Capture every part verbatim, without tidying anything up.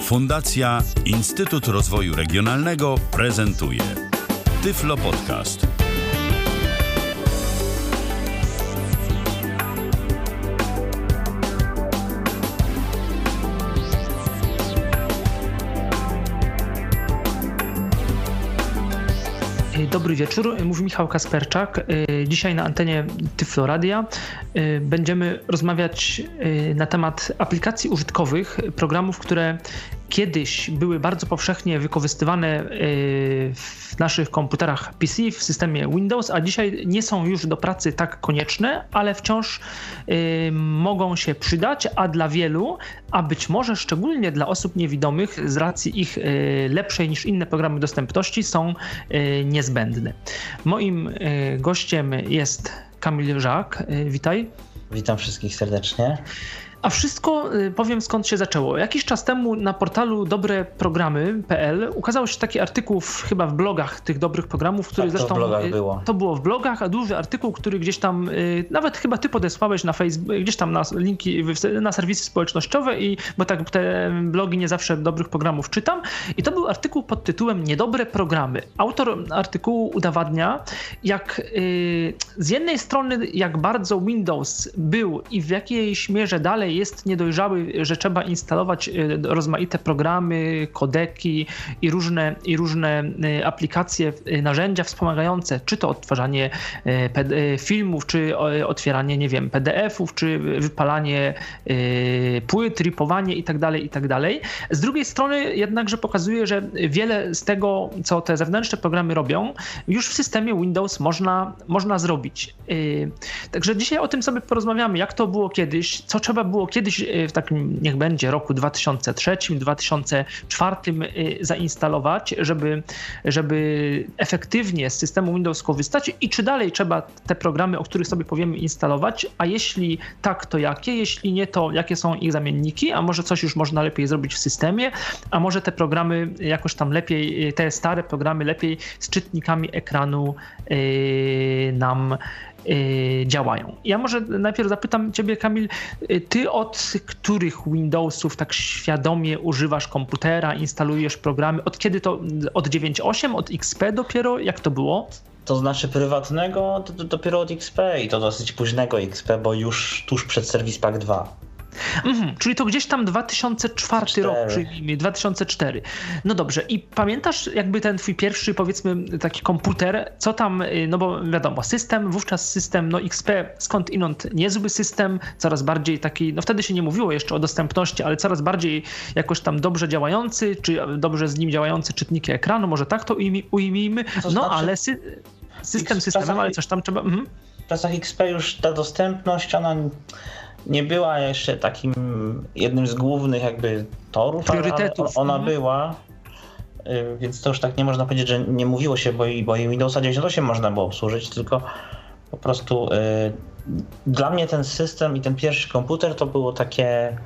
Fundacja Instytut Rozwoju Regionalnego prezentuje Tyflo Podcast. Dobry wieczór, mówi Michał Kasperczak. Dzisiaj na antenie Tyflo Radia będziemy rozmawiać na temat aplikacji użytkowych, programów, które kiedyś były bardzo powszechnie wykorzystywane w naszych komputerach P C, w systemie Windows, a dzisiaj nie są już do pracy tak konieczne, ale wciąż mogą się przydać, a dla wielu, a być może szczególnie dla osób niewidomych z racji ich lepszej niż inne programy dostępności są niezbędne. Moim gościem jest Kamil Żak. Witaj. Witam wszystkich serdecznie. A wszystko, powiem, skąd się zaczęło. Jakiś czas temu na portalu dobre programy kropka p l ukazał się taki artykuł w, chyba w blogach tych dobrych programów, który tak, to zresztą... w blogach było. To było w blogach, a duży artykuł, który gdzieś tam, nawet chyba ty podesłałeś na Facebook, gdzieś tam na linki, na serwisy społecznościowe, i bo tak te blogi nie zawsze dobrych programów czytam. I to był artykuł pod tytułem Niedobre programy. Autor artykułu udowadnia, jak z jednej strony, jak bardzo Windows był i w jakiejś mierze dalej jest niedojrzały, że trzeba instalować rozmaite programy, kodeki i różne, i różne aplikacje, narzędzia wspomagające, czy to odtwarzanie filmów, czy otwieranie, nie wiem, P D F-ów, czy wypalanie płyt, ripowanie i tak dalej, i tak dalej. Z drugiej strony jednakże pokazuje, że wiele z tego, co te zewnętrzne programy robią, już w systemie Windows można, można zrobić. Także dzisiaj o tym sobie porozmawiamy, jak to było kiedyś, co trzeba było kiedyś w takim, niech będzie, roku dwa tysiące trzecim, dwa tysiące czwartym zainstalować, żeby, żeby efektywnie z systemu Windows korzystać, i czy dalej trzeba te programy, o których sobie powiemy, instalować, a jeśli tak, to jakie, jeśli nie, to jakie są ich zamienniki, a może coś już można lepiej zrobić w systemie, a może te programy jakoś tam lepiej, te stare programy lepiej z czytnikami ekranu yy, nam działają. Ja może najpierw zapytam ciebie, Kamil, ty od których Windowsów tak świadomie używasz komputera, instalujesz programy? Od kiedy to? Od dziewięć osiem? Od X P dopiero? Jak to było? To znaczy prywatnego to, to dopiero od X P, i to dosyć późnego X P, bo już tuż przed Service Pack dwa. Mhm, czyli to gdzieś tam dwa tysiące czwarty rok, przyjmijmy, dwa tysiące czwarty. No dobrze, i pamiętasz jakby ten twój pierwszy, powiedzmy, taki komputer, co tam, no bo wiadomo, system, wówczas system, no X P skąd inąd niezły system, coraz bardziej taki, no wtedy się nie mówiło jeszcze o dostępności, ale coraz bardziej jakoś tam dobrze działający, czy dobrze z nim działające czytniki ekranu, może tak to ujmijmy, no znaczy, ale sy- system systemem, ale coś tam trzeba... Mhm. W czasach X P już ta dostępność, ona nie była jeszcze takim jednym z głównych jakby torów, priorytetów. Ale ona była, więc to już tak nie można powiedzieć, że nie mówiło się, bo i, bo i Windowsa dziewięćdziesiąt osiem można było obsłużyć, tylko po prostu y, dla mnie ten system i ten pierwszy komputer to było takie,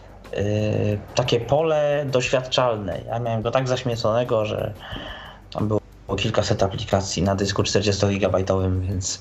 y, takie pole doświadczalne. Ja miałem go tak zaśmieconego, że tam było kilkaset aplikacji na dysku czterdziestogigabajtowym, więc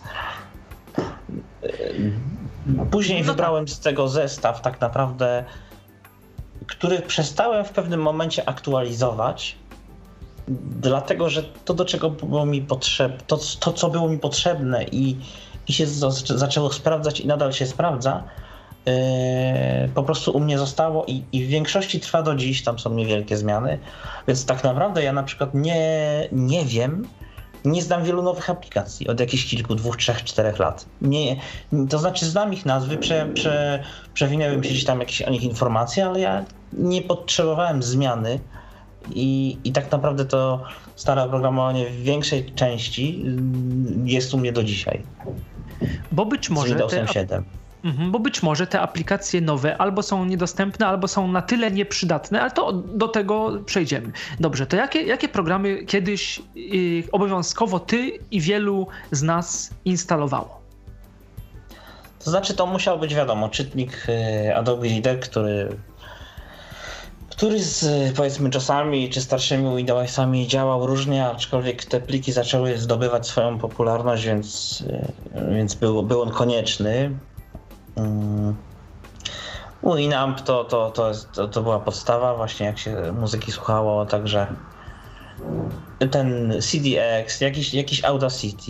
y, Później no wybrałem tak. z tego zestaw tak naprawdę, który przestałem w pewnym momencie aktualizować, dlatego że to, do czego było mi potrzebne, to, to co było mi potrzebne i, i się z, zaczęło sprawdzać i nadal się sprawdza, yy, po prostu u mnie zostało i, i w większości trwa do dziś, tam są niewielkie zmiany, więc tak naprawdę ja na przykład nie, nie wiem, nie znam wielu nowych aplikacji od jakichś kilku, dwóch, trzech, czterech lat. Nie, to znaczy znam ich nazwy, prze, prze, przewinęły mi się gdzieś tam jakieś o nich informacje, ale ja nie potrzebowałem zmiany i, i tak naprawdę to stare oprogramowanie w większej części jest u mnie do dzisiaj. Bo być może... Z Windowsem siedem. Bo być może te aplikacje nowe albo są niedostępne, albo są na tyle nieprzydatne, ale to do tego przejdziemy. Dobrze, to jakie, jakie programy kiedyś yy, obowiązkowo ty i wielu z nas instalowało? To znaczy to musiał być, wiadomo, czytnik yy, Adobe Reader, który, który z, powiedzmy, czasami czy starszymi Windowsami działał różnie, aczkolwiek te pliki zaczęły zdobywać swoją popularność, więc, yy, więc był, był on konieczny. Winamp to, to, to, jest, to, to była podstawa właśnie jak się muzyki słuchało, także ten C D X, jakiś, jakiś Audacity,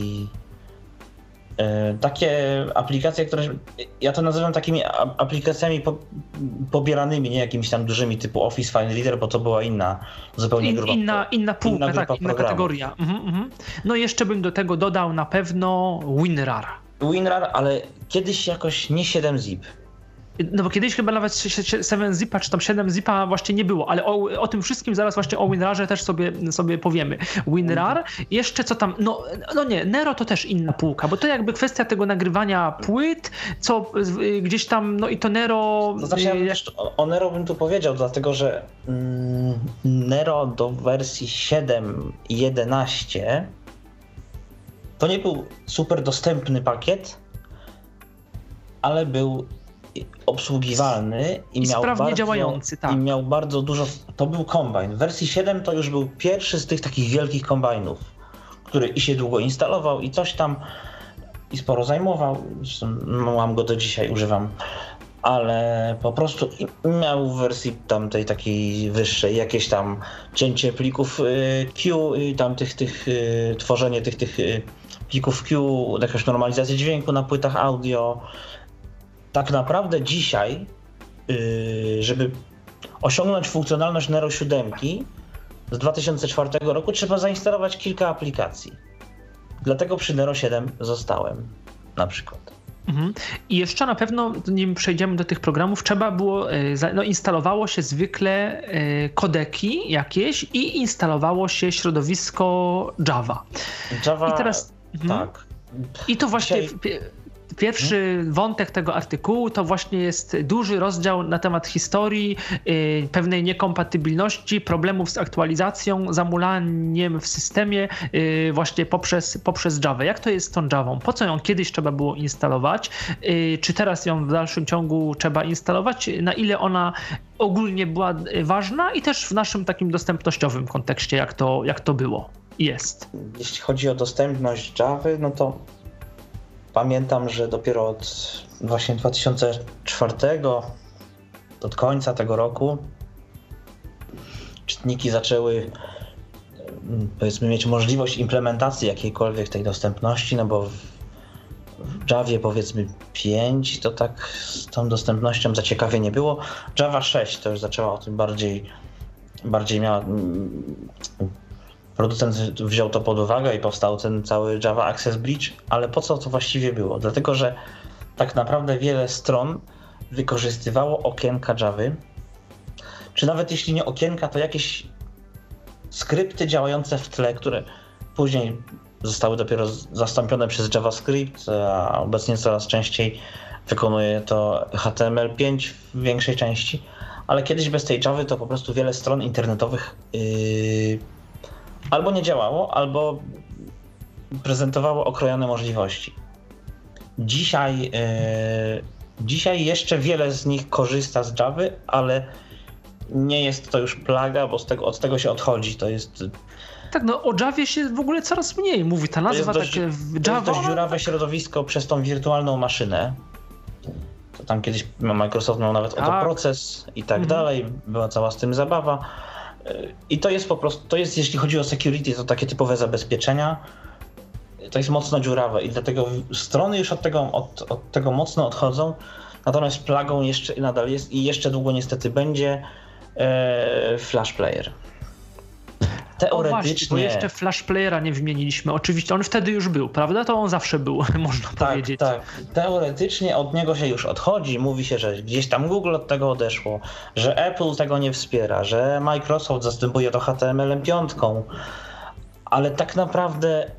takie aplikacje, które ja to nazywam takimi aplikacjami po, pobieranymi, nie jakimiś tam dużymi typu Office File Reader, bo to była inna zupełnie grupa. Inna, inna półka, inna, tak, inna kategoria. Mhm, mhm. No jeszcze bym do tego dodał na pewno WinRAR. WinRAR, ale kiedyś jakoś nie siedem zip. No bo kiedyś chyba nawet siedem zipa czy tam siedem zipa właśnie nie było, ale o, o tym wszystkim zaraz właśnie o WinRARze też sobie, sobie powiemy. WinRAR, jeszcze co tam, no, no nie, Nero to też inna półka, bo to jakby kwestia tego nagrywania płyt, co gdzieś tam, no i to Nero... To znaczy ja jeszcze o Nero bym tu powiedział, dlatego że mm, Nero do wersji siedem i jedenaście to nie był super dostępny pakiet, ale był obsługiwalny i, I miał sprawnie bardzo, działający, tak. I miał bardzo dużo, to był kombajn. W wersji siedem to już był pierwszy z tych takich wielkich kombajnów, który i się długo instalował i coś tam i sporo zajmował. Zresztą mam go do dzisiaj, używam, ale po prostu miał w wersji tamtej takiej wyższej jakieś tam cięcie plików Q, tam tych, tych tworzenie tych, tych plików Q, jakaś normalizacja dźwięku na płytach audio. Tak naprawdę dzisiaj, żeby osiągnąć funkcjonalność Nero siedem z dwa tysiące czwartego roku, trzeba zainstalować kilka aplikacji. Dlatego przy Nero siedem zostałem na przykład. Mhm. I jeszcze na pewno, nim przejdziemy do tych programów, trzeba było, no instalowało się zwykle kodeki jakieś i instalowało się środowisko Java. Java, I teraz, tak. I to właśnie... Dzisiaj... Pierwszy hmm? wątek tego artykułu to właśnie jest duży rozdział na temat historii, yy, pewnej niekompatybilności, problemów z aktualizacją, zamulaniem w systemie yy, właśnie poprzez, poprzez Java. Jak to jest z tą Javą? Po co ją kiedyś trzeba było instalować? Yy, czy teraz ją w dalszym ciągu trzeba instalować? Na ile ona ogólnie była ważna i też w naszym takim dostępnościowym kontekście, jak to, jak to było i jest? Jeśli chodzi o dostępność Javy, no to pamiętam, że dopiero od właśnie dwa tysiące czwartego, od końca tego roku, czytniki zaczęły, powiedzmy, mieć możliwość implementacji jakiejkolwiek tej dostępności, no bo w, w Javie powiedzmy pięć to tak z tą dostępnością za ciekawie nie było. Java sześć to już zaczęła o tym bardziej, bardziej miała... Producent wziął to pod uwagę i powstał ten cały Java Access Bridge, ale po co to właściwie było? Dlatego, że tak naprawdę wiele stron wykorzystywało okienka Javy, czy nawet jeśli nie okienka, to jakieś skrypty działające w tle, które później zostały dopiero zastąpione przez JavaScript, a obecnie coraz częściej wykonuje to H T M L pięć w większej części, ale kiedyś bez tej Javy to po prostu wiele stron internetowych yy, albo nie działało, albo prezentowało okrojone możliwości. Dzisiaj, yy, dzisiaj jeszcze wiele z nich korzysta z Javy, ale nie jest to już plaga, bo z tego, od tego się odchodzi. To jest... Tak, no o Javie się w ogóle coraz mniej mówi. Ta nazwa to jest dość, tak w Java... To jest dość dziurawe środowisko przez tą wirtualną maszynę. To tam kiedyś Microsoft miał nawet tak. oto proces i tak mhm. dalej. Była cała z tym zabawa. I to jest po prostu, to jest, jeśli chodzi o security, to takie typowe zabezpieczenia. To jest mocno dziurawe i dlatego strony już od tego, od, od tego mocno odchodzą. Natomiast plagą jeszcze nadal jest i jeszcze długo niestety będzie e, Flash Player. Teoretycznie... O właśnie, bo jeszcze Flash Playera nie wymieniliśmy. Oczywiście on wtedy już był, prawda? To on zawsze był, można tak, powiedzieć. Tak, teoretycznie od niego się już odchodzi. Mówi się, że gdzieś tam Google od tego odeszło, że Apple tego nie wspiera, że Microsoft zastępuje to H T M L pięć, ale tak naprawdę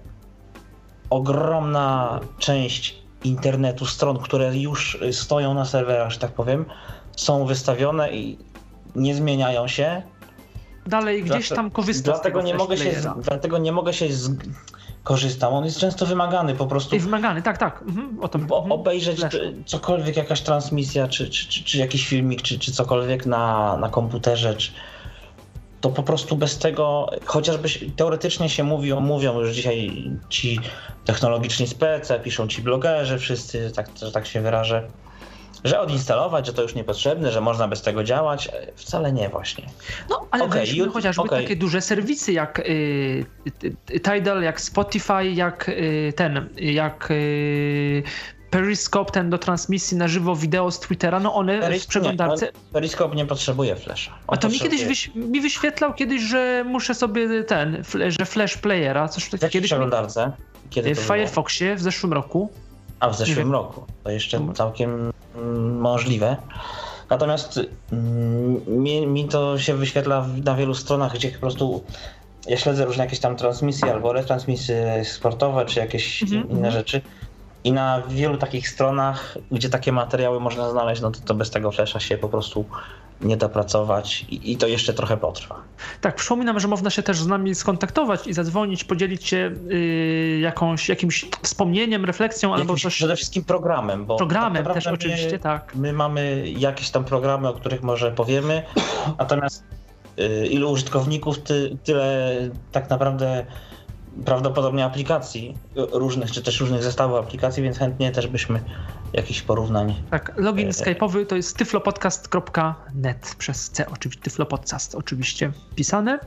ogromna część internetu, stron, które już stoją na serwerach, że tak powiem, są wystawione i nie zmieniają się. Dalej gdzieś tam korzysta dlatego z nie mogę się, Dlatego nie mogę się z... korzystam. On jest często wymagany po prostu. Jest wymagany, tak, tak. Mhm, o to, bo mhm. obejrzeć Flash. cokolwiek, jakaś transmisja, czy, czy, czy, czy jakiś filmik, czy, czy cokolwiek na, na komputerze, czy... to po prostu bez tego, chociażby teoretycznie się mówi, mówią już dzisiaj ci technologiczni spece, piszą ci blogerzy wszyscy, tak, że tak się wyrażę, Że odinstalować, że to już niepotrzebne, że można bez tego działać. Wcale nie właśnie. No, ale okay, weźmy you, chociażby okay. takie duże serwisy jak y, Tidal, jak Spotify, jak y, ten, jak y, Periscope, ten do transmisji na żywo wideo z Twittera, no one Peris- w przeglądarce... Nie, Periscope nie potrzebuje Flasha. On A to mi kiedyś wyś... mi wyświetlał kiedyś, że muszę sobie ten, że Flash Playera, coś takiego. W przeglądarce? Kiedy w Firefoxie w zeszłym roku. A w zeszłym roku. To jeszcze hmm. całkiem mm, możliwe. Natomiast mm, mi, mi to się wyświetla na wielu stronach, gdzie po prostu ja śledzę różne jakieś tam transmisje albo retransmisje sportowe, czy jakieś mm-hmm. inne rzeczy. I na wielu takich stronach, gdzie takie materiały można znaleźć, no to, to bez tego Flasha się po prostu nie da pracować i, i to jeszcze trochę potrwa. Tak, przypominam, że można się też z nami skontaktować i zadzwonić, podzielić się yy, jakąś, jakimś wspomnieniem, refleksją Jakimś, albo coś... Przede wszystkim programem. Bo programem tak też my, oczywiście, tak. My mamy jakieś tam programy, o których może powiemy, natomiast yy, ilu użytkowników, ty, tyle tak naprawdę prawdopodobnie aplikacji różnych, czy też różnych zestawów aplikacji, więc chętnie też byśmy jakichś porównań... Tak, login skype'owy to jest tyflopodcast kropka net przez C, oczywiście, tyflopodcast oczywiście pisane.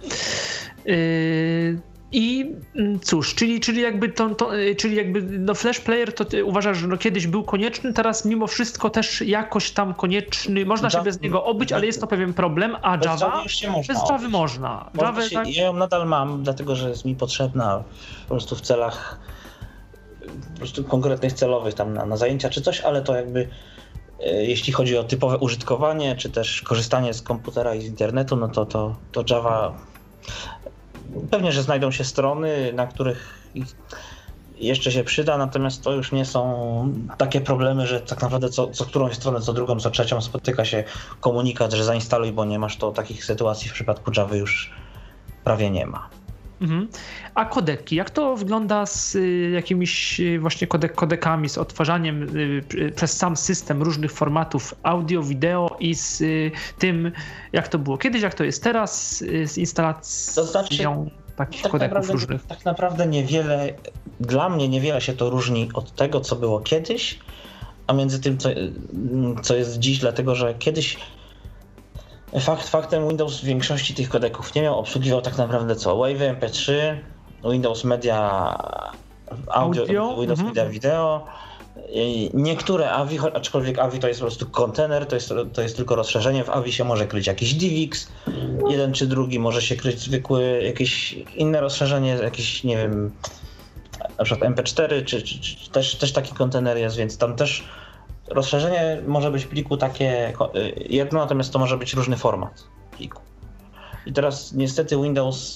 Yy... I cóż, czyli, czyli jakby to, to czyli jakby no Flash Player to ty uważasz, że no kiedyś był konieczny, teraz mimo wszystko też jakoś tam konieczny, można się bez niego obyć, ale jest to pewien problem, a bez Java, już się można bez Java można. Java, się, tak? Ja ją nadal mam, dlatego że jest mi potrzebna po prostu w celach po prostu konkretnych celowych tam na, na zajęcia czy coś, ale to jakby e, jeśli chodzi o typowe użytkowanie, czy też korzystanie z komputera i z internetu, no to, to, to Java... Pewnie, że znajdą się strony, na których jeszcze się przyda, natomiast to już nie są takie problemy, że tak naprawdę co, co którąś stronę, co drugą, co trzecią spotyka się komunikat, że zainstaluj, bo nie masz, to takich sytuacji w przypadku Java już prawie nie ma. Mhm. A kodeki, jak to wygląda z y, jakimiś y, właśnie kodek, kodekami, z odtwarzaniem y, y, przez sam system różnych formatów audio, wideo i z y, tym, jak to było kiedyś, jak to jest teraz, y, z instalacją to znaczy, takich tak kodeków naprawdę, różnych? Tak naprawdę niewiele, dla mnie niewiele się to różni od tego, co było kiedyś, a między tym, co, co jest dziś, dlatego że kiedyś Fakt faktem Windows w większości tych kodeków nie miał, obsługiwał tak naprawdę co? Wave M P trzy, Windows Media Audio, audio? Windows mhm. Media Video, niektóre A V I, aczkolwiek A V I to jest po prostu kontener, to jest, to jest tylko rozszerzenie, w A V I się może kryć jakiś DivX, jeden czy drugi, może się kryć zwykły, jakieś inne rozszerzenie, jakieś nie wiem, na przykład M P cztery, czy, czy, czy też, też taki kontener jest, więc tam też rozszerzenie może być pliku takie jedno, natomiast to może być różny format pliku. I teraz niestety Windows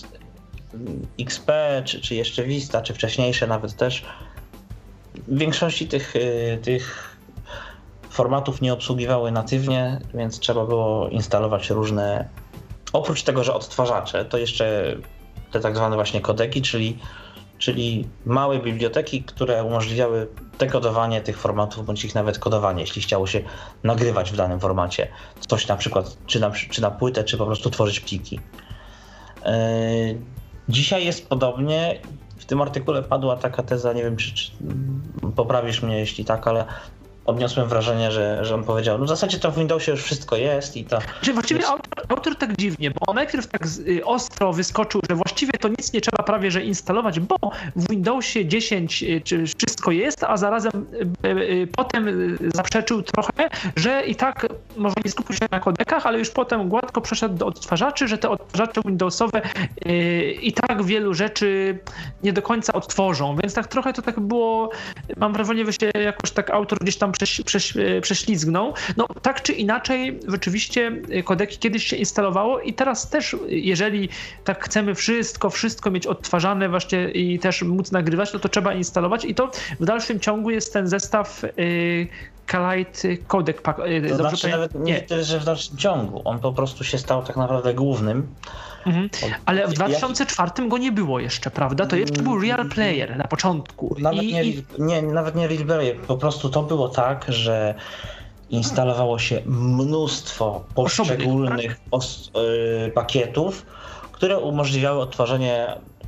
X P, czy, czy jeszcze Vista, czy wcześniejsze nawet też, w większości tych, tych formatów nie obsługiwały natywnie, więc trzeba było instalować różne, oprócz tego, że odtwarzacze, to jeszcze te tak zwane właśnie kodeki, czyli czyli małe biblioteki, które umożliwiały dekodowanie tych formatów, bądź ich nawet kodowanie, jeśli chciało się nagrywać w danym formacie. Coś na przykład, czy na, czy na płytę, czy po prostu tworzyć pliki. Yy, dzisiaj jest podobnie. W tym artykule padła taka teza, nie wiem, czy, czy poprawisz mnie, jeśli tak, ale odniosłem wrażenie, że, że on powiedział, no w zasadzie to w Windowsie już wszystko jest i to... Że właściwie jest... autor, autor tak dziwnie, bo on najpierw tak y, ostro wyskoczył, że właściwie to nic nie trzeba prawie że instalować, bo w Windowsie dziesięć y, czy wszystko jest, a zarazem y, y, potem y, zaprzeczył trochę, że i tak może nie skupił się na kodekach, ale już potem gładko przeszedł do odtwarzaczy, że te odtwarzacze Windowsowe y, i tak wielu rzeczy nie do końca odtworzą, więc tak trochę to tak było, mam wrażenie, że się jakoś tak autor gdzieś tam Prześ, prześ, prześlizgnął. No tak czy inaczej, rzeczywiście kodeki kiedyś się instalowało i teraz też, jeżeli tak chcemy wszystko, wszystko mieć odtwarzane właśnie i też móc nagrywać, no to trzeba instalować i to w dalszym ciągu jest ten zestaw y, Kalite Codec Pack. Y, to znaczy nawet nie tyle, że w dalszym ciągu. On po prostu się stał tak naprawdę głównym. Mhm. Ale w dwa tysiące czwartym go nie było jeszcze, prawda? To jeszcze był Real Player na początku. Nawet, I, nie, i... nie, nawet nie Real Player, po prostu to było tak, że instalowało się mnóstwo poszczególnych tak? os, y, pakietów, które umożliwiały odtwarzanie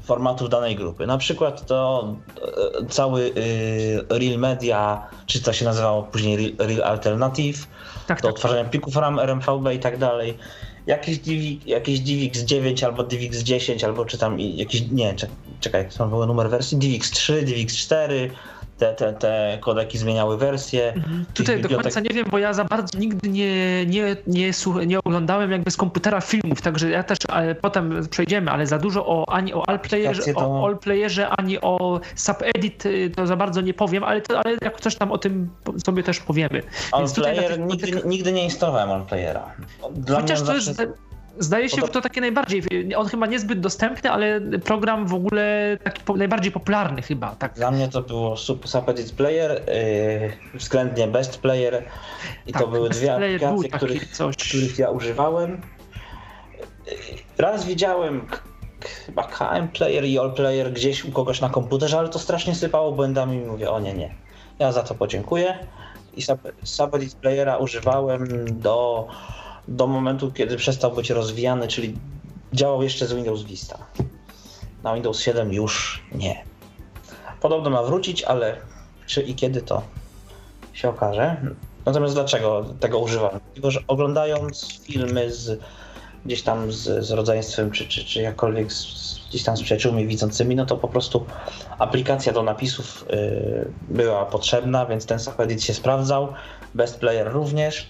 formatów danej grupy. Na przykład to cały Real Media, czy to się nazywało później Real Alternative, tak, do tak. odtwarzania plików RAM, R M V B i tak dalej. Jakiś, D V, jakiś D V X dziewięć albo D V X dziesięć, albo czy tam jakiś, nie, czekaj, to był numer wersji, D V X trzy, D V X cztery, te, te, te kodeki zmieniały wersję. Mhm. Tutaj bibliotek... do końca nie wiem, bo ja za bardzo nigdy nie, nie, nie, nie oglądałem jakby z komputera filmów, także ja też ale potem przejdziemy, ale za dużo o, ani o Allplayerze, to... o Allplayerze, ani o Subedit to za bardzo nie powiem, ale, to, ale jak coś tam o tym sobie też powiemy. Allplayer, tych... nigdy, nigdy nie instalowałem Allplayera. Dla Chociaż to zawsze... jest... Zdaje się, że to takie najbardziej, on chyba niezbyt dostępny, ale program w ogóle taki po, najbardziej popularny chyba. Tak. Dla mnie to było Subedit Player, yy, względnie Best Player i tak, to były dwie aplikacje, których, których ja używałem. Raz widziałem k- chyba K M Player i All Player gdzieś u kogoś na komputerze, ale to strasznie sypało błędami i mówię, o nie, nie, ja za to podziękuję i Subedit Playera używałem do do momentu, kiedy przestał być rozwijany, czyli działał jeszcze z Windows Vista. Na Windows siedem już nie. Podobno ma wrócić, ale czy i kiedy to się okaże. Natomiast dlaczego tego używam? Dlatego, że oglądając filmy z, gdzieś tam z, z rodzeństwem, czy, czy, czy jakkolwiek z, gdzieś tam z przyjaciółmi widzącymi, no to po prostu aplikacja do napisów yy, była potrzebna, więc ten Subedit się sprawdzał. Best Player również.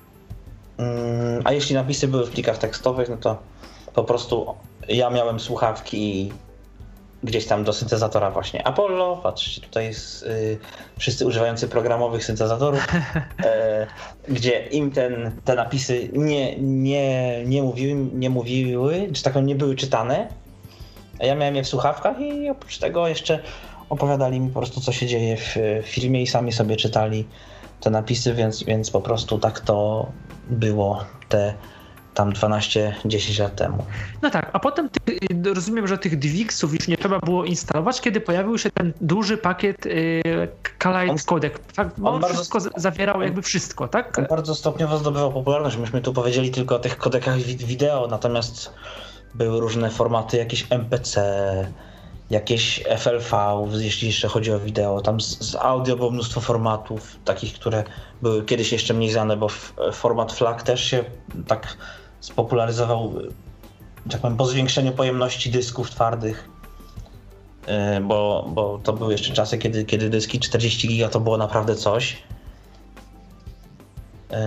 A jeśli napisy były w plikach tekstowych, no to po prostu ja miałem słuchawki gdzieś tam do syntezatora właśnie Apollo, patrzcie, tutaj jest y, wszyscy używający programowych syntezatorów, e, gdzie im ten, te napisy nie, nie, nie, mówiły, nie mówiły, czy tak nie były czytane, a ja miałem je w słuchawkach i oprócz tego jeszcze opowiadali mi po prostu, co się dzieje w, w filmie i sami sobie czytali te napisy, więc, więc po prostu tak to było te tam dwanaście dziesięć lat temu. No tak, a potem ty, rozumiem, że tych D V X-ów już nie trzeba było instalować, kiedy pojawił się ten duży pakiet y, Kalite Codec. Tak? On, on bardzo wszystko zawierał jakby wszystko, tak? On bardzo stopniowo zdobywał popularność. Myśmy tu powiedzieli tylko o tych kodekach wideo, natomiast były różne formaty, jakieś M P C, jakieś F L V, jeśli jeszcze chodzi o wideo. Tam z, z audio było mnóstwo formatów, takich, które były kiedyś jeszcze mniej znane, bo f, format FLAC też się tak spopularyzował, tak powiem, po zwiększeniu pojemności dysków twardych, yy, bo, bo to były jeszcze czasy, kiedy, kiedy dyski czterdzieści giga to było naprawdę coś. Yy.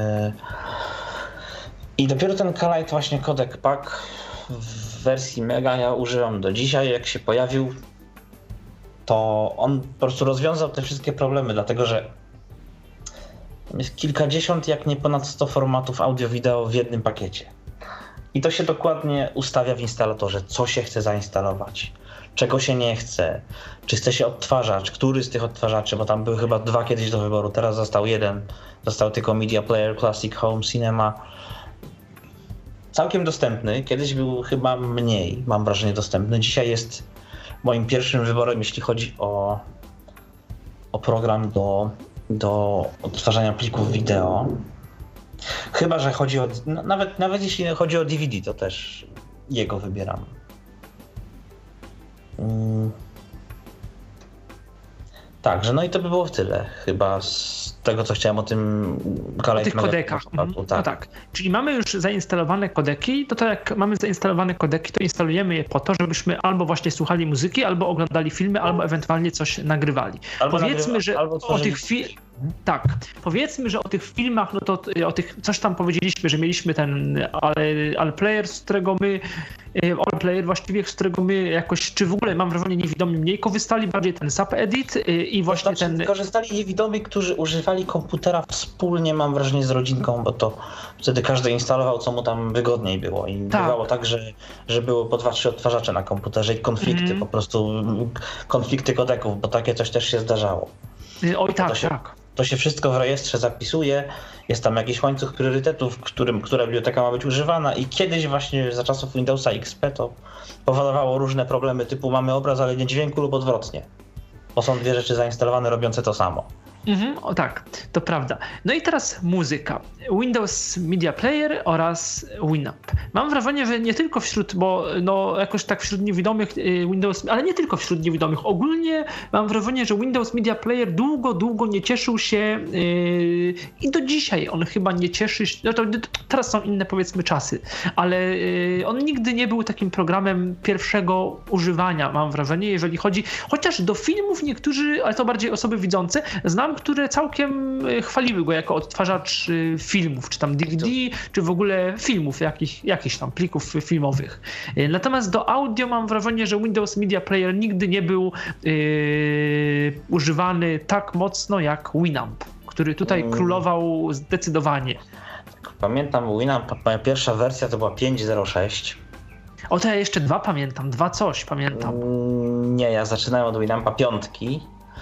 I dopiero ten Kalite właśnie Codec Pack w wersji Mega ja używam do dzisiaj. Jak się pojawił, to on po prostu rozwiązał te wszystkie problemy, dlatego że jest kilkadziesiąt, jak nie ponad sto formatów audio-wideo w jednym pakiecie. I to się dokładnie ustawia w instalatorze, co się chce zainstalować, czego się nie chce, czy chce się odtwarzacz, który z tych odtwarzaczy, bo tam były chyba dwa kiedyś do wyboru, teraz został jeden, został tylko Media Player, Classic, Home, Cinema. Całkiem dostępny, kiedyś był chyba mniej, mam wrażenie, dostępny. Dzisiaj jest moim pierwszym wyborem, jeśli chodzi o, o program do, do odtwarzania plików wideo. Chyba że chodzi o, no, nawet, nawet jeśli chodzi o D V D, to też jego wybieram. Hmm. Także, no i to by było tyle chyba z tego, co chciałem o tym Kalite. O tych kodekach. Mhm. Tak. No tak. Czyli mamy już zainstalowane kodeki, to, to jak mamy zainstalowane kodeki, to instalujemy je po to, żebyśmy albo właśnie słuchali muzyki, albo oglądali filmy, albo ewentualnie coś nagrywali. Albo Powiedzmy, nagrywa, że albo o tych fi- Tak, powiedzmy, że o tych filmach, no to o tych coś tam powiedzieliśmy, że mieliśmy ten Allplayer, z którego my, Allplayer właściwie, z którego my jakoś, czy w ogóle mam wrażenie niewidomi mniej korzystali, bardziej ten Subedit i właśnie to znaczy, ten... Korzystali niewidomi, którzy używali komputera wspólnie, mam wrażenie, z rodzinką, bo to wtedy każdy instalował, co mu tam wygodniej było i tak. Bywało tak, że, że było po dwa, trzy odtwarzacze na komputerze i konflikty, mm. po prostu konflikty kodeków, bo takie coś też się zdarzało. Oj tak, to się, tak. To się wszystko w rejestrze zapisuje, jest tam jakiś łańcuch priorytetów, w którym, która biblioteka ma być używana i kiedyś właśnie za czasów Windowsa X P to powodowało różne problemy typu mamy obraz, ale nie dźwięku lub odwrotnie, bo są dwie rzeczy zainstalowane robiące to samo. Mhm, o tak, to prawda. No i teraz muzyka. Windows Media Player oraz Winamp. Mam wrażenie, że nie tylko wśród, bo no jakoś tak wśród niewidomych Windows, ale nie tylko wśród niewidomych. Ogólnie mam wrażenie, że Windows Media Player długo, długo nie cieszył się yy, i do dzisiaj on chyba nie cieszy się, no to teraz są inne powiedzmy czasy, ale yy, on nigdy nie był takim programem pierwszego używania, mam wrażenie, jeżeli chodzi, chociaż do filmów niektórzy, ale to bardziej osoby widzące, znam, które całkiem chwaliły go jako odtwarzacz filmów, czy tam D V D, czy w ogóle filmów, jakich, jakichś tam plików filmowych. Natomiast do audio mam wrażenie, że Windows Media Player nigdy nie był yy, używany tak mocno jak Winamp, który tutaj hmm. królował zdecydowanie. Pamiętam Winamp, moja pierwsza wersja to była pięć zero sześć. O, to ja jeszcze dwa pamiętam, dwa coś pamiętam. Nie, ja zaczynałem od Winampa piątki,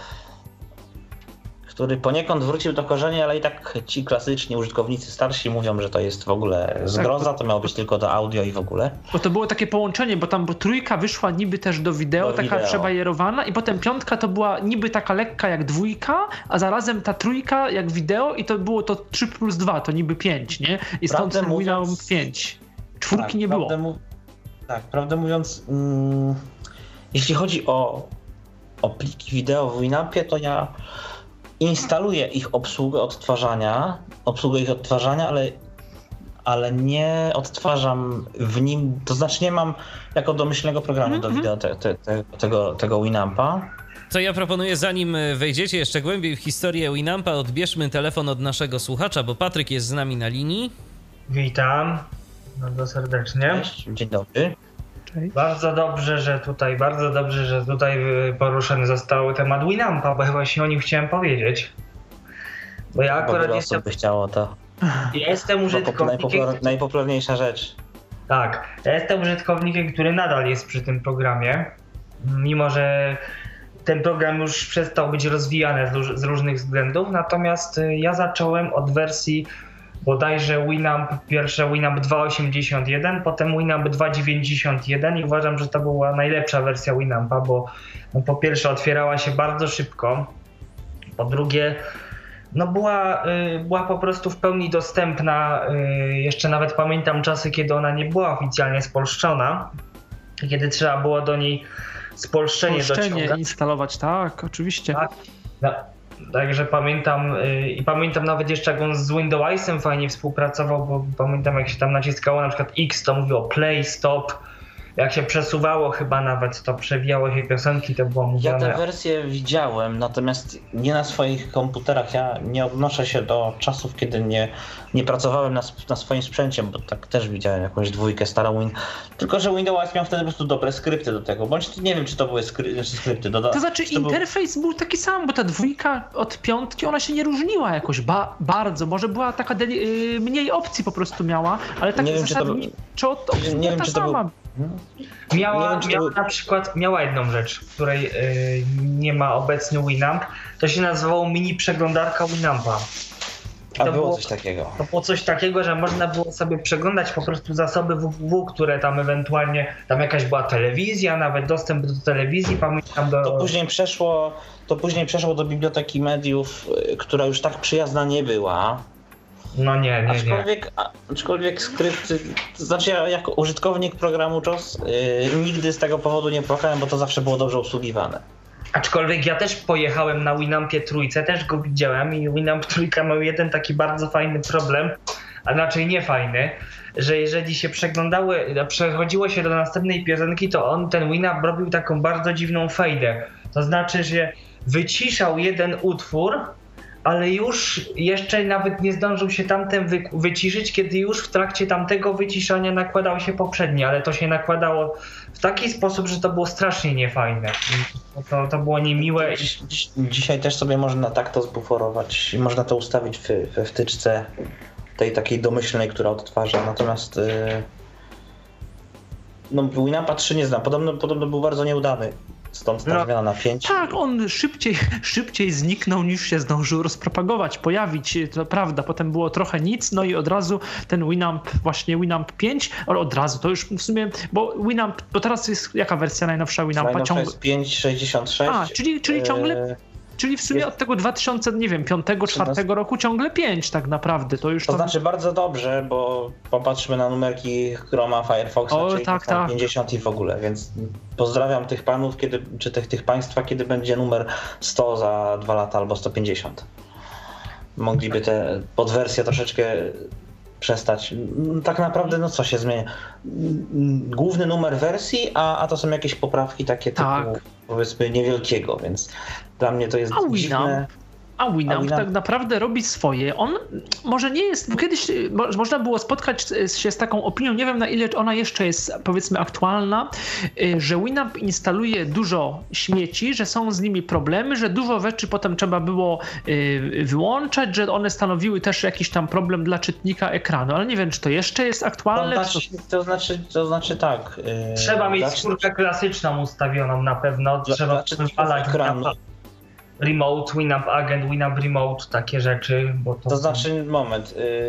który poniekąd wrócił do korzeni, ale i tak ci klasyczni użytkownicy starsi mówią, że to jest w ogóle zgroza, to miało być tylko do audio i w ogóle. Bo to było takie połączenie, bo tam bo trójka wyszła niby też do wideo, do taka wideo. przebajerowana i potem piątka to była niby taka lekka jak dwójka, a zarazem ta trójka jak wideo i to było to trzy plus dwa, to niby pięć, nie? I stąd ten Winamp pięć. Czwórki tak, nie było. Mu- tak, prawdę mówiąc, mm, jeśli chodzi o, o pliki wideo w Winampie, to ja instaluję ich obsługę odtwarzania, obsługę ich odtwarzania, ale, ale nie odtwarzam w nim, to znaczy nie mam jako domyślnego programu mm-hmm. do wideo te, te, te, tego, tego Winampa. To ja proponuję, zanim wejdziecie jeszcze głębiej w historię Winampa, odbierzmy telefon od naszego słuchacza, bo Patryk jest z nami na linii. Witam bardzo serdecznie. Cześć, dzień dobry. Cześć. Bardzo dobrze, że tutaj, bardzo dobrze, że tutaj poruszony został temat Winampa, bo właśnie o nim chciałem powiedzieć. Bo ja akurat bo jestem... by chciało to. Ja jestem użytkownikiem... Najpopular... Najpopularniejsza rzecz. Tak, ja jestem użytkownikiem, który nadal jest przy tym programie, mimo że ten program już przestał być rozwijany z, z różnych względów, natomiast ja zacząłem od wersji bodajże Winamp, pierwsze Winamp dwa osiemdziesiąt jeden, potem Winamp dwa dziewięćdziesiąt jeden i uważam, że to była najlepsza wersja Winampa, bo no, po pierwsze otwierała się bardzo szybko, po drugie no była, y, była po prostu w pełni dostępna, y, jeszcze nawet pamiętam czasy, kiedy ona nie była oficjalnie spolszczona, kiedy trzeba było do niej spolszczenie dociągać. Spolszczenie instalować, tak, oczywiście. Tak. No. Także pamiętam yy, i pamiętam nawet jeszcze jak on z Windowsem fajnie współpracował, bo pamiętam jak się tam naciskało na przykład X, to mówiło play, stop, jak się przesuwało chyba nawet, to przewijało się piosenki, to było mówione. Ja tę wersję widziałem, natomiast nie na swoich komputerach, ja nie odnoszę się do czasów, kiedy nie, nie pracowałem na, na swoim sprzęcie, bo tak też widziałem jakąś dwójkę starą Win, tylko że Windows miał wtedy po prostu dobre skrypty do tego, bądź nie wiem, czy to były skry, skrypty. Do, to znaczy to interfejs był... był taki sam, bo ta dwójka od piątki, ona się nie różniła jakoś ba- bardzo, może była taka deli- yy, mniej opcji po prostu miała, ale tak zasadniczo od opcji nie wiem, ta czy sama. To był... Miała, wiem, miała to... na przykład miała jedną rzecz, której yy, nie ma obecny Winamp. To się nazywało mini przeglądarka Winampa. A to było, było coś takiego. To było coś takiego, że można było sobie przeglądać po prostu zasoby www, które tam ewentualnie, tam jakaś była telewizja, nawet dostęp do telewizji, pamiętam do... To później przeszło, to później przeszło do biblioteki mediów, która już tak przyjazna nie była. No nie, nie, aczkolwiek, nie. A, aczkolwiek skrypty, to znaczy ja jako użytkownik programu JAWS yy, nigdy z tego powodu nie płakałem, bo to zawsze było dobrze obsługiwane. Aczkolwiek ja też pojechałem na Winampie trójce, też go widziałem i Winamp trójka miał jeden taki bardzo fajny problem, a raczej nie fajny, że jeżeli się przeglądały, przechodziło się do następnej piosenki, to on, ten Winamp robił taką bardzo dziwną fejdę. To znaczy, że wyciszał jeden utwór, ale już jeszcze nawet nie zdążył się tamten wy- wyciszyć, kiedy już w trakcie tamtego wyciszania nakładał się poprzedni, ale to się nakładało w taki sposób, że to było strasznie niefajne. To, to było niemiłe. Dziś, dziś, dzisiaj też sobie można tak to zbuforować, można to ustawić w, we wtyczce tej takiej domyślnej, która odtwarza, natomiast yy, no Winampa trzy nie znam, podobno, podobno był bardzo nieudany. Stąd ta no, zmiana na pięć. Tak, on szybciej, szybciej zniknął niż się zdążył rozpropagować, pojawić, to prawda. Potem było trochę nic, no i od razu ten Winamp, właśnie Winamp pięć, ale od razu, to już w sumie, bo Winamp, bo teraz jest jaka wersja najnowsza Winampa? Najnowsza Ciąg... jest pięć sześćdziesiąt sześć. A, czyli, czyli ciągle Czyli w sumie jest... od tego dwa tysiące, nie wiem, piątego, czwartego roku ciągle pięć tak naprawdę. To już to to... znaczy bardzo dobrze, bo popatrzmy na numerki Chroma, Firefoxa, o, czyli tak, tak. tak. pięćdziesiąt i w ogóle, więc pozdrawiam tych panów, kiedy, czy tych, tych państwa, kiedy będzie numer sto za dwa lata albo sto pięćdziesiąt. Mogliby te podwersje troszeczkę przestać. Tak naprawdę, no co się zmienia? Główny numer wersji, a, a to są jakieś poprawki takie tak. typu, powiedzmy, niewielkiego, więc dla mnie to jest a dziwne. A Winamp, A Winamp tak naprawdę robi swoje. On może nie jest, bo kiedyś mo, można było spotkać się z taką opinią, nie wiem na ile ona jeszcze jest powiedzmy aktualna, że Winamp instaluje dużo śmieci, że są z nimi problemy, że dużo rzeczy potem trzeba było wyłączać, że one stanowiły też jakiś tam problem dla czytnika ekranu, ale nie wiem, czy to jeszcze jest aktualne. To znaczy, to znaczy, to znaczy tak. Trzeba mieć skórkę klasyczną ustawioną na pewno, dla, trzeba wypalać ekranu. Remote, Winamp Agent, Winamp Remote, takie rzeczy. Bo to, to znaczy, moment, yy,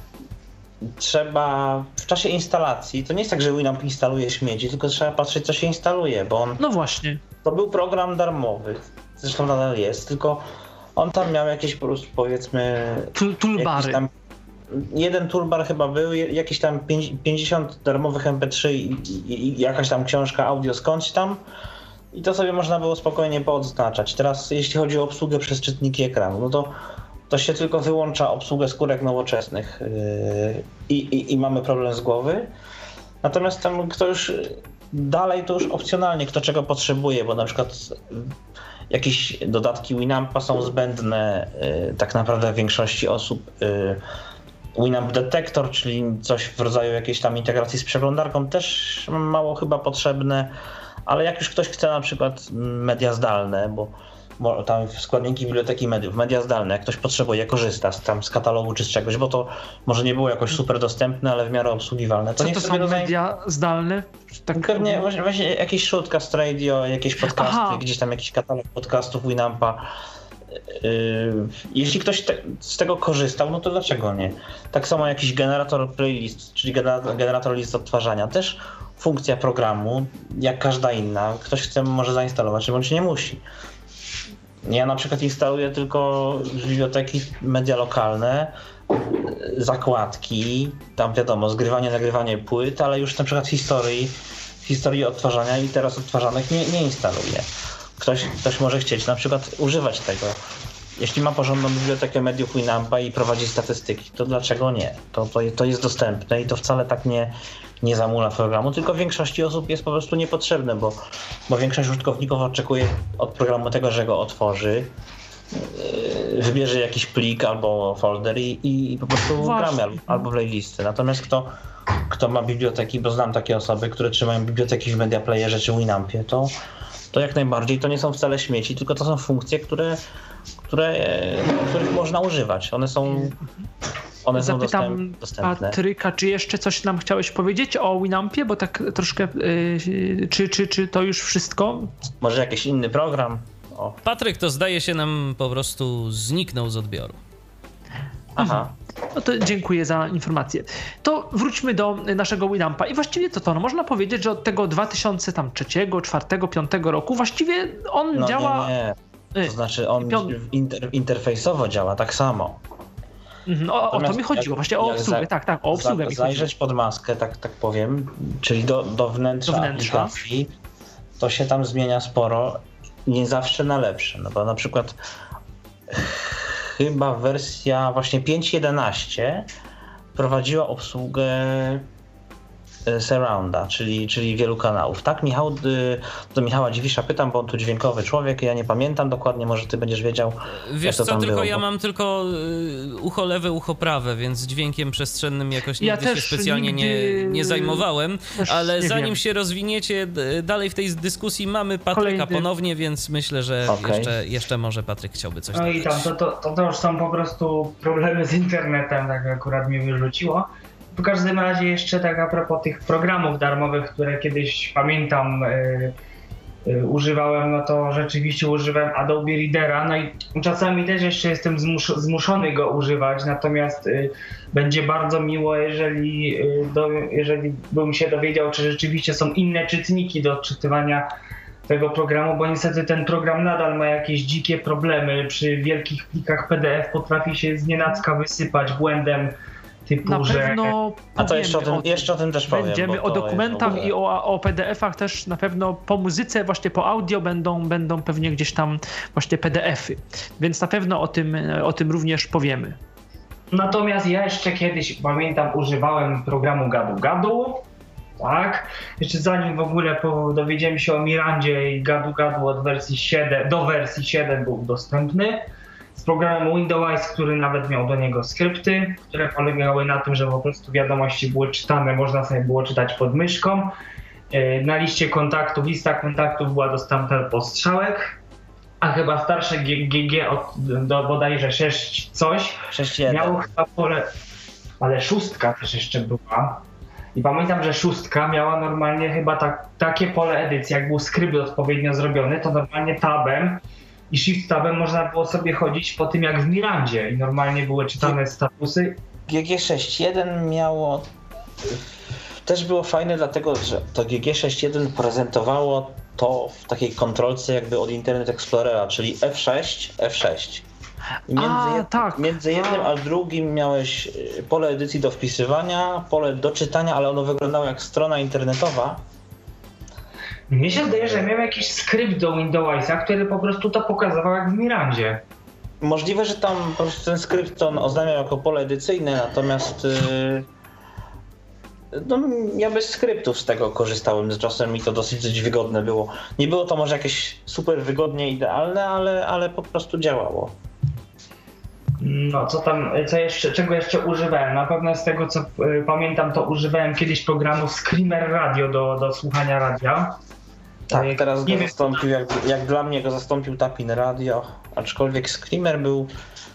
trzeba w czasie instalacji, to nie jest tak, że Winamp instaluje śmieci, tylko trzeba patrzeć, co się instaluje, bo on... No właśnie. To był program darmowy, zresztą nadal jest, tylko on tam miał jakieś po prostu, powiedzmy... Toolbary. Tam, jeden toolbar chyba był, jakieś tam pięćdziesiąt darmowych em pe trzy i, i, i jakaś tam książka audio skądś tam. I to sobie można było spokojnie poodznaczać. Teraz jeśli chodzi o obsługę przez czytniki ekranu, no to, to się tylko wyłącza obsługę skórek nowoczesnych yy, i, i mamy problem z głowy. Natomiast tam kto już dalej, to już opcjonalnie kto czego potrzebuje, bo na przykład jakieś dodatki Winampa są zbędne yy, tak naprawdę w większości osób. Yy, Winamp Detector, czyli coś w rodzaju jakiejś tam integracji z przeglądarką, też mało chyba potrzebne. Ale jak już ktoś chce na przykład media zdalne, bo, bo tam składniki biblioteki mediów, media zdalne, jak ktoś potrzebuje, korzysta z, tam z katalogu czy z czegoś, bo to może nie było jakoś super dostępne, ale w miarę obsługiwalne. To Co to są rozumie... media zdalne? Tak... Pewnie właśnie, właśnie jakieś Shortcast Radio, jakieś podcasty, Aha. gdzieś tam jakiś katalog podcastów Winampa. Yy, jeśli ktoś te, z tego korzystał, no to dlaczego nie? Tak samo jakiś generator playlist, czyli generator, generator list odtwarzania, też funkcja programu, jak każda inna. Ktoś chce, może zainstalować, bądź nie musi. Ja na przykład instaluję tylko z biblioteki media lokalne, zakładki, tam wiadomo, zgrywanie, nagrywanie płyt, ale już na przykład historii, historii odtwarzania i teraz odtwarzanych nie, nie instaluję. Ktoś, ktoś może chcieć na przykład używać tego. Jeśli ma porządną bibliotekę mediów Winampa i prowadzi statystyki, to dlaczego nie? To, to, to jest dostępne i to wcale tak nie, nie zamula programu, tylko większości osób jest po prostu niepotrzebne, bo, bo większość użytkowników oczekuje od programu tego, że go otworzy, yy, wybierze jakiś plik albo folder i, i po prostu gramy albo, albo playlisty. Natomiast kto, kto ma biblioteki, bo znam takie osoby, które trzymają biblioteki w Media Playerze czy Winampie, to to jak najbardziej to nie są wcale śmieci, tylko to są funkcje, które, które, których można używać. One są, one są Zapytam dostępne. Patryka, czy jeszcze coś nam chciałeś powiedzieć o Winampie, bo tak troszkę, yy, czy, czy, czy to już wszystko? Może jakiś inny program? O. Patryk to zdaje się nam po prostu zniknął z odbioru. Aha. No to dziękuję za informację. To wróćmy do naszego Winampa i właściwie to to, no można powiedzieć, że od tego dwa tysiące trzeciego, czwartego, piątego roku właściwie on no działa... Nie, nie. To znaczy on inter, interfejsowo działa tak samo. No, o to mi chodziło, właśnie o obsługę, za, tak, tak, o obsługę za, mi zajrzeć pod maskę, tak, tak powiem, czyli do, do wnętrza, do wnętrza aplikacji, to się tam zmienia sporo, nie zawsze na lepsze, no bo na przykład chyba wersja właśnie pięć jedenaście prowadziła obsługę surrounda, czyli, czyli wielu kanałów. Tak, Michał, do Michała Dziwisza pytam, bo on tu dźwiękowy człowiek, ja nie pamiętam dokładnie, może ty będziesz wiedział. Wiesz co, tylko było, ja bo... mam tylko ucho lewe, ucho prawe, więc dźwiękiem przestrzennym jakoś ja nigdy się specjalnie nigdy... nie, nie zajmowałem, ale nie zanim wiem. się rozwiniecie dalej w tej dyskusji, mamy Patryka Kolejny... ponownie, więc myślę, że okay. jeszcze, jeszcze może Patryk chciałby coś No dodać. i tam, to, to, to, to już są po prostu problemy z internetem, tak akurat mnie wyrzuciło. W każdym razie jeszcze tak a propos tych programów darmowych, które kiedyś pamiętam yy, yy, używałem, no to rzeczywiście używałem Adobe Readera, no i czasami też jeszcze jestem zmus- zmuszony go używać, natomiast yy, będzie bardzo miło, jeżeli, yy, do, jeżeli bym się dowiedział, czy rzeczywiście są inne czytniki do odczytywania tego programu, bo niestety ten program nadal ma jakieś dzikie problemy. Przy wielkich plikach P D F potrafi się znienacka wysypać błędem typu, Na że... pewno A to jeszcze o tym, o tym. jeszcze o tym też powiem. Będziemy o dokumentach i o, o P D F-ach też na pewno, po muzyce, właśnie po audio będą, będą pewnie gdzieś tam właśnie P D F-y, więc na pewno o tym, o tym również powiemy. Natomiast ja jeszcze kiedyś, pamiętam, używałem programu Gadu Gadu, tak? Jeszcze zanim w ogóle po, dowiedziałem się o Mirandzie i Gadu Gadu od wersji siedem, do wersji siedem był dostępny, z programem Windows, który nawet miał do niego skrypty, które polegały na tym, że po prostu wiadomości były czytane, można sobie było czytać pod myszką. Na liście kontaktów, lista kontaktów była dostępna po strzałek, a chyba starsze G G od, do bodajże sześć coś sześć jeden miało chyba pole, ale szóstka też jeszcze była. I pamiętam, że szóstka miała normalnie chyba tak, takie pole edycji, jak był skrypt odpowiednio zrobiony, to normalnie tabem i shift tabem można było sobie chodzić po tym jak w Mirandzie i normalnie były czytane statusy. G G sześć jeden miało... Też było fajne, dlatego że to G G sześć jeden prezentowało to w takiej kontrolce jakby od Internet Explorera, czyli F sześć, F sześć. I między, a, jed... tak. między jednym a drugim miałeś pole edycji do wpisywania, pole do czytania, ale ono wyglądało jak strona internetowa. Mnie się wydaje, że miał jakiś skrypt do Windowsa, który po prostu to pokazywał jak w Mirandzie. Możliwe, że tam po prostu ten skrypt on oznamiał jako pole edycyjne, natomiast yy, no, ja bez skryptów z tego korzystałem z czasem i to dosyć wygodne było. Nie było to może jakieś super wygodnie idealne, ale, ale po prostu działało. No co tam, co jeszcze, czego jeszcze używałem? Na pewno z tego co y, pamiętam, to używałem kiedyś programu Screamer Radio do, do słuchania radia. Tak, teraz Nie go wiem. zastąpił, jak, jak dla mnie go zastąpił Tapin Radio, aczkolwiek Screamer był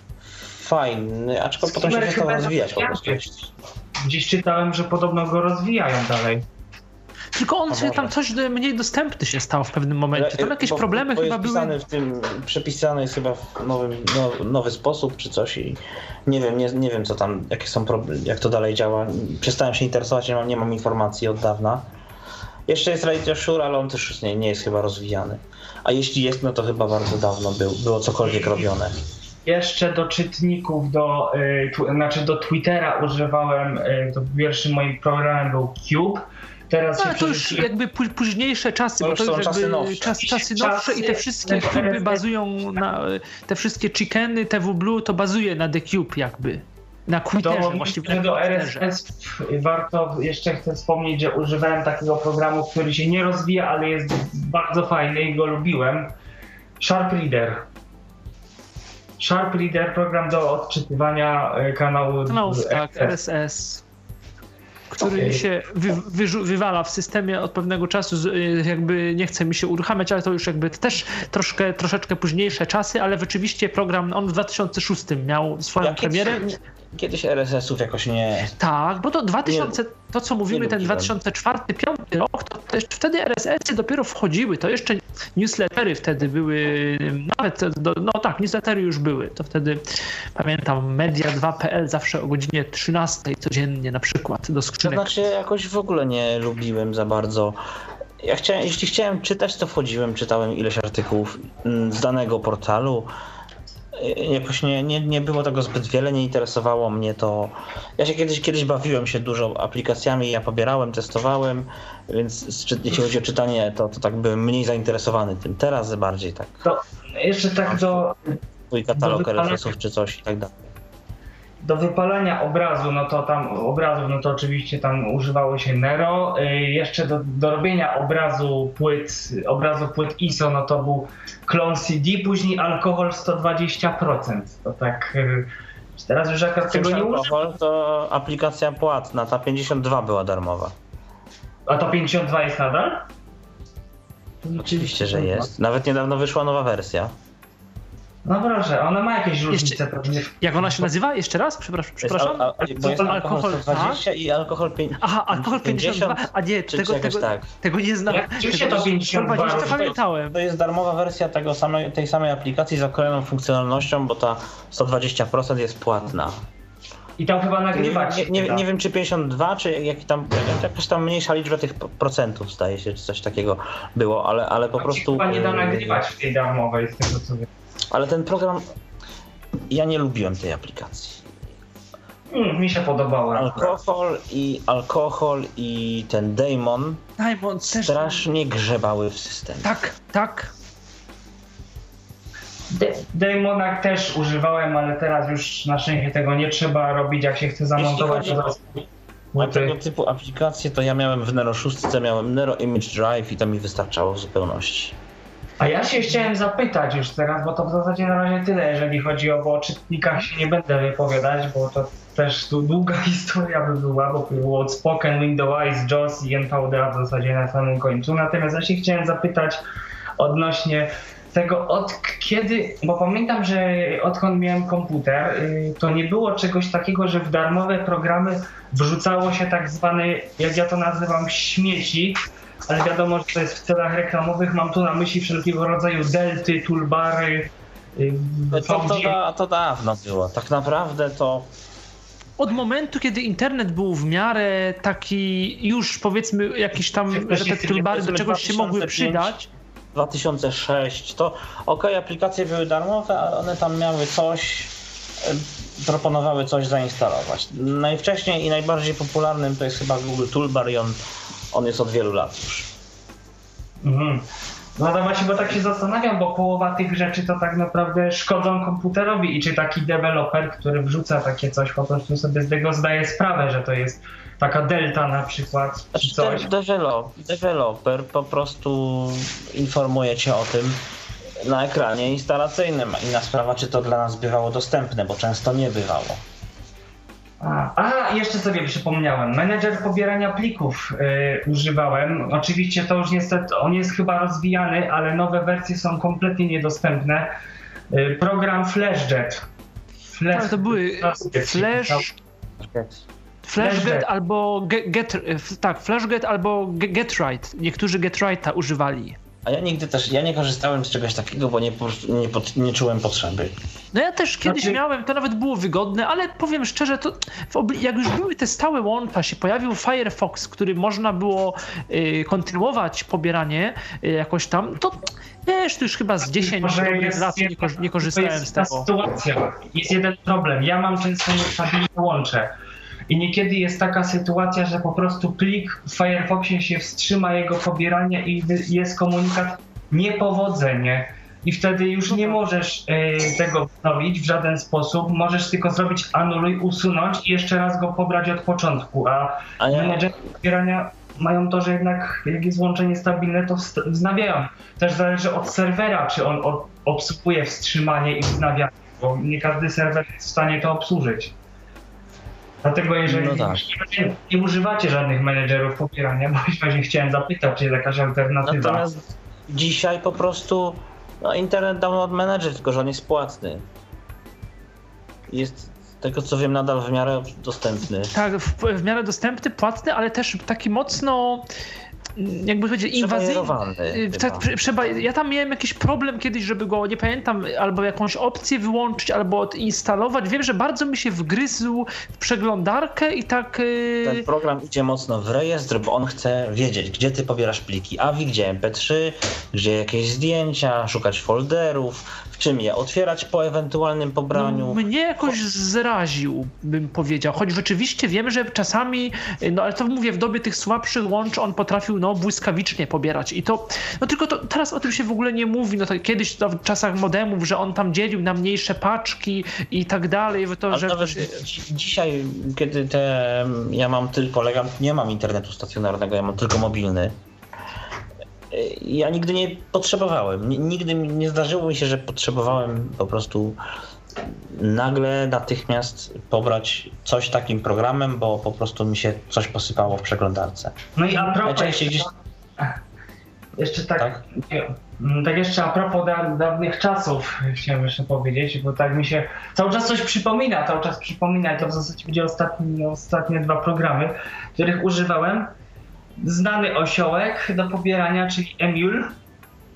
fajny, aczkolwiek potem się Screamer przestał chyba rozwijać po prostu. Gdzieś czytałem, że podobno go rozwijają dalej. Tylko on A sobie tam może. coś mniej dostępny się stał w pewnym momencie. Tam jakieś Bo- problemy bo chyba jest były. pisany w tym, przepisany jest chyba w nowym, no, nowy sposób czy coś i nie wiem, nie, nie wiem co tam, jakie są problemy, jak to dalej działa. Przestałem się interesować, nie mam, nie mam informacji od dawna. Jeszcze jest Radio Shure, ale on też nie, nie jest chyba rozwijany. A jeśli jest, no to chyba bardzo dawno był, było cokolwiek robione. Jeszcze do czytników, do, y, tu, znaczy do Twittera używałem, y, to pierwszym moim programem był Cube. Teraz No, się to już przerzuciłem- jakby pó- późniejsze czasy, To bo już to są już czasy jakby nowsze. czas, czasy Czasy- nowsze i te wszystkie te- Cube bazują na, te wszystkie chickeny, T W Blue to bazuje na The Cube jakby. Na Twitterze Do, właściwie. do na R S Twitterze. S warto jeszcze chcę wspomnieć, że używałem takiego programu, który się nie rozwija, ale jest bardzo fajny i go lubiłem. Sharp Reader. Sharp Reader, program do odczytywania y, kanału Kanałów, R S S. tak, R S S, który Okej. mi się wy, wyrzu- wywala w systemie od pewnego czasu, z- y, jakby nie chce mi się uruchamiać, ale to już jakby też troszkę, troszeczkę późniejsze czasy, ale rzeczywiście program, on w dwa tysiące szóstym miał swoją Ja kiedyś, premierę. kiedyś R S S ów jakoś nie... Tak, bo to dwa tysiące, to co mówimy, nie ten lubiłem. dwa tysiące czwarty, dwa tysiące piąty rok, to też wtedy R S S-y dopiero wchodziły, to jeszcze newslettery wtedy były, nawet, do, no tak, newslettery już były, to wtedy pamiętam media dwa kropka p l zawsze o godzinie trzynastej codziennie na przykład do To skrzynek. znaczy jakoś w ogóle nie lubiłem za bardzo. Ja chciałem, jeśli chciałem czytać, to wchodziłem, czytałem ileś artykułów mm, z danego portalu. Y, Jakoś nie, nie, nie było tego zbyt wiele, nie interesowało mnie to. Ja się kiedyś, kiedyś bawiłem się dużo aplikacjami, ja pobierałem, testowałem, więc z- czy- jeśli chodzi o czytanie, to, to tak byłem mniej zainteresowany tym. Teraz bardziej tak. To jeszcze tak do, Twój katalog Do wypalania- R S S ów czy coś i tak dalej. do wypalania obrazu, no to tam obrazów, no to oczywiście tam używało się Nero. Y, Jeszcze do, do robienia obrazu płyt, obrazu płyt I S O, no to był klon C D, później alkohol sto dwadzieścia procent. To tak, y, teraz już akurat tego nie używam. Alkohol to aplikacja płatna, ta pięćdziesiąt dwa była darmowa. A to pięćdziesiąt dwa jest nadal? Oczywiście, że jest. Nawet niedawno wyszła nowa wersja. No proszę, ona ma jakieś różnice pewnie. Jak ona się nazywa? Jeszcze raz? Przepraszam. Jest przepraszam. al, al, bo jest alkohol Alkohol, sto dwadzieścia i alkohol pięćdziesiąt. Aha, alkohol pięćdziesiąt dwa, a nie, czy tego, jakoś tego, tak. tego nie znam. Jak oczywiście Tego to pięćdziesiąt dwa, sto dwadzieścia to- pamiętałem. To jest darmowa wersja tego samej, tej samej aplikacji z okrojoną funkcjonalnością, bo ta sto dwadzieścia procent jest płatna. I tam chyba nagrywać. Nie, nie, nie, nie wiem czy pięćdziesiąt dwa, czy jak tam, jakaś tam mniejsza liczba tych procentów zdaje się, czy coś takiego było, ale, ale po A prostu... Chyba nie da nagrywać w tej darmowej, z tego co wiem. Ale ten program, ja nie lubiłem tej aplikacji. Mm, mi się podobało. Alkohol i alkohol i ten Daemon Daemon też... strasznie grzebały w systemie. Tak, tak. Daemona też używałem, ale teraz już na szczęście tego nie trzeba robić, jak się chce zamontować. Jeśli chodzi o Na tego typu aplikacje to ja miałem w Nero sześć, miałem Nero Image Drive i to mi wystarczało w zupełności. A ja się chciałem zapytać już teraz, bo to w zasadzie na razie tyle, jeżeli chodzi o, bo o czytnikach się nie będę wypowiadać, bo to też tu długa historia by była, bo było Outspoken, Windows Eyes, JAWS i N V D A w zasadzie na samym końcu. Natomiast ja się chciałem zapytać odnośnie tego, od kiedy, bo pamiętam, że odkąd miałem komputer, to nie było czegoś takiego, że w darmowe programy wrzucało się tak zwane, jak ja to nazywam, śmieci, ale wiadomo, że to jest w celach reklamowych, mam tu na myśli wszelkiego rodzaju delty, toolbary, to, to, to, to dawno było, tak naprawdę to... Od momentu, kiedy internet był w miarę taki już powiedzmy jakiś tam, że te toolbary do czegoś się mogły przydać. dwa tysiące sześć, to okej, okay, aplikacje były darmowe, ale one tam miały coś, proponowały coś zainstalować. Najwcześniej i najbardziej popularnym to jest chyba Google Toolbar i on, on jest od wielu lat już. Mhm. No to właśnie, bo tak się zastanawiam, bo połowa tych rzeczy to tak naprawdę szkodzą komputerowi i czy taki deweloper, który wrzuca takie coś, po prostu sobie z tego zdaje sprawę, że to jest taka delta na przykład, czy coś. Deweloper po prostu informuje cię o tym na ekranie instalacyjnym. Inna sprawa, czy to dla nas bywało dostępne, bo często nie bywało. A, a jeszcze sobie przypomniałem, menedżer pobierania plików yy, używałem. Oczywiście to już niestety, on jest chyba rozwijany, ale nowe wersje są kompletnie niedostępne. Yy, program FlashJet. Flash, ale to były Flash... FlashGet albo get, get, tak, FlashGet albo GetRight. Niektórzy GetRighta używali. A ja nigdy też, ja nie korzystałem z czegoś takiego, bo nie, nie, nie czułem potrzeby. No ja też kiedyś znaczy... miałem, to nawet było wygodne, ale powiem szczerze, to w jak już były te stałe łącza, się pojawił Firefox, który można było y, kontynuować pobieranie y, jakoś tam, to wiesz, to już chyba z dziesięć lat nie, nie korzystałem z tego. Sytuacja. Jest jeden problem, ja mam często niestabilne łącze. I niekiedy jest taka sytuacja, że po prostu plik w Firefoxie się wstrzyma jego pobieranie i jest komunikat niepowodzenie. I wtedy już nie możesz y, tego wnowić w żaden sposób. Możesz tylko zrobić anuluj, usunąć i jeszcze raz go pobrać od początku. A, a ja... menedżery pobierania mają to, że jednak jak jest łącze niestabilne, to wznawiają. Też zależy od serwera, czy on od, obsługuje wstrzymanie i wznawianie, bo nie każdy serwer jest w stanie to obsłużyć. Dlatego jeżeli no tak. nie, nie używacie żadnych menedżerów pobierania, bo właśnie chciałem zapytać, czy jest jakaś alternatywa. Natomiast dzisiaj po prostu no, Internet Download Manager, tylko że on jest płatny. Jest z tego co wiem nadal w miarę dostępny. Tak, w, w miarę dostępny, płatny, ale też taki mocno... jakby powiedzieć, inwazyjny. Trzeba, ja tam miałem jakiś problem kiedyś, żeby go, nie pamiętam, albo jakąś opcję wyłączyć, albo odinstalować. Wiem, że bardzo mi się wgryzł w przeglądarkę i tak... Ten program idzie mocno w rejestr, bo on chce wiedzieć, gdzie ty pobierasz pliki A V I, gdzie M P trzy, gdzie jakieś zdjęcia, szukać folderów, w czym je otwierać po ewentualnym pobraniu. No, mnie jakoś zraził, bym powiedział. Choć rzeczywiście wiem, że czasami, no ale to mówię, w dobie tych słabszych łącz on potrafił no błyskawicznie pobierać i to, no tylko to teraz o tym się w ogóle nie mówi, no to kiedyś to w czasach modemów, że on tam dzielił na mniejsze paczki i tak dalej, to, ale że... nawet dzisiaj, kiedy te, ja mam tylko, nie mam internetu stacjonarnego, ja mam tylko mobilny, ja nigdy nie potrzebowałem, nigdy nie zdarzyło mi się, że potrzebowałem po prostu nagle natychmiast pobrać coś takim programem, bo po prostu mi się coś posypało w przeglądarce. No i a propos, jeszcze, gdzieś... jeszcze tak, tak? tak jeszcze a propos da, dawnych czasów chciałem jeszcze powiedzieć, bo tak mi się cały czas coś przypomina, cały czas przypomina i to w zasadzie będzie ostatni, ostatnie dwa programy, których używałem. Znany osiołek do pobierania, czyli Emule.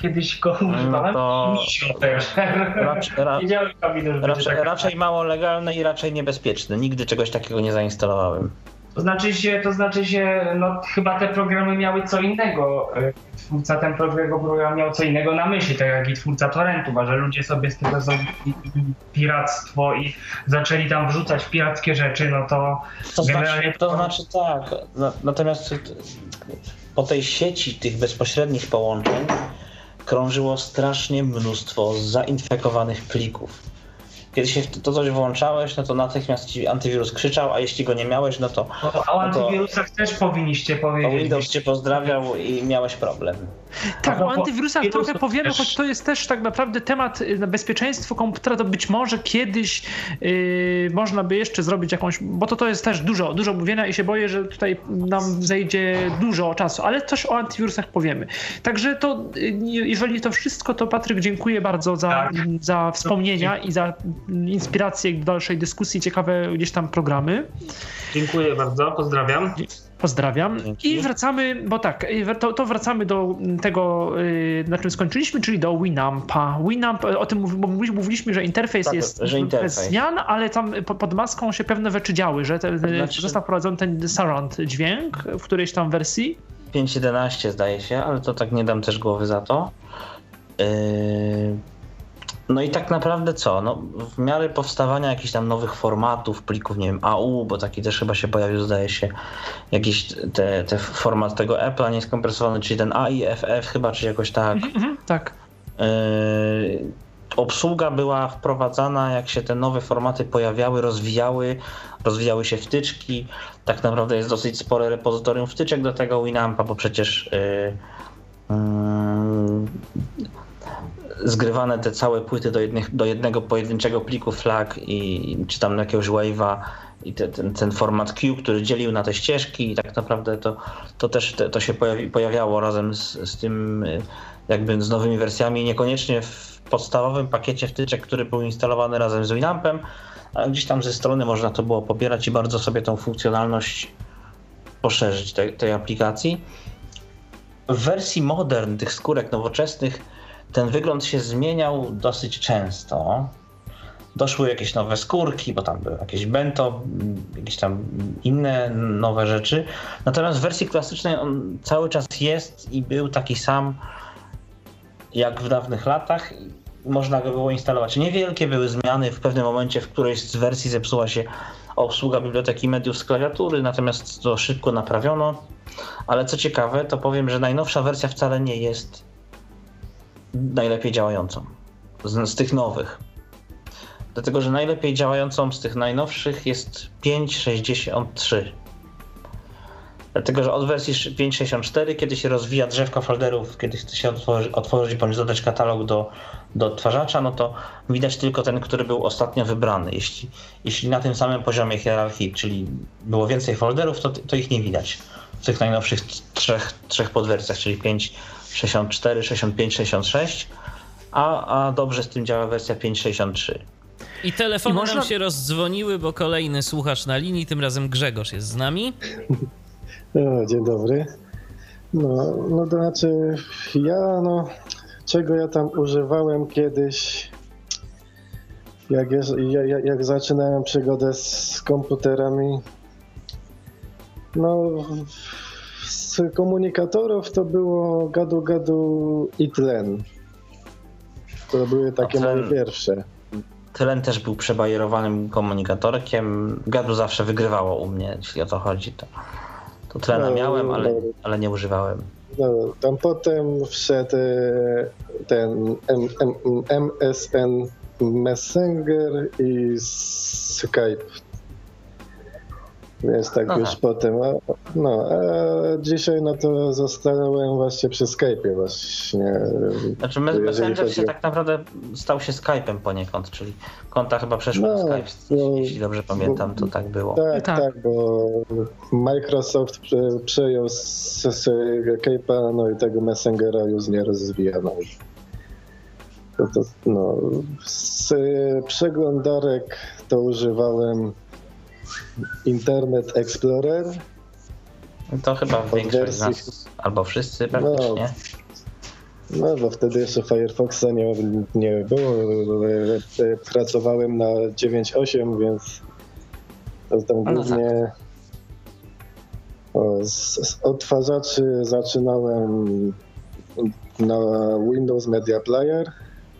kiedyś go używałem. to Misio też. raczej, ra, Wiedziałem, że raczej, tak raczej mało legalny i raczej niebezpieczny. Nigdy czegoś takiego nie zainstalowałem. To znaczy się, to znaczy się, no chyba te programy miały co innego. Twórca ten program miał co innego na myśli, tak jak i twórca torrentu, a że ludzie sobie z tego zrobili piractwo i zaczęli tam wrzucać pirackie rzeczy, no to... To znaczy, to znaczy tak, natomiast po tej sieci tych bezpośrednich połączeń krążyło strasznie mnóstwo zainfekowanych plików. Kiedy się to coś włączałeś, no to natychmiast ci antywirus krzyczał, a jeśli go nie miałeś, no to... No, o antywirusach no to też powinniście powiedzieć. Windows cię pozdrawiał i miałeś problem. Tak, o antywirusach trochę powiemy, też... choć to jest też tak naprawdę temat na bezpieczeństwo komputera, to być może kiedyś yy, można by jeszcze zrobić jakąś, bo to, to jest też dużo, dużo mówienia i się boję, że tutaj nam zejdzie dużo czasu, ale coś o antywirusach powiemy. Także to, jeżeli to wszystko, to Patryk, dziękuję bardzo za, tak. za wspomnienia i za inspirację do dalszej dyskusji, ciekawe gdzieś tam programy. Dziękuję bardzo, pozdrawiam. Pozdrawiam. Dzięki. I wracamy, bo tak, to, to wracamy do tego, na czym skończyliśmy, czyli do Winampa. Winamp, o tym mówiliśmy, że interfejs tak, jest że interfejs. bez zmian, ale tam pod maską się pewne rzeczy działy, że te, znaczy... został wprowadzony ten surround dźwięk w którejś tam wersji. pięć jedenaście zdaje się, ale to tak nie dam też głowy za to. Yy... No i tak naprawdę co? No, w miarę powstawania jakichś tam nowych formatów, plików, nie wiem, A U, bo taki też chyba się pojawił, zdaje się, jakiś te, te format tego Apple'a nieskompresowany, czyli ten A I F F chyba, czy jakoś tak. Mm-hmm, tak. Yy, obsługa była wprowadzana, jak się te nowe formaty pojawiały, rozwijały, rozwijały się wtyczki. Tak naprawdę jest dosyć spore repozytorium wtyczek do tego Winampa, bo przecież yy, yy, zgrywane te całe płyty do, jednych, do jednego pojedynczego pliku flag i czy tam jakiegoś wave'a i te, ten, ten format Q, który dzielił na te ścieżki i tak naprawdę to, to też te, to się pojawi, pojawiało razem z, z tym jakby z nowymi wersjami, niekoniecznie w podstawowym pakiecie wtyczek, który był instalowany razem z Winampem, a gdzieś tam ze strony można to było pobierać i bardzo sobie tą funkcjonalność poszerzyć tej, tej aplikacji. W wersji modern, tych skórek nowoczesnych, ten wygląd się zmieniał dosyć często. Doszły jakieś nowe skórki, bo tam były jakieś bento, jakieś tam inne nowe rzeczy. Natomiast w wersji klasycznej on cały czas jest i był taki sam jak w dawnych latach. Można go było instalować. Niewielkie były zmiany. W pewnym momencie w którejś z wersji zepsuła się obsługa biblioteki mediów z klawiatury, natomiast to szybko naprawiono. Ale co ciekawe, to powiem, że najnowsza wersja wcale nie jest najlepiej działającą z, z tych nowych. Dlatego, że najlepiej działającą z tych najnowszych jest pięć sześćdziesiąt trzy. Dlatego, że od wersji pięć sześćdziesiąt cztery, kiedy się rozwija drzewko folderów, kiedy chce się otworzyć, otworzyć bądź dodać katalog do, do odtwarzacza, no to widać tylko ten, który był ostatnio wybrany. Jeśli, jeśli na tym samym poziomie hierarchii, czyli było więcej folderów, to, to ich nie widać w tych najnowszych trzech, trzech podwersjach, czyli pięć sześćdziesiąt cztery, sześćdziesiąt pięć, sześćdziesiąt sześć, a, a dobrze z tym działa wersja pięć sześćdziesiąt trzy. I telefony I można... nam się rozdzwoniły, bo kolejny słuchacz na linii, tym razem Grzegorz jest z nami. No, dzień dobry. No, no to znaczy ja, no, czego ja tam używałem kiedyś, jak, jest, jak, jak zaczynałem przygodę z komputerami, no z komunikatorów to było gadu gadu i tlen. To były takie tlen, moje pierwsze. Tlen też był przebajerowanym komunikatorkiem. Gadu zawsze wygrywało u mnie, jeśli o to chodzi. To, to tlena no, miałem, ale, no, ale nie używałem. No, tam potem wszedł ten M, M, M S N Messenger i Skype. Więc tak no już tak. potem, a, no a dzisiaj no to zostałem właśnie przy Skype'ie właśnie. Znaczy Messenger się tak naprawdę stał się Skype'em poniekąd, czyli konta chyba przeszło no, na Skype, no, jeśli dobrze pamiętam, to tak było. Tak, tak, tak, bo Microsoft prze, przejął z, z Skype'a, no i tego Messengera już nie rozwijano. To, to, no, z przeglądarek to używałem Internet Explorer. To chyba większość z nas, albo wszyscy praktycznie. No bo wtedy jeszcze Firefoxa nie, nie było. Pracowałem na dziewięć osiem, więc to tam głównie o, z, z odtwarzaczy zaczynałem na Windows Media Player.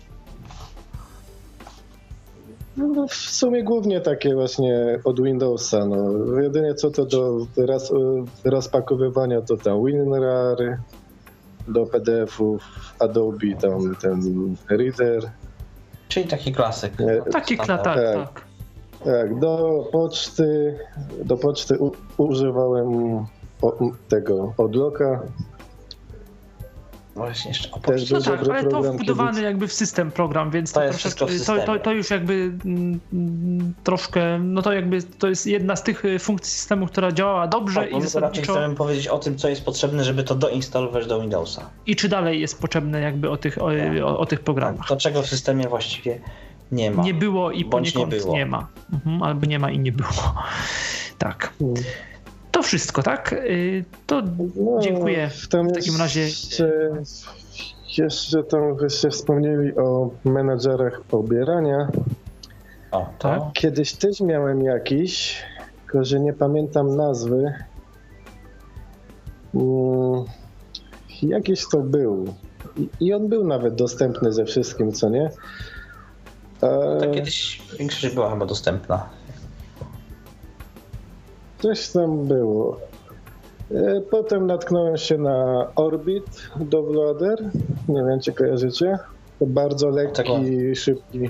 No, w sumie głównie takie właśnie od Windowsa. No. Jedynie co to do roz, rozpakowywania to tam WinRAR, do P D F-ów Adobe, tam ten Reader. Czyli taki klasyk. Taki klasyk, tak, tak. Tak, do poczty, do poczty u, używałem o, tego Odlocka. Właśnie jeszcze o Też był no tak, dobry ale to program wbudowany kiedyś. jakby w system program, więc to, To jest troszeczkę, wszystko w to, to, to już jakby mm, troszkę, no to jakby to jest jedna z tych funkcji systemu, która działała dobrze tak, i raczej zasadniczo... chcemy powiedzieć o tym, co jest potrzebne, żeby to doinstalować do Windowsa. I czy dalej jest potrzebne jakby o tych, o, o, o tych programach. To czego w systemie właściwie nie ma. Nie było i Bądź poniekąd nie, było. nie ma. Mhm, albo nie ma i nie było. Tak. To wszystko, tak? To No, dziękuję tam w takim razie. Jeszcze, jeszcze tam wyście wspomnieli o menadżerach pobierania. O, to? Tak. Kiedyś też miałem jakiś, tylko że nie pamiętam nazwy. Hmm, jakiś to był. I, I on był nawet dostępny ze wszystkim, co nie? E, To kiedyś większość była chyba dostępna. Coś tam było. E, Potem natknąłem się na Orbit Downloader. Nie wiem, czy kojarzycie. To bardzo lekki, Tego- szybki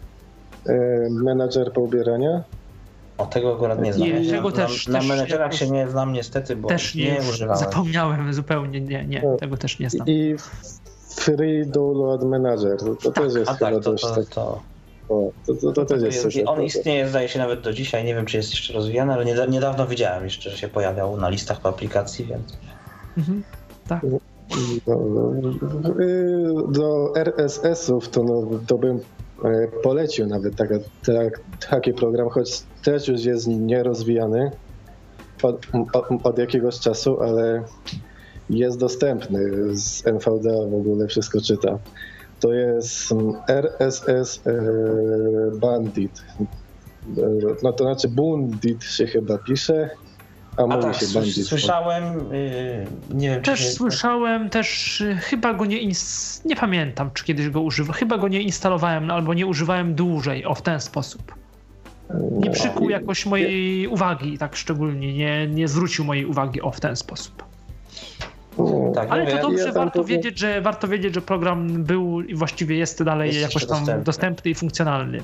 e, menadżer pobierania. O, tego akurat nie znam. Nie, Ja tego na, też- na też menedżerach jakoś- się nie znam niestety, bo Też nie, nie używałem. zapomniałem zupełnie, nie, nie, tego też nie znam. I Free Download Manager. To, to też jest A chyba tak, to, dość to, tak. to, O, to, to, to też jest coś On takiego. istnieje, zdaje się, nawet do dzisiaj. Nie wiem, czy jest jeszcze rozwijany, ale nieda- niedawno widziałem jeszcze, że się pojawiał na listach po aplikacji, więc... Mhm, tak. No, no, y, do R S S-ów to, no, to bym e, polecił nawet taka, tak, taki program, choć też już jest nierozwijany od, od, od jakiegoś czasu, ale jest dostępny. Z N V D A w ogóle wszystko czyta. To jest R S S e, Bandit. E, No to znaczy Bundit się chyba pisze, a, A mówi tak, się słys- Bandit. słyszałem, yy, nie wiem, czy Też się... słyszałem, też y, chyba go nie ins- nie pamiętam, czy kiedyś go używałem, chyba go nie instalowałem, no, albo nie używałem dłużej, o w ten sposób. Nie przykuł jakoś mojej uwagi, tak szczególnie, nie, nie zwrócił mojej uwagi, o w ten sposób. No, Tak, Ale mówię, to dobrze, ja tam warto powiem- wiedzieć, że warto wiedzieć, że program był i właściwie jest dalej Jest jakoś jeszcze tam dostępny. dostępny i funkcjonalny.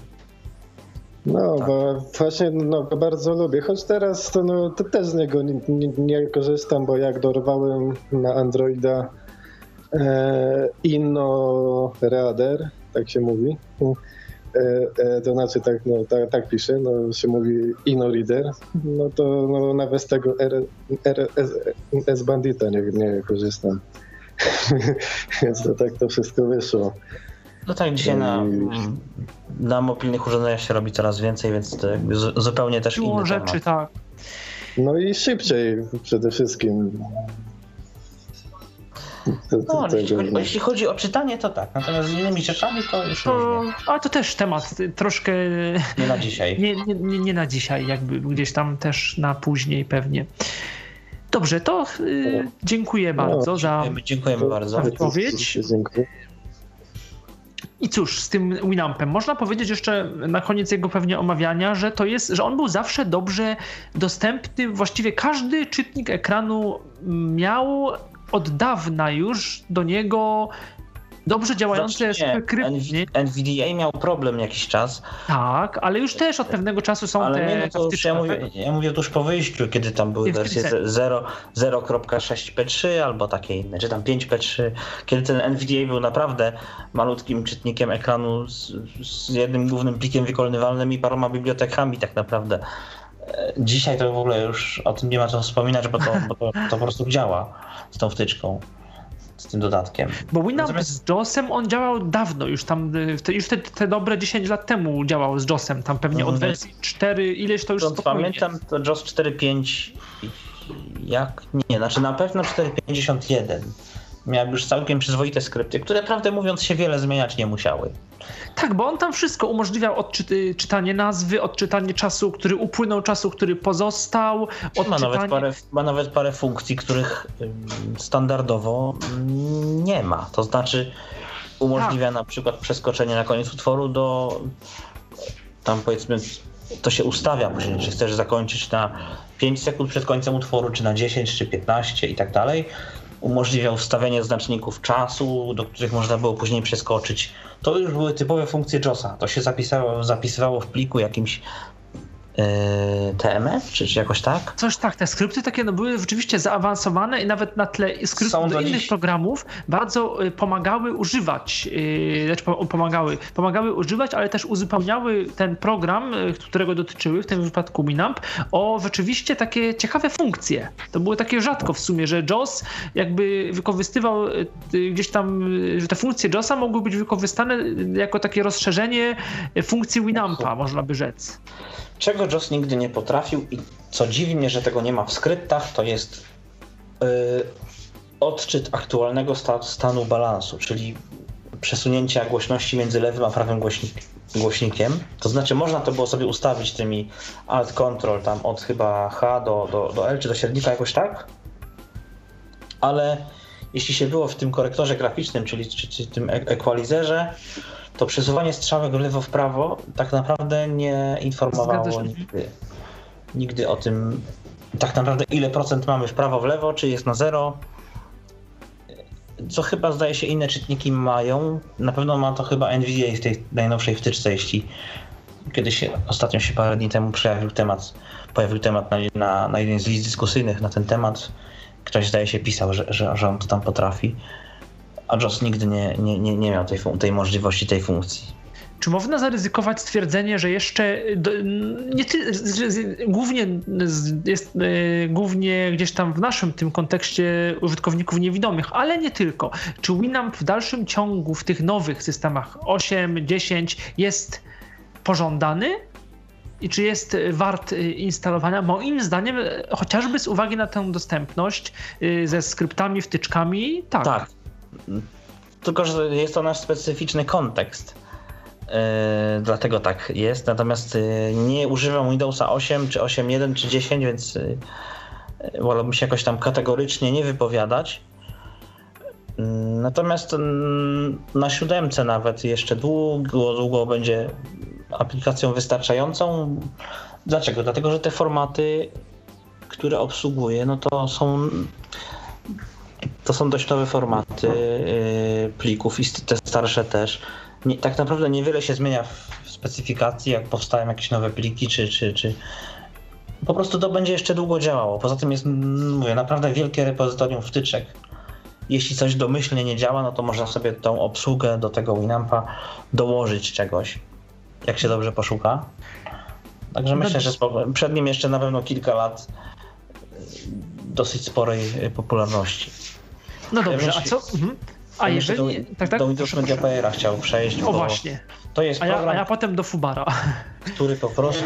No, Tak. bo właśnie no, go bardzo lubię, choć teraz to, no, to też z niego nie, nie, nie korzystam, bo jak dorwałem na Androida e, InnoReader, tak się mówi, e, e, to znaczy tak, no, tak, tak pisze, no, się mówi InnoReader, no to no, nawet z tego R, R, S, S Bandita nie, nie korzystam. Więc to tak to wszystko wyszło. No tak, dzisiaj na, Ej. na mobilnych urządzeniach się robi coraz więcej, więc to jakby zu- zupełnie też Siłą inny rzeczy, temat. tak. No i szybciej przede wszystkim. To, to, No, tego, jeśli, chodzi, jeśli chodzi o czytanie, to tak, natomiast z innymi rzeczami to już To, różnie. ale to też temat y, troszkę Nie na dzisiaj. nie, nie, nie, nie na dzisiaj, jakby gdzieś tam też na później pewnie. Dobrze, to y, dziękuję bardzo za... Dziękujemy, dziękujemy bardzo. Odpowiedź. Dziękuję. I cóż, z tym Winampem można powiedzieć jeszcze na koniec jego pewnie omawiania, że to jest, że on był zawsze dobrze dostępny. Właściwie każdy czytnik ekranu miał od dawna już do niego dobrze działające Znaczy nie, skrypty. N V D A miał problem jakiś czas, Tak, ale już też od pewnego czasu są ale te nie, no to już ja faktyczne- mówię, ja mówię tuż po wyjściu, kiedy tam były Nie w tym wersje sensie. zero kropka sześć P trzy albo takie inne, czy tam pięć P trzy, kiedy ten N V D A był naprawdę malutkim czytnikiem ekranu z, z jednym głównym plikiem wykonywalnym i paroma bibliotekami tak naprawdę. E, Dzisiaj to w ogóle już o tym nie ma co wspominać, bo to, bo to, to po prostu działa z tą wtyczką, z tym dodatkiem. Bo Winamp Natomiast- z JOSem on działał dawno, już tam, y, te, już te, te dobre dziesięć lat temu działał z JOSem, tam pewnie od Mhm. wersji cztery, ileś to już Stąd spokojnie. pamiętam, to JOS cztery pięć, jak? Nie, znaczy na pewno cztery pięćdziesiąt jeden miał już całkiem przyzwoite skrypty, które prawdę mówiąc się wiele zmieniać nie musiały. Tak, bo on tam wszystko umożliwiał, odczyty, czytanie nazwy, odczytanie czasu, który upłynął, czasu, który pozostał. Odczytanie... Ma, nawet parę, ma nawet parę funkcji, których standardowo nie ma. To znaczy umożliwia tak. na przykład przeskoczenie na koniec utworu do tam powiedzmy to się ustawia później, czy chcesz zakończyć na pięć sekund przed końcem utworu, czy na dziesięć, czy piętnaście i tak dalej. Umożliwiał wstawianie znaczników czasu, do których można było później przeskoczyć. To już były typowe funkcje JOSa. To się zapisało, zapisywało w pliku jakimś yy, T M F, czy, czy jakoś tak? Coś tak, te skrypty takie no, były rzeczywiście zaawansowane i nawet na tle skryptów do innych dziś... programów bardzo pomagały używać, yy, znaczy pomagały, pomagały używać, ale też uzupełniały ten program, którego dotyczyły, w tym wypadku Winamp, o rzeczywiście takie ciekawe funkcje. To było takie rzadko w sumie, że JOS jakby wykorzystywał yy, gdzieś tam, że te funkcje JOSa mogły być wykorzystane jako takie rozszerzenie funkcji Winampa, można by rzec. Czego JOS nigdy nie potrafił i co dziwi mnie, że tego nie ma w skryptach, to jest yy, odczyt aktualnego sta- stanu balansu, czyli przesunięcia głośności między lewym a prawym głośnik- głośnikiem. To znaczy można to było sobie ustawić tymi Alt-Control tam od chyba H do, do, do L czy do średnika jakoś tak, ale jeśli się było w tym korektorze graficznym, czyli czy, czy tym equalizerze, to przesuwanie strzałek w lewo w prawo tak naprawdę nie informowało nigdy, nigdy o tym, tak naprawdę ile procent mamy w prawo w lewo, czy jest na zero, co chyba zdaje się inne czytniki mają. Na pewno ma to chyba Nvidia w tej najnowszej wtyczce, jeśli kiedyś się, ostatnio się parę dni temu pojawił temat, pojawił temat na, na, na jeden z list dyskusyjnych na ten temat. Ktoś zdaje się pisał, że, że, że on to tam potrafi. A JOS nigdy nie, nie, nie, nie miał tej, tej możliwości, tej funkcji. Czy można zaryzykować stwierdzenie, że jeszcze do, nie ty, z, z, głównie jest y, głównie gdzieś tam w naszym tym kontekście użytkowników niewidomych, ale nie tylko. Czy Winamp w dalszym ciągu w tych nowych systemach osiem, dziesięć jest pożądany? I czy jest wart instalowania? Moim zdaniem, chociażby z uwagi na tę dostępność y, ze skryptami, wtyczkami, tak. Tak. Tylko że jest to nasz specyficzny kontekst, yy, dlatego tak jest, natomiast yy, nie używam Windowsa osiem, czy osiem jeden, czy dziesięć, więc yy, wolałbym się jakoś tam kategorycznie nie wypowiadać. Yy, natomiast yy, na siódemce nawet jeszcze długo, długo będzie aplikacją wystarczającą. Dlaczego? Dlatego, że te formaty, które obsługuje, no to są To są dość nowe formaty yy, plików i te starsze też. Nie, tak naprawdę niewiele się zmienia w specyfikacji, jak powstają jakieś nowe pliki, czy, czy, czy po prostu to będzie jeszcze długo działało. Poza tym jest, mówię, naprawdę wielkie repozytorium wtyczek. Jeśli coś domyślnie nie działa, no to można sobie tą obsługę do tego Winampa dołożyć czegoś, jak się dobrze poszuka. Także myślę, że przed nim jeszcze na pewno kilka lat dosyć sporej popularności. No dobrze, ja a co? Mhm. A ja jeżeli... Do, tak, tak? do Windows Media Playera chciał przejść. O właśnie. To jest a, ja, program, a ja potem do Fubara. Który po prostu...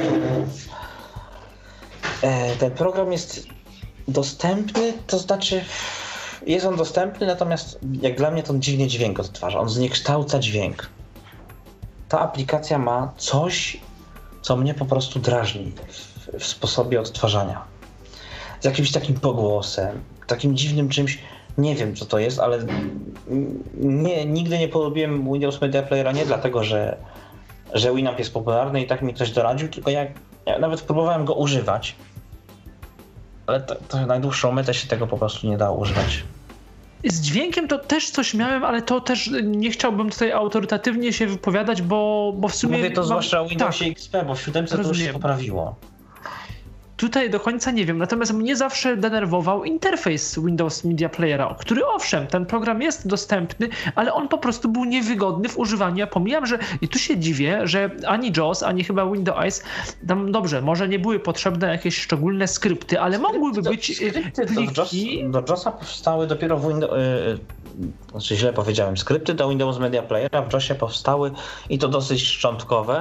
E, ten program jest dostępny, to znaczy jest on dostępny, natomiast jak dla mnie to on dziwnie dźwięk odtwarza. On zniekształca dźwięk. Ta aplikacja ma coś, co mnie po prostu drażni w, w sposobie odtwarzania. Z jakimś takim pogłosem, takim dziwnym czymś. Nie wiem, co to jest, ale nie, nigdy nie polubiłem Windows Media Playera nie dlatego, że, że Winamp jest popularny i tak mi ktoś doradził, tylko ja, ja nawet próbowałem go używać, ale to, to na najdłuższą metę się tego po prostu nie dało używać. Z dźwiękiem to też coś miałem, ale to też nie chciałbym tutaj autorytatywnie się wypowiadać, bo, bo w sumie... Mówię to mam... zwłaszcza o Windowsie tak. X P, bo w siódemce to już się poprawiło. Tutaj do końca nie wiem, natomiast mnie zawsze denerwował interfejs Windows Media Playera, który owszem, ten program jest dostępny, ale on po prostu był niewygodny w używaniu. Ja pomijam, że i tu się dziwię, że ani JOS, ani chyba Windows, tam dobrze, może nie były potrzebne jakieś szczególne skrypty, ale skrypty mogłyby do, być skrypty pliki... do, JOS, do JOSa powstały dopiero w Windows... Yy, znaczy źle powiedziałem, skrypty do Windows Media Playera w JOSie powstały i to dosyć szczątkowe.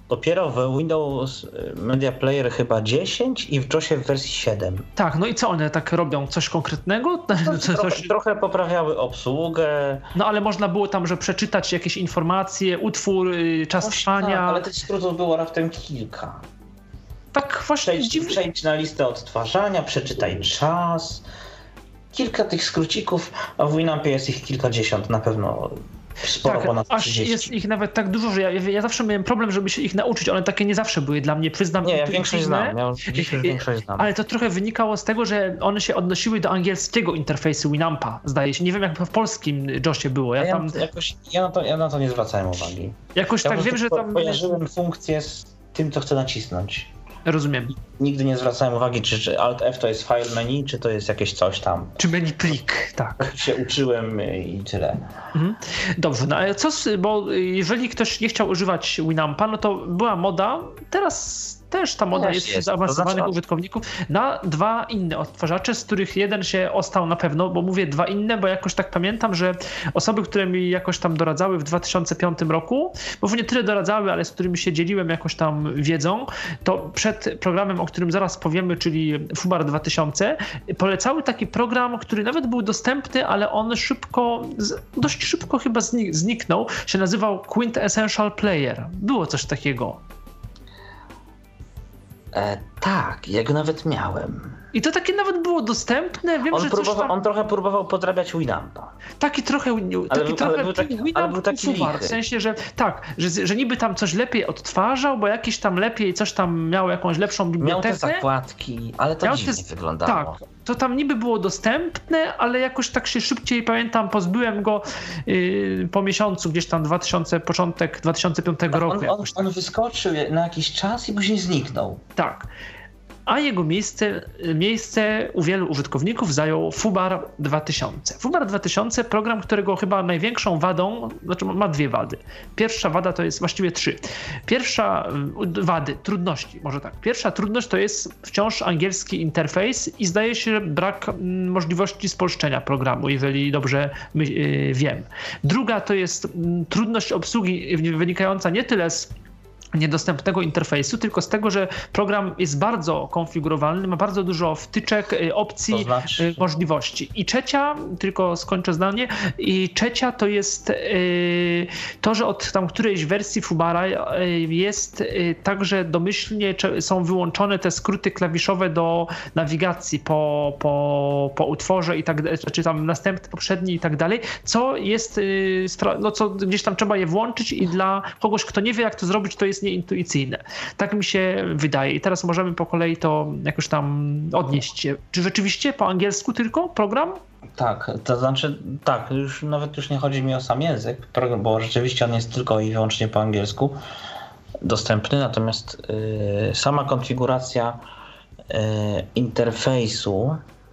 dopiero w Windows Media Player chyba dziesięć i w JOSie w wersji siedem. Tak, no i co one tak robią? Coś konkretnego? No, coś... trochę, trochę poprawiały obsługę. No ale można było tam, że przeczytać jakieś informacje, utwór, czas no, trwania. Tak, ale tych skrótów było raptem kilka. Tak właśnie Przejdź, dziwne. przejdź na listę odtwarzania, przeczytaj czas. Kilka tych skrócików, a w Winampie jest ich kilkadziesiąt na pewno. Sporo tak, ponad aż trzydzieści. Jest ich nawet tak dużo, że ja, ja zawsze miałem problem, żeby się ich nauczyć. One takie nie zawsze były dla mnie, przyznam. Nie, ja większość znam. Ja większość znam. Ale to trochę wynikało z tego, że one się odnosiły do angielskiego interfejsu Winampa, zdaje się. Nie wiem, jak w polskim JOSie było. Ja, ja, tam... jakoś, ja, na to, ja na to nie zwracałem uwagi. Jakoś ja tak wiem, że tam... Kojarzyłem funkcję z tym, co chcę nacisnąć. Rozumiem. Nigdy nie zwracałem uwagi, czy, czy Alt F to jest file menu, czy to jest jakieś coś tam. Czy menu plik, tak. Tak się uczyłem i tyle. Mhm. Dobrze, no ale co, bo jeżeli ktoś nie chciał używać Winampa, no to była moda, teraz też ta moda Też jest, jest. wśród zaawansowanych To znaczy... użytkowników, na dwa inne odtwarzacze, z których jeden się ostał na pewno, bo mówię dwa inne, bo jakoś tak pamiętam, że osoby, które mi jakoś tam doradzały w dwa tysiące piątym roku, bo nie tyle doradzały, ale z którymi się dzieliłem jakoś tam wiedzą, to przed programem, o którym zaraz powiemy, czyli Fubar dwa tysiące, polecały taki program, który nawet był dostępny, ale on szybko, dość szybko chyba zniknął, się nazywał Quintessential Player. Było coś takiego. E, tak, ja go nawet miałem. I to takie nawet było dostępne. Wiem, on, że próbował, coś tam... on trochę próbował podrabiać Winampa. Taki trochę, taki ale, trochę ale był taki, Winamp ale był taki Fubar, w sensie, że tak, że, że niby tam coś lepiej odtwarzał, bo jakiś tam lepiej, coś tam miał jakąś lepszą bibliotekę. Miał te zakładki, ale to miał dziwnie te... wyglądało. Tak, to tam niby było dostępne, ale jakoś tak się szybciej, pamiętam, pozbyłem go yy, po miesiącu, gdzieś tam dwa tysiące, początek dwa tysiące piątego tak, roku. On, on, on wyskoczył na jakiś czas i później zniknął. Tak. A jego miejsce, miejsce u wielu użytkowników zajął Fubar dwa tysiące. Fubar dwa tysiące, program, którego chyba największą wadą, znaczy ma dwie wady. Pierwsza wada to jest właściwie trzy. Pierwsza wady, trudności, może tak. Pierwsza trudność to jest wciąż angielski interfejs i zdaje się, że brak możliwości spolszczenia programu, jeżeli dobrze my, yy, wiem. Druga to jest trudność obsługi wynikająca nie tyle z niedostępnego interfejsu, tylko z tego, że program jest bardzo konfigurowalny, ma bardzo dużo wtyczek, opcji, to znaczy... możliwości. I trzecia, tylko skończę zdanie, i trzecia to jest yy, to, że od tam którejś wersji Fubara yy, jest yy, także domyślnie są wyłączone te skróty klawiszowe do nawigacji po, po, po utworze i tak dalej, czy tam następny, poprzedni i tak dalej, co jest, yy, no co gdzieś tam trzeba je włączyć i dla kogoś, kto nie wie, jak to zrobić, to jest nieintuicyjne. Tak mi się wydaje. I teraz możemy po kolei to jakoś tam odnieść. Czy rzeczywiście po angielsku tylko program? Tak, to znaczy tak, już nawet już nie chodzi mi o sam język, bo rzeczywiście on jest tylko i wyłącznie po angielsku dostępny, natomiast yy, sama konfiguracja yy, interfejsu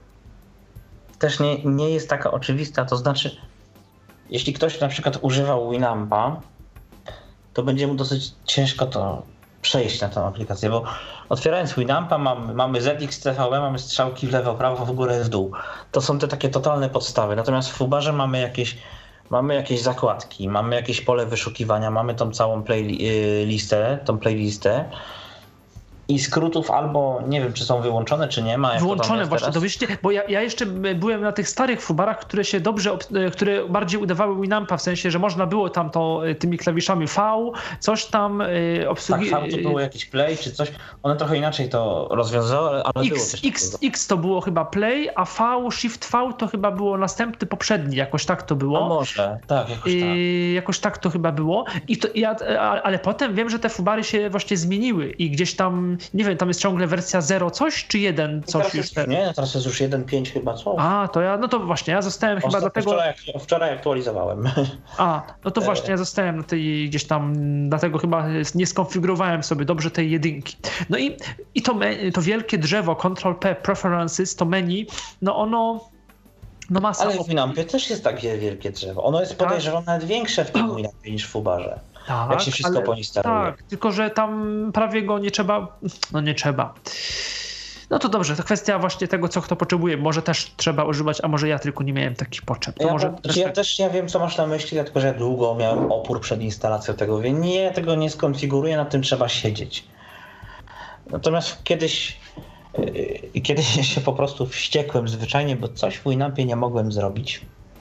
też nie, nie jest taka oczywista, to znaczy jeśli ktoś na przykład używał Winampa, to będzie mu dosyć ciężko to przejść na tę aplikację, bo otwierając Winampa mamy, mamy Z X T V B, mamy strzałki w lewo, prawo, w górę, w dół. To są te takie totalne podstawy. Natomiast w Fubarze mamy jakieś, mamy jakieś zakładki, mamy jakieś pole wyszukiwania, mamy tą całą playlistę, tą playlistę. I skrótów albo, nie wiem, czy są wyłączone, czy nie ma. Jak wyłączone właśnie, to wiecie, bo ja, ja jeszcze byłem na tych starych Fubarach, które się dobrze, które bardziej udawały Winampa, w sensie, że można było tam to tymi klawiszami V, coś tam obsługiwać. Tak, V to było jakiś play, czy coś. One trochę inaczej to rozwiązały, ale X, było coś X, X to było chyba play, a V, Shift V to chyba było następny, poprzedni, jakoś tak to było. A może, tak, jakoś tak. I, jakoś tak to chyba było. I to, ja, ale potem wiem, że te Fubary się właśnie zmieniły i gdzieś tam nie wiem, tam jest ciągle wersja zero coś, czy jeden coś teraz już? Jest, nie, teraz jest już jeden pięć chyba coś. A, to ja, no to właśnie, ja zostałem chyba dlatego... Wczoraj, wczoraj aktualizowałem. A, no to właśnie, ja zostałem na tej gdzieś tam, dlatego chyba nie skonfigurowałem sobie dobrze tej jedynki. No i, i to, me, to wielkie drzewo, Control P, Preferences, to menu, no ono... No masa Ale w Winampie też jest takie wielkie drzewo. Ono jest podejrzewam tak. nawet większe w tym Winampie niż w Fubarze. Tak, jak się wszystko ale, po niej staruje. Tak, tylko że tam prawie go nie trzeba, no nie trzeba. No to dobrze, to kwestia właśnie tego, co kto potrzebuje. Może też trzeba używać, a może ja tylko nie miałem takich potrzeb. To ja, może też, ja tak... też ja wiem, co masz na myśli, dlatego że ja długo miałem opór przed instalacją tego. Mówię, nie, tego nie skonfiguruję, nad tym trzeba siedzieć. Natomiast kiedyś, yy, kiedyś się po prostu wściekłem zwyczajnie, bo coś w Winampie nie mogłem zrobić.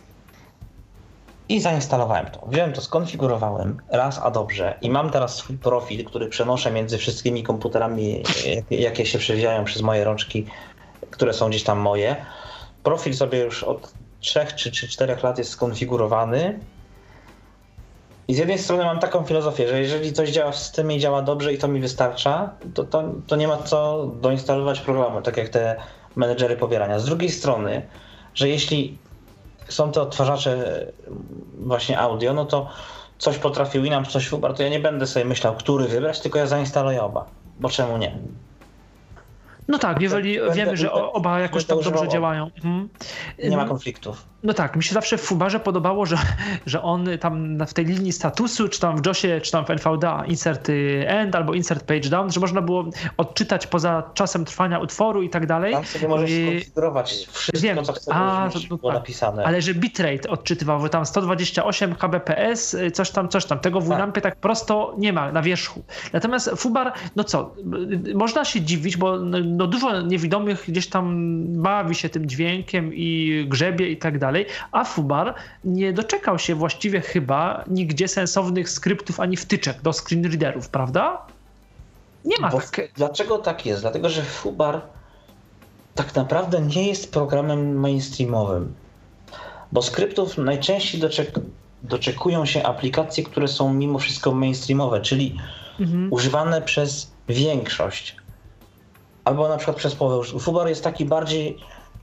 I zainstalowałem to. Wziąłem to, skonfigurowałem raz, a dobrze. I mam teraz swój profil, który przenoszę między wszystkimi komputerami, jakie się przewijają przez moje rączki, które są gdzieś tam moje. Profil sobie już od trzech czy czterech lat jest skonfigurowany. I z jednej strony mam taką filozofię, że jeżeli coś działa w systemie i działa dobrze i to mi wystarcza, to, to, to nie ma co doinstalować programu, tak jak te menedżery pobierania. Z drugiej strony, że jeśli są te odtwarzacze właśnie audio, no to coś potrafi Winamp, coś Fubar, to ja nie będę sobie myślał, który wybrać, tylko ja zainstaluję oba, bo czemu nie? No tak, jeżeli będę, wiemy, że będę, oba jakoś tam dobrze działają. Mhm. Nie ma konfliktów. No tak, mi się zawsze w Fubarze podobało, że, że on tam w tej linii statusu, czy tam w JOSie, czy tam w N V D A, insert end albo insert page down, że można było odczytać poza czasem trwania utworu i tak dalej. Tam sobie możesz I... skonfigurować wszystko, Wiem. co chcesz, A, to, było to, tak. napisane. Ale że bitrate odczytywał, bo tam sto dwadzieścia osiem kilobitów, coś tam, coś tam. Tego w Winampie tak. tak prosto nie ma na wierzchu. Natomiast Fubar, no co, można się dziwić, bo no, dużo niewidomych gdzieś tam bawi się tym dźwiękiem i grzebie i tak dalej, a Fubar nie doczekał się właściwie chyba nigdzie sensownych skryptów ani wtyczek do screenreaderów, prawda? Nie ma tak. Dlaczego tak jest? Dlatego, że Fubar tak naprawdę nie jest programem mainstreamowym, bo skryptów najczęściej doczek- doczekują się aplikacje, które są mimo wszystko mainstreamowe, czyli mhm. używane przez większość. Albo na przykład przez połowę. Fubar jest taki bardziej...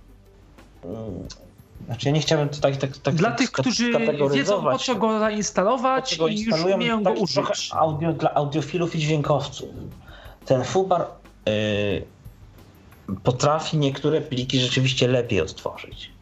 Znaczy ja nie chciałbym to tak, tak, tak dla tych, którzy wiedzą, po co go zainstalować go i już umieją go użyć. Audio, dla audiofilów i dźwiękowców. Ten Fubar yy, potrafi niektóre pliki rzeczywiście lepiej odtworzyć.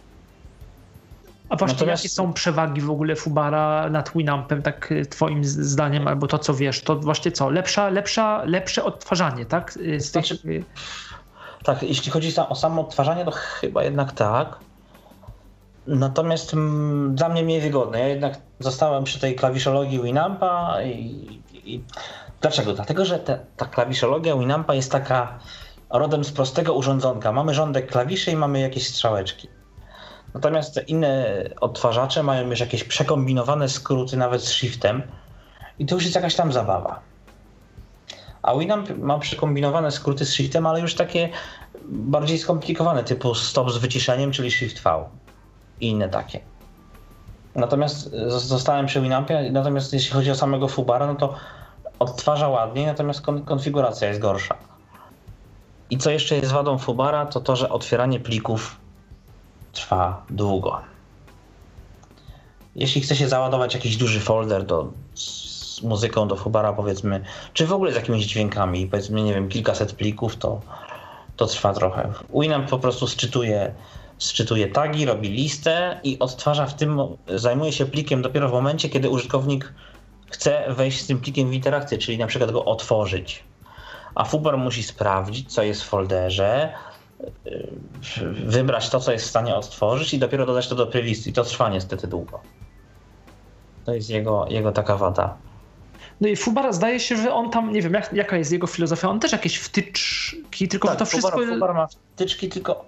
A właśnie Natomiast... jakie są przewagi w ogóle Fubara nad Winampem, tak twoim zdaniem, albo to co wiesz, to właśnie co? Lepsza, lepsza, lepsze odtwarzanie, tak? Z znaczy, tych... Tak, jeśli chodzi o samo odtwarzanie, to chyba jednak tak. Natomiast m, dla mnie mniej wygodne. Ja jednak zostałem przy tej klawiszologii Winampa i, i dlaczego? Dlatego, że te, ta klawiszologia Winampa jest taka rodem z prostego urządzonka. Mamy rządek klawiszy i mamy jakieś strzałeczki. Natomiast te inne odtwarzacze mają już jakieś przekombinowane skróty nawet z shiftem i to już jest jakaś tam zabawa. A Winamp ma przekombinowane skróty z shiftem, ale już takie bardziej skomplikowane, typu stop z wyciszeniem, czyli shift V i inne takie. Natomiast zostałem przy Winampie, natomiast jeśli chodzi o samego Fubara, no to odtwarza ładniej, natomiast kon- konfiguracja jest gorsza. I co jeszcze jest wadą Fubara, to to, że otwieranie plików trwa długo. Jeśli chce się załadować jakiś duży folder do, z muzyką do Fubara, powiedzmy, czy w ogóle z jakimiś dźwiękami, powiedzmy, nie wiem, kilkaset plików, to, to trwa trochę. Winamp po prostu sczytuje, sczytuje tagi, robi listę i odtwarza w tym, zajmuje się plikiem dopiero w momencie, kiedy użytkownik chce wejść z tym plikiem w interakcję, czyli na przykład go otworzyć. A Fubar musi sprawdzić, co jest w folderze, wybrać to, co jest w stanie odtworzyć i dopiero dodać to do playlistu. I to trwa niestety długo. To jest jego, jego taka wada. No i Fubar zdaje się, że on tam, nie wiem, jak, jaka jest jego filozofia, on też jakieś wtyczki, tylko tak, to wszystko... Fubar, Fubar ma wtyczki, tylko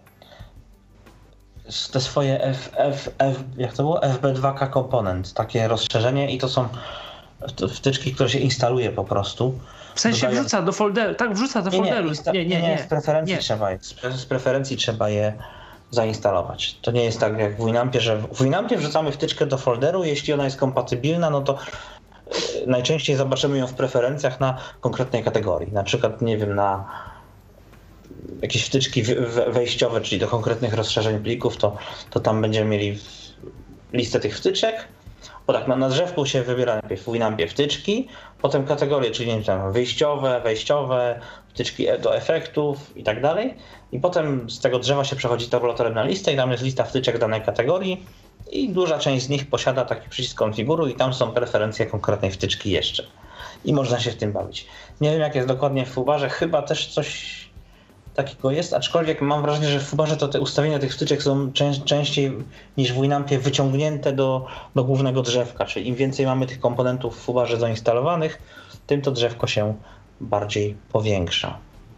te swoje F, F, F, jak to było? F B dwa K komponent, takie rozszerzenie i to są wtyczki, które się instaluje po prostu. W sensie Dodają... wrzuca do folderu, tak wrzuca do nie, folderu. Nie, insta... nie, nie, nie, z preferencji nie. trzeba je, z preferencji trzeba je zainstalować. To nie jest tak jak w Winampie, że w Winampie wrzucamy wtyczkę do folderu, jeśli ona jest kompatybilna, no to najczęściej zobaczymy ją w preferencjach na konkretnej kategorii. Na przykład, nie wiem, na jakieś wtyczki wejściowe, czyli do konkretnych rozszerzeń plików, to, to tam będziemy mieli listę tych wtyczek. Bo tak, na drzewku się wybiera najpierw w Winampie wtyczki, potem kategorie, czyli nie wiem, tam wyjściowe, wejściowe, wtyczki do efektów i tak dalej. I potem z tego drzewa się przechodzi tabulatorem na listę i tam jest lista wtyczek danej kategorii i duża część z nich posiada taki przycisk konfiguruj i tam są preferencje konkretnej wtyczki jeszcze. I można się w tym bawić. Nie wiem, jak jest dokładnie w Fubarze, chyba też coś takiego jest, aczkolwiek mam wrażenie, że w Fubarze to te ustawienia tych wtyczek są czę- częściej niż w Winampie wyciągnięte do, do głównego drzewka, czyli im więcej mamy tych komponentów w Fubarze zainstalowanych, tym to drzewko się bardziej powiększa.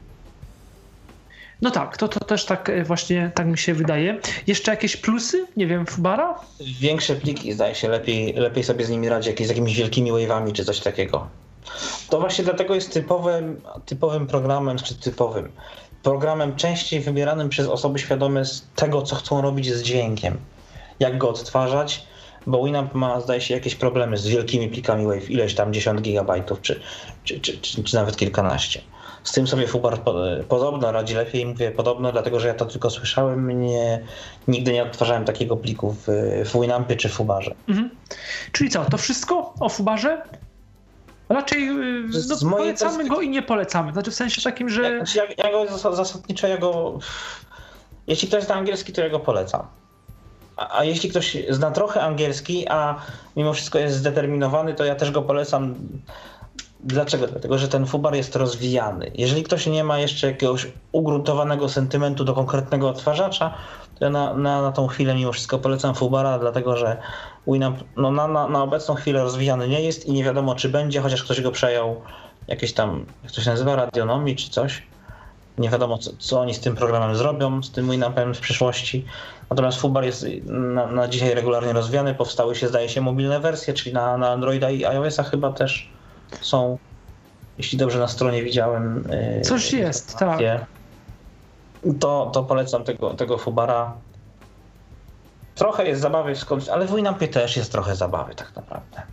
No tak, to, to też tak właśnie tak mi się wydaje. Jeszcze jakieś plusy, nie wiem, Fubara? Większe pliki, zdaje się, lepiej, lepiej sobie z nimi radzi, jakieś z jakimiś wielkimi wave'ami czy coś takiego. To właśnie dlatego jest typowym, typowym programem, czy typowym programem częściej wybieranym przez osoby świadome z tego, co chcą robić z dźwiękiem. Jak go odtwarzać, bo Winamp ma, zdaje się, jakieś problemy z wielkimi plikami wave, ileś tam dziesiąt gigabajtów, czy, czy, czy, czy, czy nawet kilkanaście. Z tym sobie Fubar podobno radzi lepiej, mówię podobno, dlatego że ja to tylko słyszałem, nie, nigdy nie odtwarzałem takiego pliku w, w Winampie czy Fubarze. Mhm. Czyli co, to wszystko o Fubarze? Raczej no, polecamy go i nie polecamy, znaczy w sensie takim, że... Ja, znaczy ja, ja go zasadniczo, ja go... Jeśli ktoś zna angielski, to ja go polecam. A, a jeśli ktoś zna trochę angielski, a mimo wszystko jest zdeterminowany, to ja też go polecam. Dlaczego? Dlatego, że ten Fubar jest rozwijany. Jeżeli ktoś nie ma jeszcze jakiegoś ugruntowanego sentymentu do konkretnego odtwarzacza, to ja na, na, na tą chwilę mimo wszystko polecam Fubara, dlatego że Winamp no, na, na, na obecną chwilę rozwijany nie jest i nie wiadomo, czy będzie, chociaż ktoś go przejął, jakieś tam, jak to się nazywa, radionomii czy coś. Nie wiadomo, co, co oni z tym programem zrobią, z tym Winampem w przyszłości. Natomiast Fubar jest na, na dzisiaj regularnie rozwijany. Powstały się, zdaje się, mobilne wersje, czyli na, na Androida i iOS-a chyba też są, jeśli dobrze na stronie widziałem. Coś jest, tak. To, to polecam tego, tego Fubara. Trochę jest zabawy, ale w Winampie też jest trochę zabawy tak naprawdę.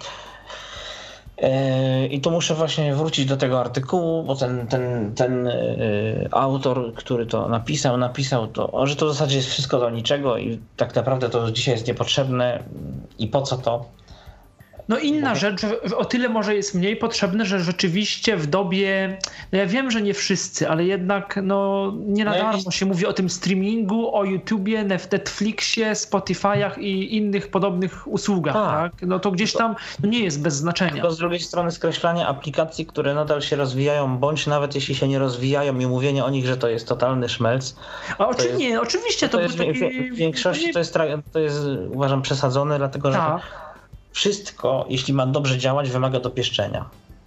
I tu muszę właśnie wrócić do tego artykułu, bo ten, ten, ten autor, który to napisał, napisał to, że to w zasadzie jest wszystko do niczego i tak naprawdę to dzisiaj jest niepotrzebne i po co to? No inna rzecz, że o tyle może jest mniej potrzebne, że rzeczywiście w dobie, no ja wiem, że nie wszyscy, ale jednak no nie na darmo się mówi o tym streamingu, o YouTubie, Netflixie, Spotify'ach i innych podobnych usługach, tak? tak? No to gdzieś tam no nie jest bez znaczenia. Tylko z drugiej strony skreślanie aplikacji, które nadal się rozwijają, bądź nawet jeśli się nie rozwijają i mówienie o nich, że to jest totalny szmelc. A oczywiście, nie, oczywiście to, to jest, taki... w większości to jest, to jest uważam przesadzone, dlatego że tak. Wszystko, jeśli ma dobrze działać, wymaga dopieszczenia.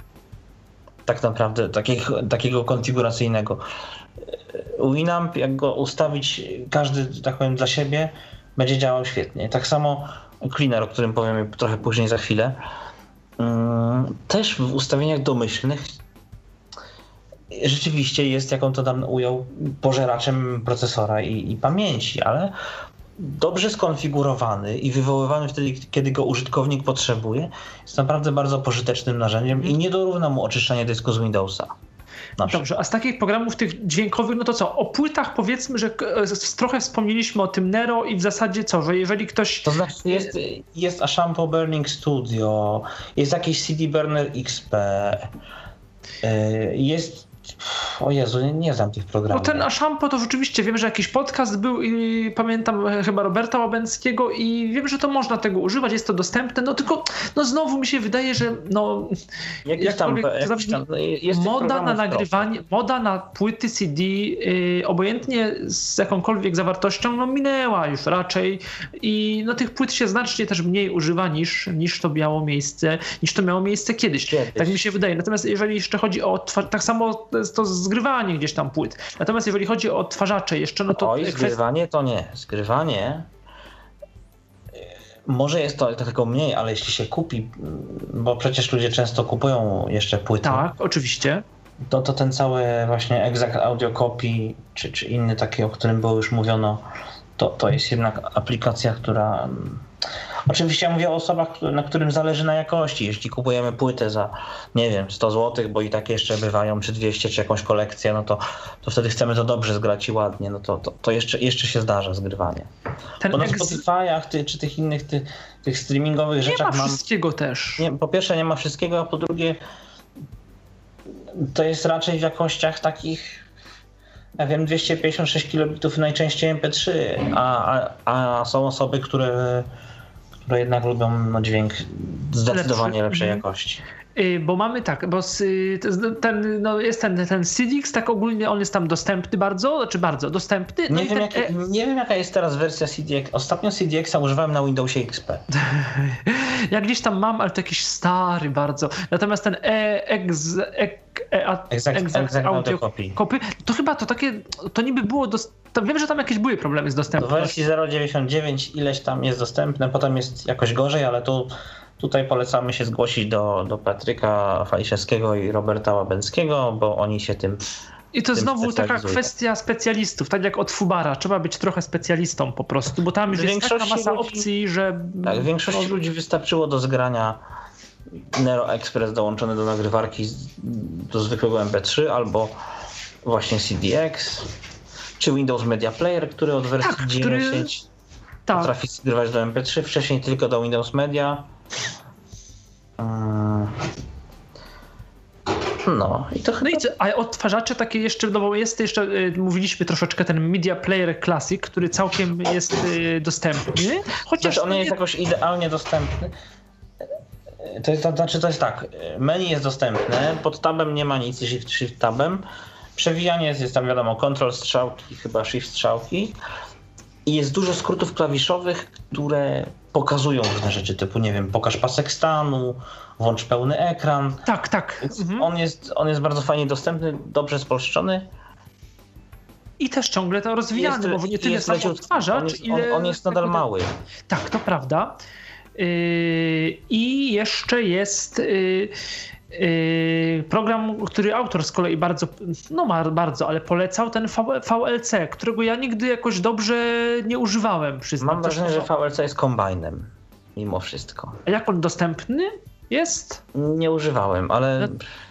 Tak naprawdę, takiego, takiego konfiguracyjnego. Winamp, jak go ustawić każdy, tak powiem, dla siebie, będzie działał świetnie. Tak samo Cleaner, o którym powiem trochę później za chwilę, też w ustawieniach domyślnych rzeczywiście jest, jak on to tam ujął, pożeraczem procesora i, i pamięci, ale dobrze skonfigurowany i wywoływany wtedy, kiedy go użytkownik potrzebuje, jest naprawdę bardzo pożytecznym narzędziem i nie dorówna mu oczyszczanie dysku z Windowsa. Nasze. Dobrze, a z takich programów tych dźwiękowych, no to co? O płytach powiedzmy, że trochę wspomnieliśmy o tym Nero i w zasadzie co, że jeżeli ktoś... To znaczy jest, jest Ashampo Burning Studio, jest jakiś C D Burner X P, jest... O Jezu, nie, nie znam tych programów. No ten Ashampo to rzeczywiście wiem, że jakiś podcast był i pamiętam chyba Roberta Łabęckiego i wiem, że to można tego używać, jest to dostępne, no tylko no znowu mi się wydaje, że no jakiś tam, jakiś tam jest moda na nagrywanie, moda na płyty C D yy, obojętnie z jakąkolwiek zawartością no minęła już raczej i no tych płyt się znacznie też mniej używa niż, niż to miało miejsce, niż to miało miejsce kiedyś. kiedyś. Tak mi się wydaje. Natomiast jeżeli jeszcze chodzi o tak samo to zgrywanie gdzieś tam płyt. Natomiast jeżeli chodzi o odtwarzacze jeszcze, no to... Oj, kwest... zgrywanie to nie. Zgrywanie może jest to tylko mniej, ale jeśli się kupi, bo przecież ludzie często kupują jeszcze płyty. Tak, oczywiście. To, to ten cały właśnie Exact Audio Copy, czy, czy inny taki, o którym było już mówiono, to, to jest jednak aplikacja, która... Oczywiście ja mówię o osobach, na którym zależy na jakości. Jeśli kupujemy płytę za, nie wiem, sto złotych, bo i tak jeszcze bywają, czy dwieście, czy jakąś kolekcję, no to, to wtedy chcemy to dobrze zgrać i ładnie, no to, to, to jeszcze, jeszcze się zdarza zgrywanie. Ten bo na ex... Spotify'ach ty, czy tych innych ty, tych streamingowych nie rzeczach ma mam... wszystkiego też. Nie, po pierwsze nie ma wszystkiego, a po drugie to jest raczej w jakościach takich, ja wiem, dwieście pięćdziesiąt sześć kilobitów najczęściej M P trzy, a, a, a są osoby, które które jednak lubią no, dźwięk zdecydowanie Lepszy. lepszej jakości. Bo mamy tak, bo ten, no jest ten, ten C D X, tak ogólnie on jest tam dostępny bardzo, znaczy bardzo dostępny. No nie, wiem, ten... jak, nie wiem jaka jest teraz wersja C D X. Ostatnio C D X-a używałem na Windowsie X P. Ja gdzieś tam mam, ale to jakiś stary bardzo. Natomiast ten e, ex, e, e, exact, exact, exact audio copy. Copy, to chyba to takie, to niby było, dos- to wiem, że tam jakieś były problemy z dostępnością. W wersji zero przecinek dziewięćdziesiąt dziewięć ileś tam jest dostępne, potem jest jakoś gorzej, ale tu tutaj polecamy się zgłosić do, do Patryka Faliszewskiego i Roberta Łabęckiego, bo oni się tym I to znowu taka kwestia specjalistów, tak jak od Fubara. Trzeba być trochę specjalistą po prostu, bo tam już jest taka masa ludzi, opcji, że... Tak, większości ludzi wystarczyło do zgrania Nero Express dołączony do nagrywarki do zwykłego M P trzy albo właśnie C D X, czy Windows Media Player, który od wersji tak, dziesięć który... tak. potrafi zgrywać do M P trzy, wcześniej tylko do Windows Media. No i to chyba... No i co, a odtwarzacze takie jeszcze, no bo jest jeszcze, y, mówiliśmy troszeczkę ten Media Player Classic, który całkiem jest y, dostępny. Chociaż znaczy on nie nie jest jakoś idealnie dostępny. To jest, to znaczy to jest tak, menu jest dostępne, pod tabem nie ma nic, shift, shift tabem. Przewijanie jest, jest tam wiadomo, control strzałki, chyba shift strzałki. I jest dużo skrótów klawiszowych, które pokazują różne rzeczy, typu nie wiem, pokaż pasek stanu, włącz pełny ekran. Tak, tak. Mhm. On jest, on jest bardzo fajnie dostępny, dobrze spolszczony. I też ciągle to rozwijany, jest, bo nie tyle sam odtwarzacz, on jest, ile... on, on jest nadal mały. Tak, to prawda. Yy, I jeszcze jest... Yy, program, który autor z kolei bardzo, no ma bardzo, ale polecał ten V L C, którego ja nigdy jakoś dobrze nie używałem, przyznam. Mam wrażenie, że V L C jest kombajnem, mimo wszystko. A jak on dostępny jest? Nie używałem, ale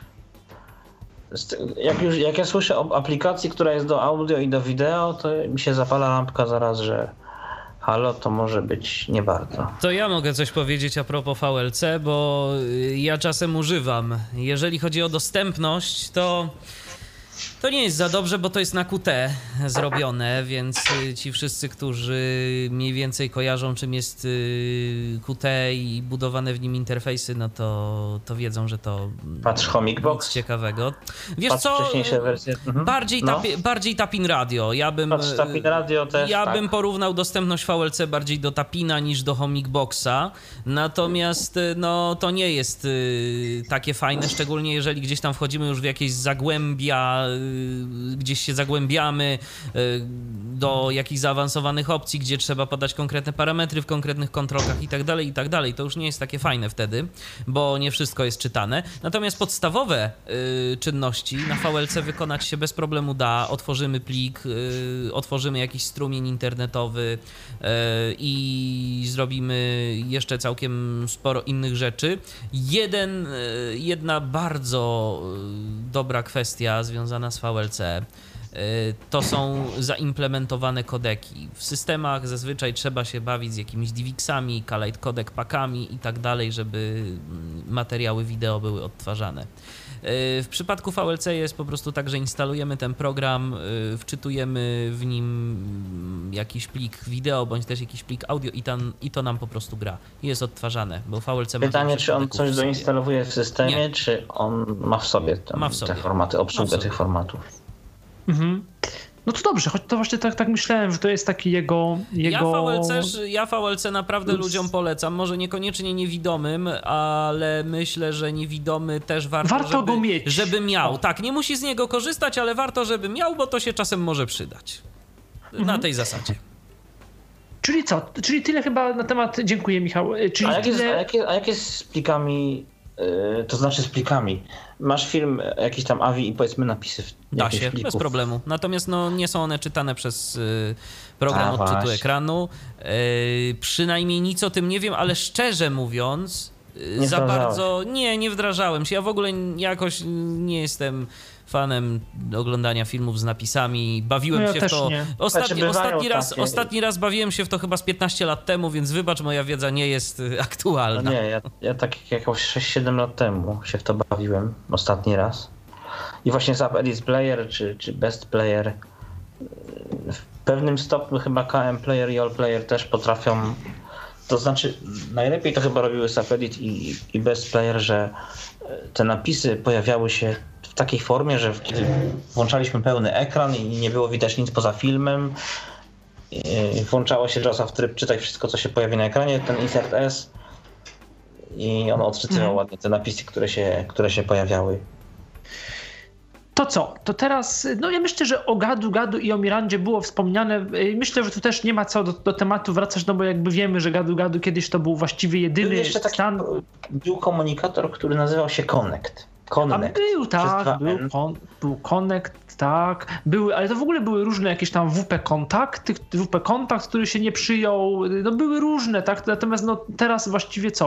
jak, już, jak ja słyszę o aplikacji, która jest do audio i do wideo, to mi się zapala lampka zaraz, że halo, to może być nie bardzo. To ja mogę coś powiedzieć a propos V L C, bo ja czasem używam. Jeżeli chodzi o dostępność, to to nie jest za dobrze, bo to jest na Q T zrobione, więc ci wszyscy, którzy mniej więcej kojarzą, czym jest Q T i budowane w nim interfejsy, no to, to wiedzą, że to Patrz Homicbox. Nic ciekawego. Wiesz Patrz co? Wcześniejsze wersje. Mhm. Bardziej, no. tapi, bardziej Tapin Radio. Ja bym, Patrz Tapin Radio też, ja tak. bym porównał dostępność V L C bardziej do Tapina niż do Homicboxa. Natomiast no, to nie jest y, takie fajne, szczególnie jeżeli gdzieś tam wchodzimy już w jakieś zagłębia, y, gdzieś się zagłębiamy y, do jakichś zaawansowanych opcji, gdzie trzeba podać konkretne parametry w konkretnych kontrolkach i tak dalej, i tak dalej. To już nie jest takie fajne wtedy, bo nie wszystko jest czytane. Natomiast podstawowe y, czynności na V L C wykonać się bez problemu da. Otworzymy plik, y, otworzymy jakiś strumień internetowy y, i zrobimy jeszcze całkiem sporo innych rzeczy. Jeden, y, jedna bardzo y, dobra kwestia związana z V L C to są zaimplementowane kodeki. W systemach zazwyczaj trzeba się bawić z jakimiś DivXami, Kalite Codec packami i tak dalej, żeby materiały wideo były odtwarzane. W przypadku V L C jest po prostu tak, że instalujemy ten program, wczytujemy w nim jakiś plik wideo, bądź też jakiś plik audio i, tam, i to nam po prostu gra. I jest odtwarzane, bo V L C ma... Pytanie, czy on coś doinstaluje w systemie, nie. Czy on ma w sobie, tam, ma w sobie. te formaty, obsługę tych formatów. Mhm. No to dobrze, choć to właśnie tak, tak myślałem, że to jest taki jego... jego... Ja, V L C, ja V L C naprawdę Ups. ludziom polecam, może niekoniecznie niewidomym, ale myślę, że niewidomy też warto, warto żeby, go mieć. żeby miał. Tak, nie musi z niego korzystać, ale warto, żeby miał, bo to się czasem może przydać. Mhm. Na tej zasadzie. Czyli co? Czyli tyle chyba na temat... Dziękuję, Michał. Czyli a, jak tyle... jest, a, jak jest, a jak jest z plikami... To znaczy z plikami. Masz film, jakiś tam A V I i powiedzmy napisy w Da się, plików. bez problemu. Natomiast no, nie są one czytane przez y, program a, odczytu właśnie. ekranu. Y, przynajmniej nic o tym nie wiem, ale szczerze mówiąc y, nie za bardzo... Nie, nie wdrażałem się. Ja w ogóle jakoś nie jestem fanem oglądania filmów z napisami. Bawiłem no ja się w to... Nie. Ostatni, ostatni, raz, ostatni raz bawiłem się w to chyba z piętnaście lat temu, więc wybacz, moja wiedza nie jest aktualna. No nie, ja, ja tak jakoś sześć siedem lat temu się w to bawiłem ostatni raz. I właśnie Zap Edit Player czy, czy Best Player w pewnym stopniu chyba K M Player i All Player też potrafią To znaczy, najlepiej to chyba robiły Sapedit i, i Best Player, że te napisy pojawiały się w takiej formie, że kiedy włączaliśmy pełny ekran i nie było widać nic poza filmem, włączało się JAWSa w tryb czytaj wszystko, co się pojawi na ekranie, ten insert S i on odczytywał mm. ładnie te napisy, które się, które się pojawiały. To co? To teraz, no ja myślę, że o Gadu Gadu i o Mirandzie było wspomniane. Myślę, że tu też nie ma co do, do tematu wracać, no bo jakby wiemy, że Gadu Gadu kiedyś to był właściwie jedyny był jeszcze taki, stan. Był komunikator, który nazywał się Connect. Connect. A był, tak, był, kon, był Connect, tak, były, ale to w ogóle były różne jakieś tam W P kontakty, W P kontakt, który się nie przyjął, no były różne, tak, natomiast no teraz właściwie co,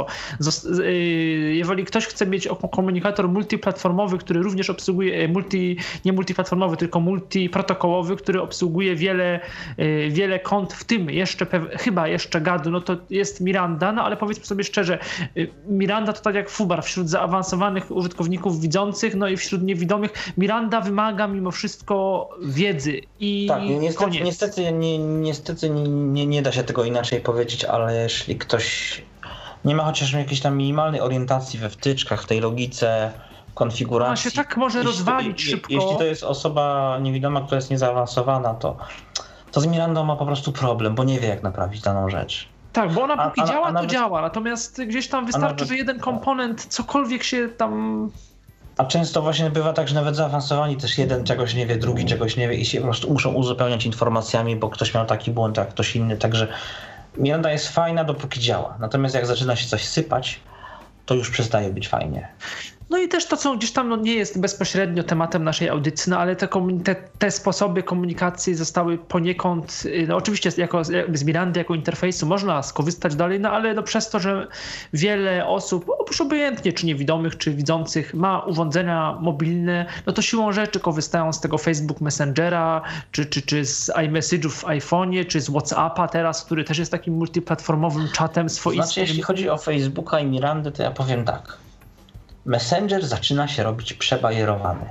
jeżeli ktoś chce mieć komunikator multiplatformowy, który również obsługuje, multi, nie multiplatformowy, tylko multiprotokołowy, który obsługuje wiele, wiele kont, w tym jeszcze, chyba jeszcze Gadu, no to jest Miranda, no ale powiedzmy sobie szczerze, Miranda to tak jak Fubar, wśród zaawansowanych użytkowników widzących, no i wśród niewidomych Miranda wymaga mimo wszystko wiedzy i tak, niestety, koniec. Niestety, nie, niestety nie, nie da się tego inaczej powiedzieć, ale jeśli ktoś nie ma chociaż jakiejś tam minimalnej orientacji we wtyczkach, w tej logice, konfiguracji. Ona się tak może jeśli, rozwalić je, szybko. Jeśli to jest osoba niewidoma, która jest niezaawansowana, to, to z Mirandą ma po prostu problem, bo nie wie jak naprawić daną rzecz. Tak, bo ona póki a, a, działa, a nawet, to działa, natomiast gdzieś tam wystarczy, nawet, że jeden komponent, cokolwiek się tam... A często właśnie bywa tak, że nawet zaawansowani też jeden czegoś nie wie, drugi czegoś nie wie i się po prostu muszą uzupełniać informacjami, bo ktoś miał taki błąd, jak ktoś inny, także Miranda jest fajna, dopóki działa. Natomiast jak zaczyna się coś sypać, to już przestaje być fajnie. No i też to, co gdzieś tam no, nie jest bezpośrednio tematem naszej audycji, no ale te, te, te sposoby komunikacji zostały poniekąd, no oczywiście jako, z Mirandy jako interfejsu można skorzystać dalej, no ale no, przez to, że wiele osób, oprócz obojętnie czy niewidomych, czy widzących, ma urządzenia mobilne, no to siłą rzeczy korzystają z tego Facebook Messengera, czy, czy, czy z iMessage'ów w iPhone'ie, czy z WhatsAppa teraz, który też jest takim multiplatformowym czatem swoistym. Znaczy, jeśli chodzi o Facebooka i Mirandę, to ja powiem tak. Messenger zaczyna się robić przebajerowany.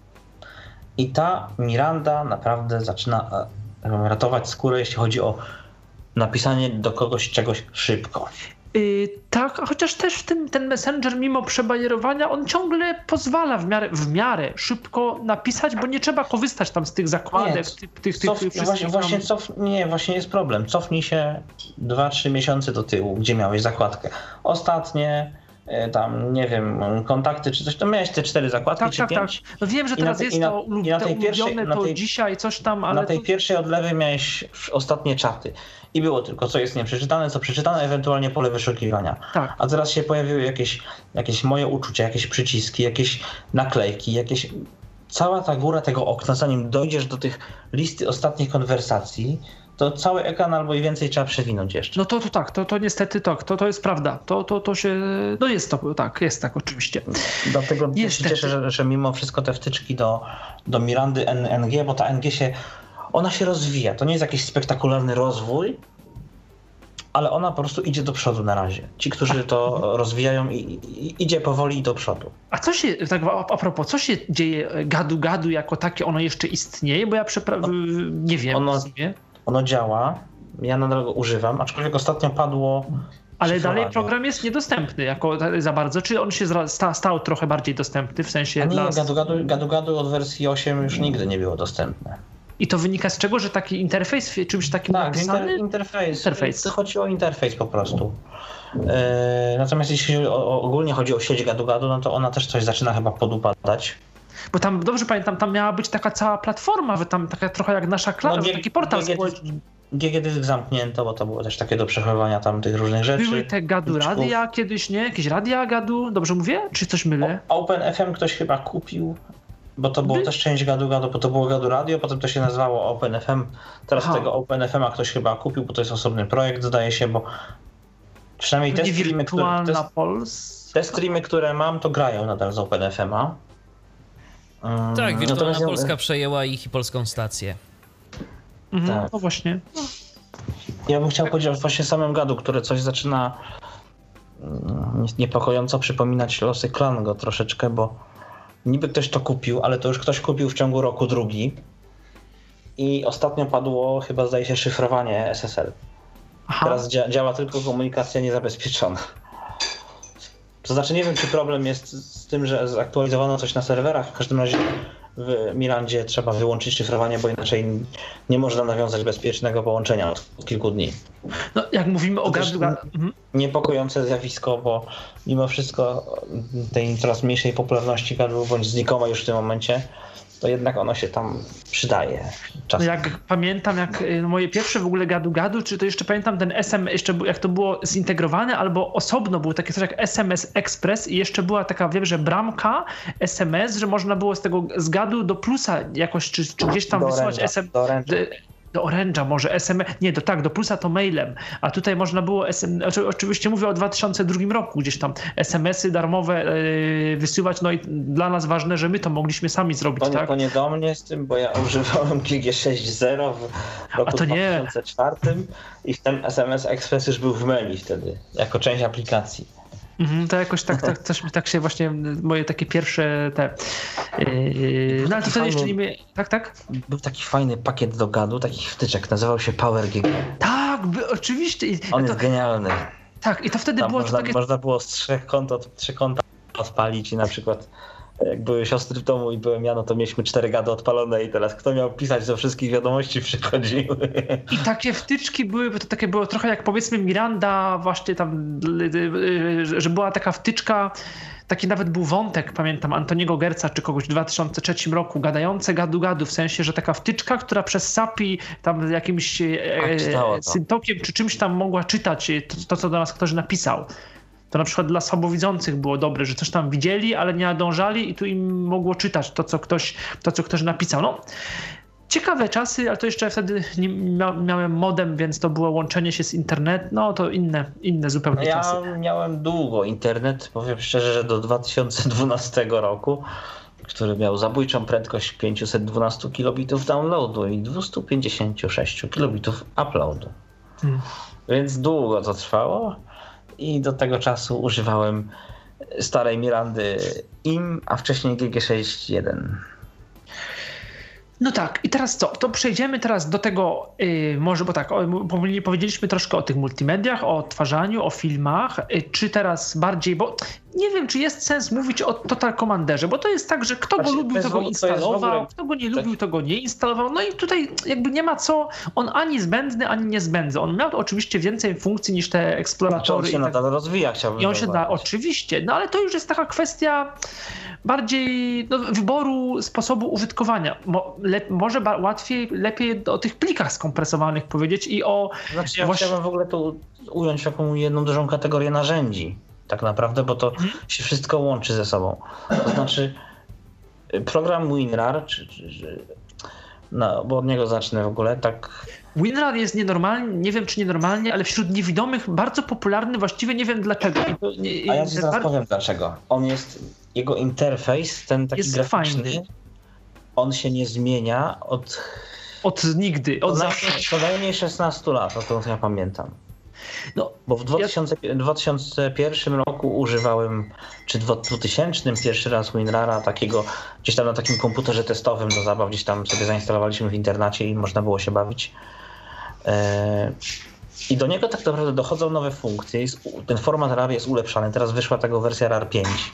I ta Miranda naprawdę zaczyna ratować skórę, jeśli chodzi o napisanie do kogoś czegoś szybko. Yy, tak, chociaż też w tym ten Messenger mimo przebajerowania on ciągle pozwala w miarę, w miarę szybko napisać, bo nie trzeba korzystać tam z tych zakładek, nie, tych, tych, cof, tych właśnie, właśnie cof, nie, właśnie jest problem. Cofnij się dwa trzy miesiące do tyłu, gdzie miałeś zakładkę. Ostatnie tam, nie wiem, kontakty czy coś, to miałeś te cztery zakładki tak, czy tak, pięć. Tak. No wiem, że teraz na, jest na, to ulubione, to, pierwszej, to tej, dzisiaj coś tam, ale... Na tej to... pierwszej od lewej miałeś ostatnie czaty i było tylko co jest nieprzeczytane, co przeczytane, ewentualnie pole wyszukiwania. Tak. A teraz się pojawiły jakieś, jakieś moje uczucia, jakieś przyciski, jakieś naklejki, jakieś... Cała ta góra tego okna, zanim dojdziesz do tych listy ostatnich konwersacji, to cały ekran albo i więcej trzeba przewinąć jeszcze. No to, to tak, to, to niestety tak, to, to jest prawda. To, to, to się, no jest to, tak, jest tak oczywiście. Dlatego się cieszę, że, że mimo wszystko te wtyczki do, do Mirandy N G, bo ta N G się, ona się rozwija. To nie jest jakiś spektakularny rozwój, ale ona po prostu idzie do przodu na razie. Ci, którzy to rozwijają, i, i, idzie powoli do przodu. A co się, tak a, a propos, co się dzieje Gadu Gadu jako takie, ono jeszcze istnieje? Bo ja przepra- no, nie wiem. Ono, ono działa, ja nadal go używam, aczkolwiek ostatnio padło... Ale dalej program jest niedostępny jako za bardzo, czy on się sta, stał trochę bardziej dostępny, w sensie... A nie, dla... Gadu, Gadu, Gadu Gadu od wersji osiem już nigdy nie było dostępne. I to wynika z czego, że taki interfejs czymś takim tak, napisany? Inter, interfejs. interfejs. To chodzi o interfejs po prostu. Yy, natomiast jeśli o, ogólnie chodzi o sieć Gadu Gadu, no to ona też coś zaczyna chyba podupadać. Bo tam, dobrze pamiętam, tam miała być taka cała platforma, że tam taka trochę jak nasza klasa, no, taki portal społeczny. G G Dysk zamknięto, bo to było też takie do przechowywania tam tych różnych rzeczy. Były te Gadu radia kiedyś, nie? Jakieś radia Gadu, dobrze mówię? Czy coś mylę? O, Open F M ktoś chyba kupił, bo to było By... też część Gadu Gadu, bo to było Gadu Radio, potem to się nazywało Open F M. Teraz Aha. tego Open F M a ktoś chyba kupił, bo to jest osobny projekt, zdaje się, bo przynajmniej te streamy, które, te, te streamy, które mam, to grają nadal z Open F M a. Um, tak, Wirtualna no Polska ja... przejęła ich i polską stację. Mhm, tak. No właśnie. Ja bym chciał powiedzieć o właśnie samym Gadu, który coś zaczyna niepokojąco przypominać losy Klango troszeczkę, bo niby ktoś to kupił, ale to już ktoś kupił w ciągu roku drugi i ostatnio padło chyba zdaje się szyfrowanie S S L. Aha. Teraz dzia- działa tylko komunikacja niezabezpieczona. To znaczy nie wiem, czy problem jest z tym, że zaktualizowano coś na serwerach. W każdym razie w Mirandzie trzeba wyłączyć szyfrowanie, bo inaczej nie można nawiązać bezpiecznego połączenia od kilku dni. No, jak mówimy o gadu... Niepokojące zjawisko, bo mimo wszystko tej coraz mniejszej popularności gadu, bądź znikoma już w tym momencie, to jednak ono się tam przydaje. No jak pamiętam, jak moje pierwsze w ogóle gadu-gadu, czy to jeszcze pamiętam ten S M S, jeszcze jak to było zintegrowane, albo osobno było takie coś jak S M S Express i jeszcze była taka, wiem, że bramka S M S, że można było z tego z gadu do plusa jakoś, czy, czy gdzieś tam do wysyłać S M S. Do Orange'a może S M S, nie, do tak, do plusa to mailem, a tutaj można było S M S, oczywiście mówię o dwa tysiące drugim roku, gdzieś tam S M S y darmowe yy, wysyłać, no i dla nas ważne, że my to mogliśmy sami zrobić, to nie, tak? To nie do mnie z tym, bo ja używałem G G sześć zero w roku a to nie. dwa tysiące czwartym i ten S M S Express już był w maili wtedy, jako część aplikacji. Mhm, to jakoś tak, tak, coś, tak się właśnie, moje takie pierwsze te... Yy, no ale to wtedy jeszcze nie my... Tak, tak? Był taki fajny pakiet do gadu, takich wtyczek, nazywał się Power G G. Tak, by, oczywiście. On to, jest genialny. Tak, i to wtedy Tam było... Można, takie... można było z trzech kont, od, trzy konta odpalić i na przykład jak były siostry w domu i byłem ja, no to mieliśmy cztery gady odpalone i teraz kto miał pisać, do wszystkich wiadomości przychodziły. I takie wtyczki były, bo to takie było trochę jak powiedzmy Miranda, właśnie tam, że była taka wtyczka, taki nawet był wątek, pamiętam, Antoniego Gerca czy kogoś w dwa tysiące trzecim roku, gadające gadu-gadu, w sensie, że taka wtyczka, która przez S A P I tam jakimś e, syntokiem czy czymś tam mogła czytać to, to, co do nas ktoś napisał. To na przykład dla słabowidzących było dobre, że coś tam widzieli, ale nie nadążali i tu im mogło czytać to, co ktoś, to, co ktoś napisał. No, ciekawe czasy, ale to jeszcze wtedy nie mia- miałem modem, więc to było łączenie się z internetem. No to inne, inne zupełnie ja czasy. Ja miałem długo internet, powiem szczerze, że do dwa tysiące dwunastego roku, który miał zabójczą prędkość pięćset dwanaście kilobitów downloadu i dwieście pięćdziesiąt sześć kilobitów uploadu. Hmm. Więc długo to trwało. I do tego czasu używałem starej Mirandy I M, a wcześniej G G sześć jeden. No tak, i teraz co? To przejdziemy teraz do tego, yy, może, bo tak, o, powiedzieliśmy troszkę o tych multimediach, o odtwarzaniu, o filmach, yy, czy teraz bardziej, bo nie wiem, czy jest sens mówić o Total Commanderze, bo to jest tak, że kto go Znaczy, lubił, to go instalował, to ogóle... kto go nie lubił, to go nie instalował, no i tutaj jakby nie ma co, on ani zbędny, ani niezbędny. On miał oczywiście więcej funkcji niż te eksploratory. On się nadal tak... rozwija, chciałbym I on się da, oczywiście, no ale to już jest taka kwestia bardziej no, wyboru sposobu użytkowania. Mo, le, może ba, łatwiej, lepiej o tych plikach skompresowanych powiedzieć i o... Znaczy ja właśnie... chciałbym w ogóle tu ująć taką jedną dużą kategorię narzędzi, tak naprawdę, bo to hmm? się wszystko łączy ze sobą. To znaczy program WinRAR, czy, czy, czy, no, bo od niego zacznę w ogóle, tak... WinRAR jest nienormalnie, nie wiem czy nienormalnie, ale wśród niewidomych bardzo popularny, właściwie nie wiem dlaczego. Nie, A ja ci zaraz bardzo... powiem dlaczego. On jest, jego interfejs, ten taki jest graficzny, fajny. On się nie zmienia od... Od nigdy, od zawsze. Co najmniej szesnaście lat, o to ja pamiętam. No, bo w dwa tysiące pierwszym roku używałem, czy w dwutysięcznym pierwszy raz WinRARa takiego, gdzieś tam na takim komputerze testowym do zabaw, gdzieś tam sobie zainstalowaliśmy w internacie i można było się bawić. I do niego tak naprawdę dochodzą nowe funkcje. Ten format RAR jest ulepszany, teraz wyszła tego wersja RAR pięć.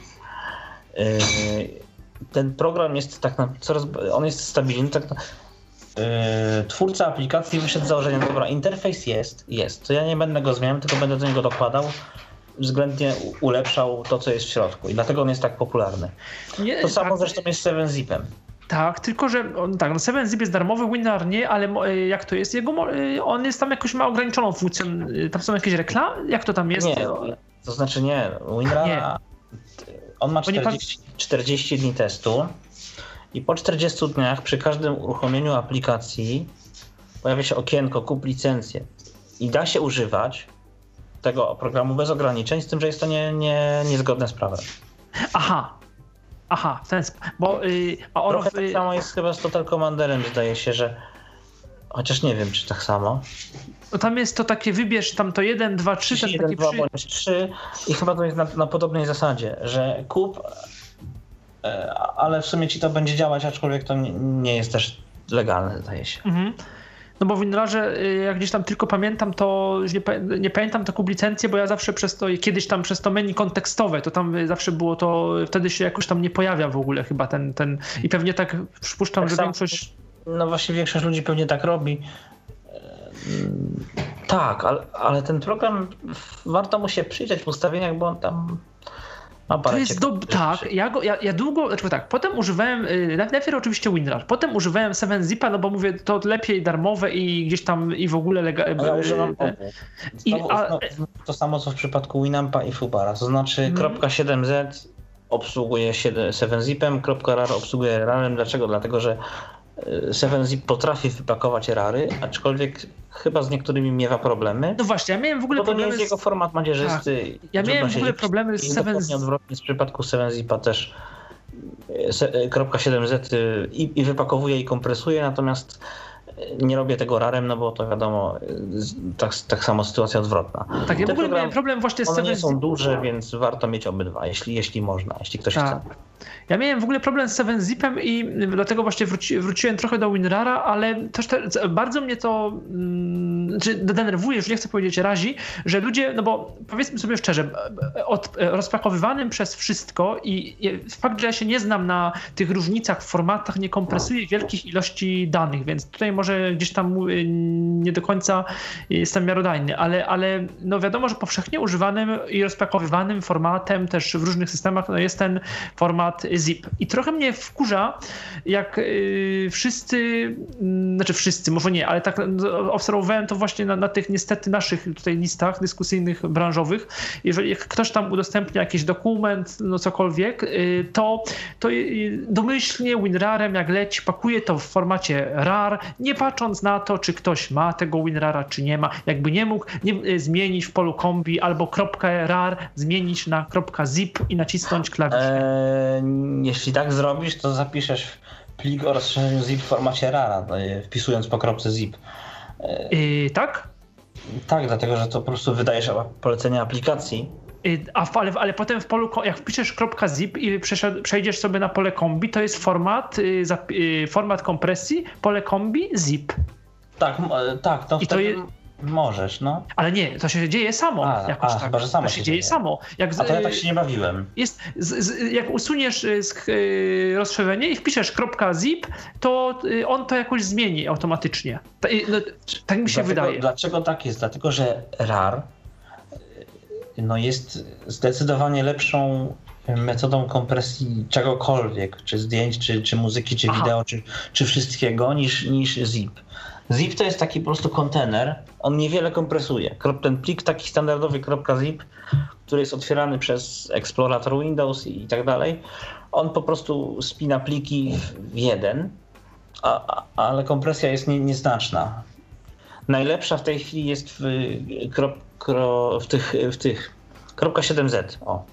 Ten program jest tak na, coraz, on jest stabilny, tak na, Yy, twórca aplikacji wyszedł z założenia, dobra, interfejs jest, jest, to ja nie będę go zmieniał, tylko będę do niego dokładał, względnie ulepszał to, co jest w środku i dlatego on jest tak popularny. Nie, to samo tak, zresztą jest z seven zipem. Tak, tylko że on, tak, no seven zip jest darmowy, WinRAR nie, ale jak to jest? Jego, on jest tam jakoś ma ograniczoną funkcję, tam są jakieś reklamy? Jak to tam jest? Nie, to znaczy nie, WinRAR, on ma czterdzieści, czterdzieści dni testu. I po czterdziestu dniach przy każdym uruchomieniu aplikacji pojawia się okienko kup licencję i da się używać tego programu bez ograniczeń, z tym, że jest to nie, nie, niezgodne z prawem. Aha, aha, w ten sposób, bo... Yy, a on, Trochę yy... tak samo jest chyba z Total Commanderem, zdaje się, że chociaż nie wiem, czy tak samo. No tam jest to takie, wybierz tam to jeden, dwa, trzy, ten jeden, taki dwa przy... bądź trzy i chyba to jest na, na podobnej zasadzie, że kup, ale w sumie ci to będzie działać, aczkolwiek to nie, nie jest też legalne, zdaje się. Mhm. No bo w WinRarze, jak gdzieś tam tylko pamiętam, to już nie, nie pamiętam taką licencję, bo ja zawsze przez to, kiedyś tam przez to menu kontekstowe, to tam zawsze było to, wtedy się jakoś tam nie pojawia w ogóle chyba ten, ten i pewnie tak przypuszczam, tak że sam, większość... No właśnie większość ludzi pewnie tak robi. Tak, ale, ale ten program warto mu się przyjrzeć w ustawieniach, bo on tam... To jest do... Tak, ja, go, ja, ja długo, znaczy tak, potem używałem, najpierw oczywiście WinRAR, potem używałem seven zipa, no bo mówię, to lepiej darmowe i gdzieś tam i w ogóle... Lega... Ja używam I, a... To samo co w przypadku Winampa i Fubara, to znaczy hmm. kropka siedem zet obsługuje seven zipem, kropka rar obsługuje rarem. Dlaczego? Dlatego, że seven zip potrafi wypakować rary, aczkolwiek chyba z niektórymi miewa problemy. No właśnie, ja miałem w ogóle bo to problemy nie jest z... jego format macierzysty. Tak. Ja miałem w ogóle problemy z seven zip. Odwrotnie w przypadku seven zipa też kropka siedem zet i, i wypakowuje i kompresuje, natomiast nie robię tego rarem, no bo to wiadomo, tak, tak samo sytuacja odwrotna. Tak, ja w ogóle miałem problem właśnie z One seven nie są duże, więc warto mieć obydwa, jeśli, jeśli można, jeśli ktoś tak. chce. Ja miałem w ogóle problem z seven zipem i dlatego właśnie wróci, wróciłem trochę do WinRara, ale też te, bardzo mnie to mm, denerwuje, już nie chcę powiedzieć razi, że ludzie, no bo powiedzmy sobie szczerze, od, rozpakowywanym przez wszystko i, i fakt, że ja się nie znam na tych różnicach w formatach, nie kompresuję wielkich ilości danych, więc tutaj może gdzieś tam nie do końca jestem miarodajny, ale, ale no wiadomo, że powszechnie używanym i rozpakowywanym formatem też w różnych systemach no jest ten format zip. I trochę mnie wkurza, jak yy, wszyscy, yy, znaczy wszyscy, może nie, ale tak obserwowałem to właśnie na, na tych niestety naszych tutaj listach dyskusyjnych, branżowych. Jeżeli ktoś tam udostępnia jakiś dokument, no cokolwiek, yy, to, to yy, domyślnie WinRarem jak leci, pakuje to w formacie rar, nie patrząc na to, czy ktoś ma tego WinRara, czy nie ma. Jakby nie mógł nie, yy, zmienić w polu kombi albo kropkę rar zmienić na kropka zip i nacisnąć klawisz. Eee, jeśli tak zrobisz, to zapiszesz plik o rozszerzeniu zip w formacie rara, wpisując po kropce zip. Yy, tak? Tak, dlatego że to po prostu wydajesz polecenie aplikacji. Yy, a, ale, ale potem w polu, jak wpiszesz .zip i przejdziesz sobie na pole kombi, to jest format, yy, yy, format kompresji, pole kombi, zip. Tak, tak, to I wtedy... to je... Możesz, no. Ale nie, to się dzieje samo. A, jakoś a, tak. chyba, że samo to się, się dzieje, dzieje. samo. Jak z, a to ja tak się nie bawiłem. Jest, z, z, jak usuniesz z, y, rozszerzenie i wpiszesz .zip, to y, on to jakoś zmieni automatycznie. Ta, y, no, tak mi się dlatego, wydaje. Dlaczego tak jest? Dlatego, że rar no, jest zdecydowanie lepszą metodą kompresji czegokolwiek, czy zdjęć, czy, czy muzyki, czy wideo, czy, czy wszystkiego, niż, niż zip. Zip to jest taki po prostu kontener, on niewiele kompresuje. Ten plik taki standardowy .zip, który jest otwierany przez eksplorator Windows i tak dalej, on po prostu spina pliki w jeden, a, a, ale kompresja jest nie, nieznaczna. Najlepsza w tej chwili jest w, kro, kro, w tych, w tych siedem zet. O.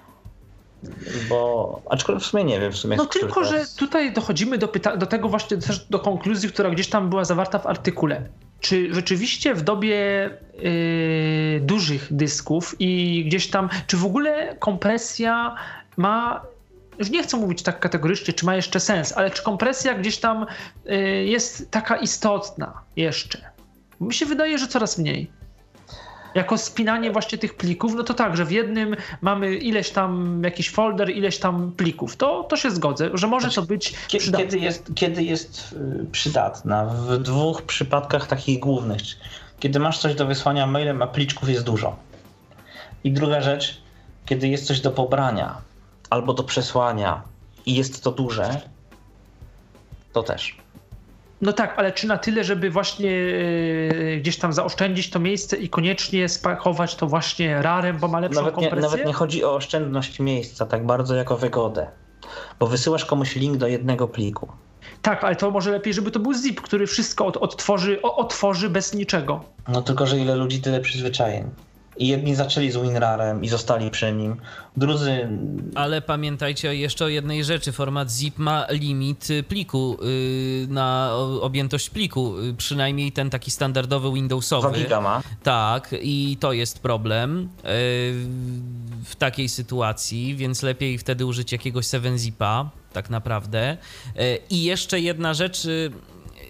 Bo, aczkolwiek w sumie nie wiem w sumie. No tylko, że tutaj dochodzimy do, pyta- do tego właśnie też do konkluzji, która gdzieś tam była zawarta w artykule. Czy rzeczywiście w dobie yy, dużych dysków i gdzieś tam, czy w ogóle kompresja ma, już nie chcę mówić tak kategorycznie, czy ma jeszcze sens, ale czy kompresja gdzieś tam yy, jest taka istotna jeszcze? Mi się wydaje, że coraz mniej. Jako spinanie właśnie tych plików, no to tak, że w jednym mamy ileś tam jakiś folder, ileś tam plików. To, to się zgodzę, że może to być przydatne. Kiedy jest, kiedy jest przydatna? W dwóch przypadkach takich głównych. Kiedy masz coś do wysłania mailem, a pliczków jest dużo. I druga rzecz, kiedy jest coś do pobrania albo do przesłania i jest to duże, to też. No tak, ale czy na tyle, żeby właśnie gdzieś tam zaoszczędzić to miejsce i koniecznie spakować to właśnie rarem, bo ma lepszą nawet nie, kompresję? Nawet nie chodzi o oszczędność miejsca tak bardzo jak o wygodę, bo wysyłasz komuś link do jednego pliku. Tak, ale to może lepiej, żeby to był zip, który wszystko od, odtworzy, otworzy bez niczego. No tylko, że ile ludzi, tyle przyzwyczajeń. I jedni zaczęli z WinRarem i zostali przy nim, drudzy... Ale pamiętajcie jeszcze o jednej rzeczy. Format zip ma limit pliku yy, na objętość pliku. Yy, przynajmniej ten taki standardowy Windowsowy. dwa giga ma. Tak, i to jest problem yy, w takiej sytuacji, więc lepiej wtedy użyć jakiegoś seven zipa, tak naprawdę. Yy, I jeszcze jedna rzecz... Yy,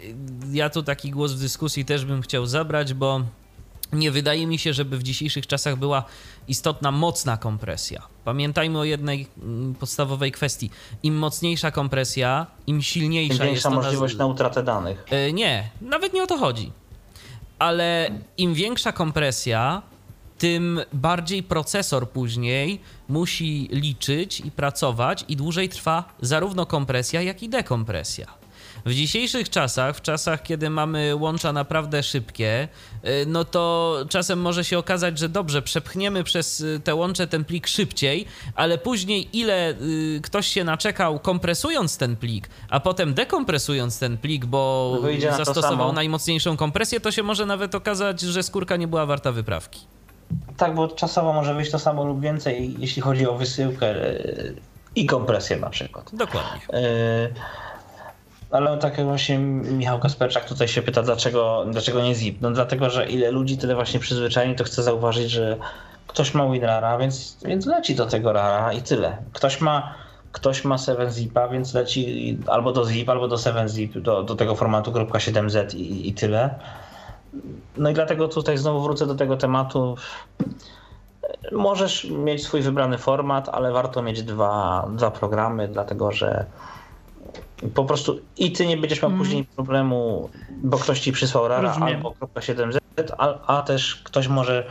ja tu taki głos w dyskusji też bym chciał zabrać, bo nie wydaje mi się, żeby w dzisiejszych czasach była istotna, mocna kompresja. Pamiętajmy o jednej podstawowej kwestii. Im mocniejsza kompresja, im silniejsza Im jest to możliwość na... na utratę danych. Nie, nawet nie o to chodzi. Ale im większa kompresja, tym bardziej procesor później musi liczyć i pracować i dłużej trwa zarówno kompresja, jak i dekompresja. W dzisiejszych czasach, w czasach, kiedy mamy łącza naprawdę szybkie, no to czasem może się okazać, że dobrze, przepchniemy przez te łącze ten plik szybciej, ale później ile ktoś się naczekał kompresując ten plik, a potem dekompresując ten plik, bo Wyjdzie zastosował na najmocniejszą kompresję, to się może nawet okazać, że skórka nie była warta wyprawki. Tak, bo czasowo może wyjść to samo lub więcej, jeśli chodzi o wysyłkę i kompresję na przykład. Dokładnie. Y- Ale tak jak właśnie Michał Kasperczak tutaj się pyta, dlaczego, dlaczego nie zip? No dlatego, że ile ludzi, tyle właśnie przyzwyczajeni, to chce zauważyć, że ktoś ma WinRara, więc, więc leci do tego rara i tyle. Ktoś ma, ktoś ma seven zipa, więc leci albo do zip, albo do seven zip, do, do tego formatu siedem zet i, i tyle. No i dlatego tutaj znowu wrócę do tego tematu. Możesz mieć swój wybrany format, ale warto mieć dwa, dwa programy, dlatego że po prostu i ty nie będziesz miał mm. później problemu, bo ktoś ci przysłał rara Rozumiem. albo siedem zet, a, a też ktoś może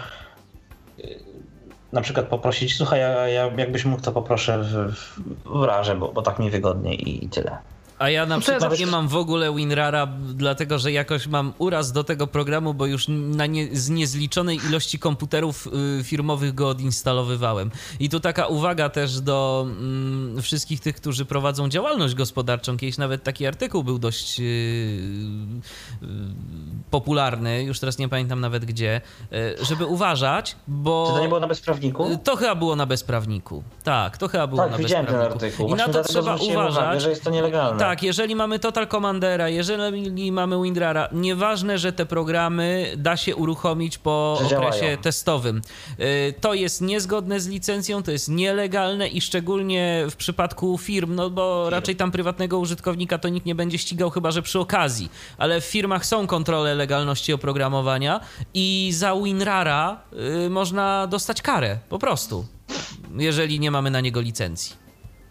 na przykład poprosić, słuchaj, ja, ja jakbyś mógł, to poproszę w, w rarze, bo, bo tak mi wygodniej i, i tyle. A ja na przykład nie mam w ogóle WinRara, dlatego że jakoś mam uraz do tego programu, bo już na nie, z niezliczonej ilości komputerów y, firmowych go odinstalowywałem. I tu taka uwaga też do y, wszystkich tych, którzy prowadzą działalność gospodarczą. Kiedyś nawet taki artykuł był dość y, y, popularny, już teraz nie pamiętam nawet gdzie, y, żeby uważać, bo... Czy to nie było na bezprawniku? To chyba było na bezprawniku. Tak, to chyba było tak, na widziałem bezprawniku. Ten artykuł. I na to trzeba uważać, uwagę, że jest to nielegalne. Tak, jeżeli mamy Total Commandera, jeżeli mamy WinRara, nieważne, że te programy da się uruchomić po że okresie działają. testowym. To jest niezgodne z licencją, to jest nielegalne i szczególnie w przypadku firm, no bo firm. raczej tam prywatnego użytkownika to nikt nie będzie ścigał, chyba że przy okazji. Ale w firmach są kontrole legalności oprogramowania i za WinRara y, można dostać karę, po prostu, jeżeli nie mamy na niego licencji.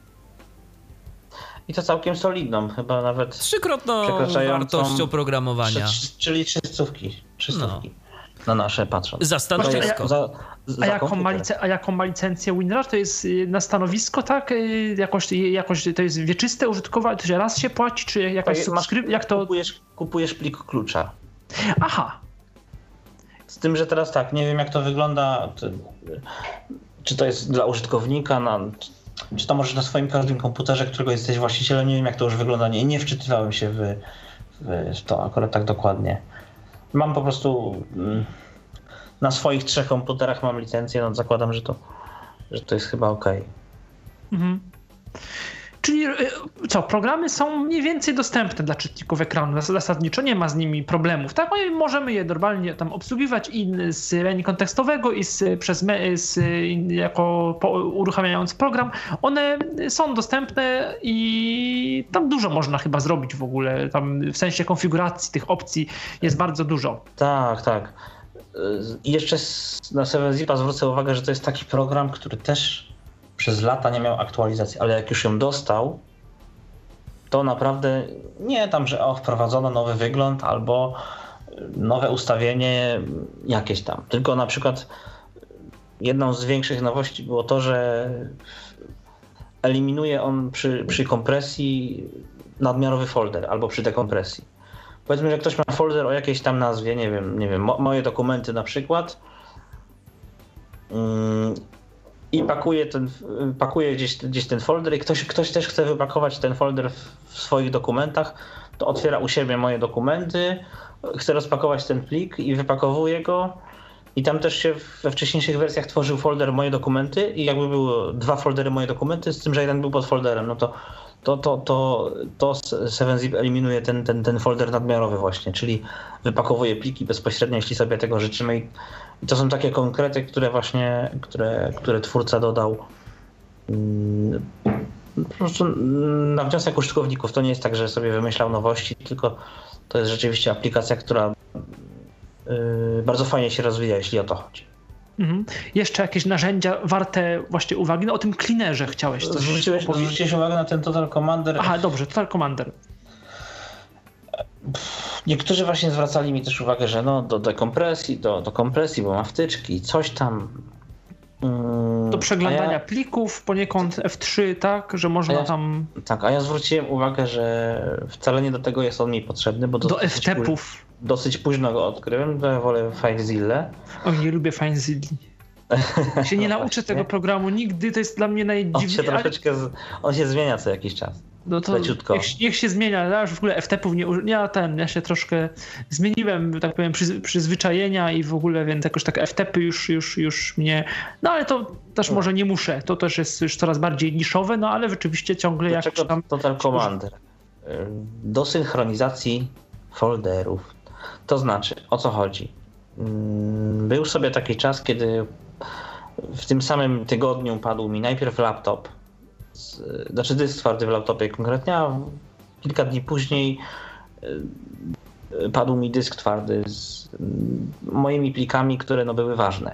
I to całkiem solidną, chyba nawet trzykrotną wartość oprogramowania. Czyli trzystówki, trzystówki no. na nasze patrząc. Za stanowisko. Za, za a, jaką ma lice, a jaką ma licencję WinRAR? To jest na stanowisko, tak? Jakoś, jakoś to jest wieczyste użytkowanie, to się raz się płaci, czy jakaś subskrypcja? Jak to... Kupujesz, kupujesz plik klucza. Aha. Z tym, że teraz tak, nie wiem jak to wygląda, czy, czy to jest dla użytkownika, na, czy to możesz na swoim każdym komputerze, którego jesteś właścicielem, nie wiem jak to już wygląda, nie, nie wczytywałem się w, w to akurat tak dokładnie. Mam po prostu na swoich trzech komputerach mam licencję, no zakładam, że to, że to jest chyba okej. Mhm. Czyli co, programy są mniej więcej dostępne dla czytników ekranu, zasadniczo nie ma z nimi problemów, tak? Możemy je normalnie tam obsługiwać i z menu kontekstowego i z, przez me, z, jako po, uruchamiając program. One są dostępne i tam dużo można chyba zrobić w ogóle, tam w sensie konfiguracji tych opcji jest bardzo dużo. Tak, tak. I jeszcze na seven zipa zwrócę uwagę, że to jest taki program, który też przez lata nie miał aktualizacji, ale jak już ją dostał, to naprawdę nie tam, że o, wprowadzono nowy wygląd albo nowe ustawienie jakieś tam, tylko na przykład jedną z większych nowości było to, że eliminuje on przy, przy kompresji nadmiarowy folder albo przy dekompresji. Powiedzmy, że ktoś ma folder o jakiejś tam nazwie, nie wiem, nie wiem, mo- moje dokumenty na przykład, mm, i pakuje, ten, pakuje gdzieś, gdzieś ten folder i ktoś, ktoś też chce wypakować ten folder w, w swoich dokumentach, to otwiera u siebie moje dokumenty, chce rozpakować ten plik i wypakowuje go i tam też się we wcześniejszych wersjach tworzył folder moje dokumenty i jakby były dwa foldery moje dokumenty, z tym, że jeden był pod folderem, no to to, to, to, to seven zip eliminuje ten, ten, ten folder nadmiarowy właśnie, czyli wypakowuje pliki bezpośrednio, jeśli sobie tego życzymy. I to są takie konkrety, które właśnie, które, które twórca dodał po prostu na wniosek użytkowników. To nie jest tak, że sobie wymyślał nowości, tylko To jest rzeczywiście aplikacja, która yy, bardzo fajnie się rozwija, jeśli o to chodzi. Mhm. Jeszcze jakieś narzędzia warte właśnie uwagi? No o tym cleanerze chciałeś coś Zwróciłeś, zwróciłeś uwagę na ten Total Commander. Aha, dobrze, Total Commander. Niektórzy właśnie zwracali mi też uwagę, że no do dekompresji, do, do kompresji, bo ma wtyczki, coś tam. Do przeglądania ja, plików, poniekąd F trzy, tak, że można ja, tam... Tak, a ja zwróciłem uwagę, że wcale nie do tego jest on mi potrzebny, bo do F T P ów. Dosyć późno go odkryłem, bo ja wolę FileZilla. O, nie lubię FileZilla. się nie nauczę tego programu nigdy, to jest dla mnie najdziwniejsze. On się troszeczkę, z... on się zmienia co jakiś czas. No to niech, niech się zmienia, ja już w ogóle F T P ów nie ja ten, ja się troszkę zmieniłem, tak powiem, przyz, przyzwyczajenia i w ogóle, więc jakoś tak F T P już, już, już mnie, no ale to też może nie muszę, to też jest już coraz bardziej niszowe, no ale rzeczywiście ciągle jak tam... Total Commander do synchronizacji folderów, to znaczy, o co chodzi? Był sobie taki czas, kiedy w tym samym tygodniu padł mi najpierw laptop, znaczy dysk twardy w laptopie konkretnie, a kilka dni później padł mi dysk twardy z moimi plikami, które no były ważne.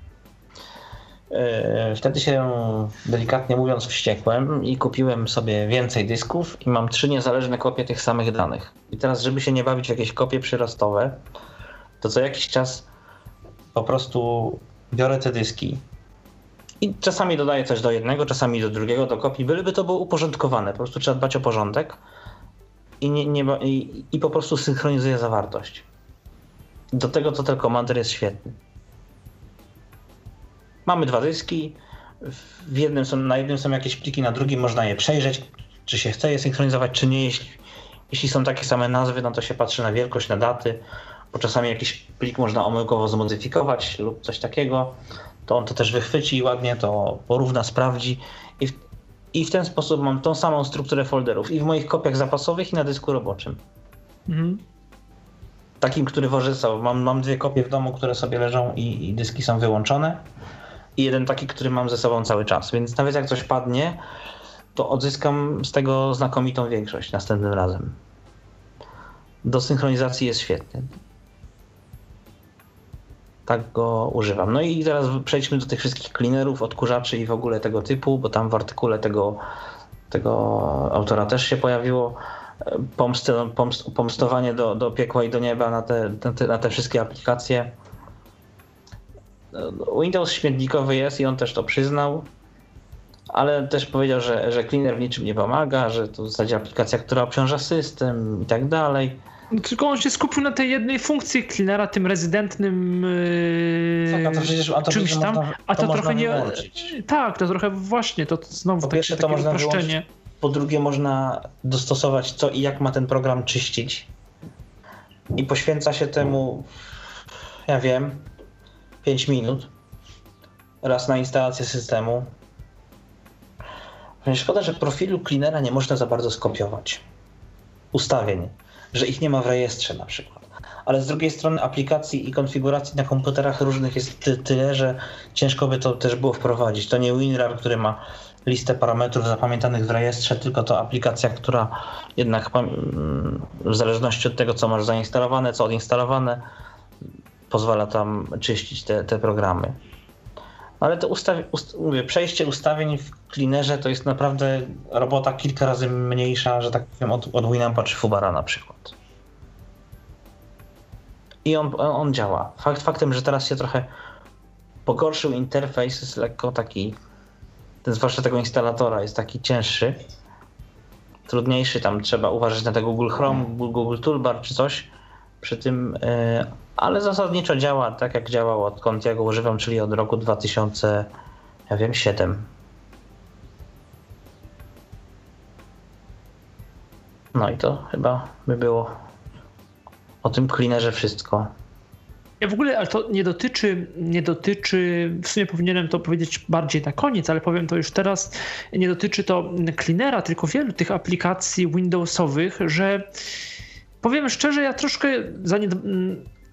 Wtedy się, delikatnie mówiąc, wściekłem i kupiłem sobie więcej dysków i mam trzy niezależne kopie tych samych danych. I teraz, żeby się nie bawić w jakieś kopie przyrostowe, to co jakiś czas po prostu biorę te dyski i czasami dodaję coś do jednego, czasami do drugiego, do kopii, byleby to było uporządkowane. Po prostu trzeba dbać o porządek i, nie, nie, i, i po prostu synchronizuję zawartość. Do tego Total Commander jest świetny. Mamy dwa dyski, w jednym są, na jednym są jakieś pliki, na drugim można je przejrzeć, czy się chce je synchronizować, czy nie. Jeśli, jeśli są takie same nazwy, no to się patrzy na wielkość, na daty, bo czasami jakiś plik można omyłkowo zmodyfikować lub coś takiego, to on to też wychwyci ładnie, to porówna, sprawdzi i w, i w ten sposób mam tą samą strukturę folderów i w moich kopiach zapasowych i na dysku roboczym. Mhm. Takim, który wożę sobie. Mam, mam dwie kopie w domu, które sobie leżą i, i dyski są wyłączone i jeden taki, który mam ze sobą cały czas, więc nawet jak coś padnie, to odzyskam z tego znakomitą większość następnym razem. Do synchronizacji jest świetny. Tak go używam. No i teraz przejdźmy do tych wszystkich cleanerów, odkurzaczy i w ogóle tego typu, bo tam w artykule tego, tego autora też się pojawiło pomst, pomst, pomstowanie do, do piekła i do nieba na te, na te, na te wszystkie aplikacje. Windows śmietnikowy jest i on też to przyznał, ale też powiedział, że, że cleaner w niczym nie pomaga, że to w zasadzie aplikacja, która obciąża system i tak dalej. Tylko on się skupił na tej jednej funkcji cleanera, tym rezydentnym yy, tak, a to przecież, a to czymś tam, można, a to, to trochę nie... wyłączyć. Tak, to trochę właśnie, to, to znowu po takie, pierwsze, takie to można uproszczenie. Wyłączyć. Po drugie można dostosować co i jak ma ten program czyścić i poświęca się temu, ja wiem, pięć minut raz na instalację systemu. Szkoda, że profilu cleanera nie można za bardzo skopiować. Ustawień, że ich nie ma w rejestrze na przykład. Ale z drugiej strony aplikacji i konfiguracji na komputerach różnych jest ty- tyle, że ciężko by to też było wprowadzić. To nie WinRAR, który ma listę parametrów zapamiętanych w rejestrze, tylko to aplikacja, która jednak w zależności od tego, co masz zainstalowane, co odinstalowane, pozwala tam czyścić te, te programy. Ale to ustawi- ust- mówię, przejście ustawień w cleanerze to jest naprawdę robota kilka razy mniejsza, że tak powiem, od, od Winampa czy Fubara na przykład. I on, on działa. Fakt faktem, że teraz się trochę pogorszył interfejs, jest lekko taki, ten zwłaszcza tego instalatora jest taki cięższy, trudniejszy, tam trzeba uważać na tego Google Chrome, Google Toolbar czy coś przy tym, yy, ale zasadniczo działa tak jak działał odkąd ja go używam, czyli od roku dwa tysiące siedem. No i to chyba by było o tym cleanerze wszystko. Ja w ogóle, ale to nie dotyczy, nie dotyczy, w sumie powinienem to powiedzieć bardziej na koniec, ale powiem to już teraz, nie dotyczy to cleanera, tylko wielu tych aplikacji Windowsowych, że powiem szczerze, ja troszkę zanied...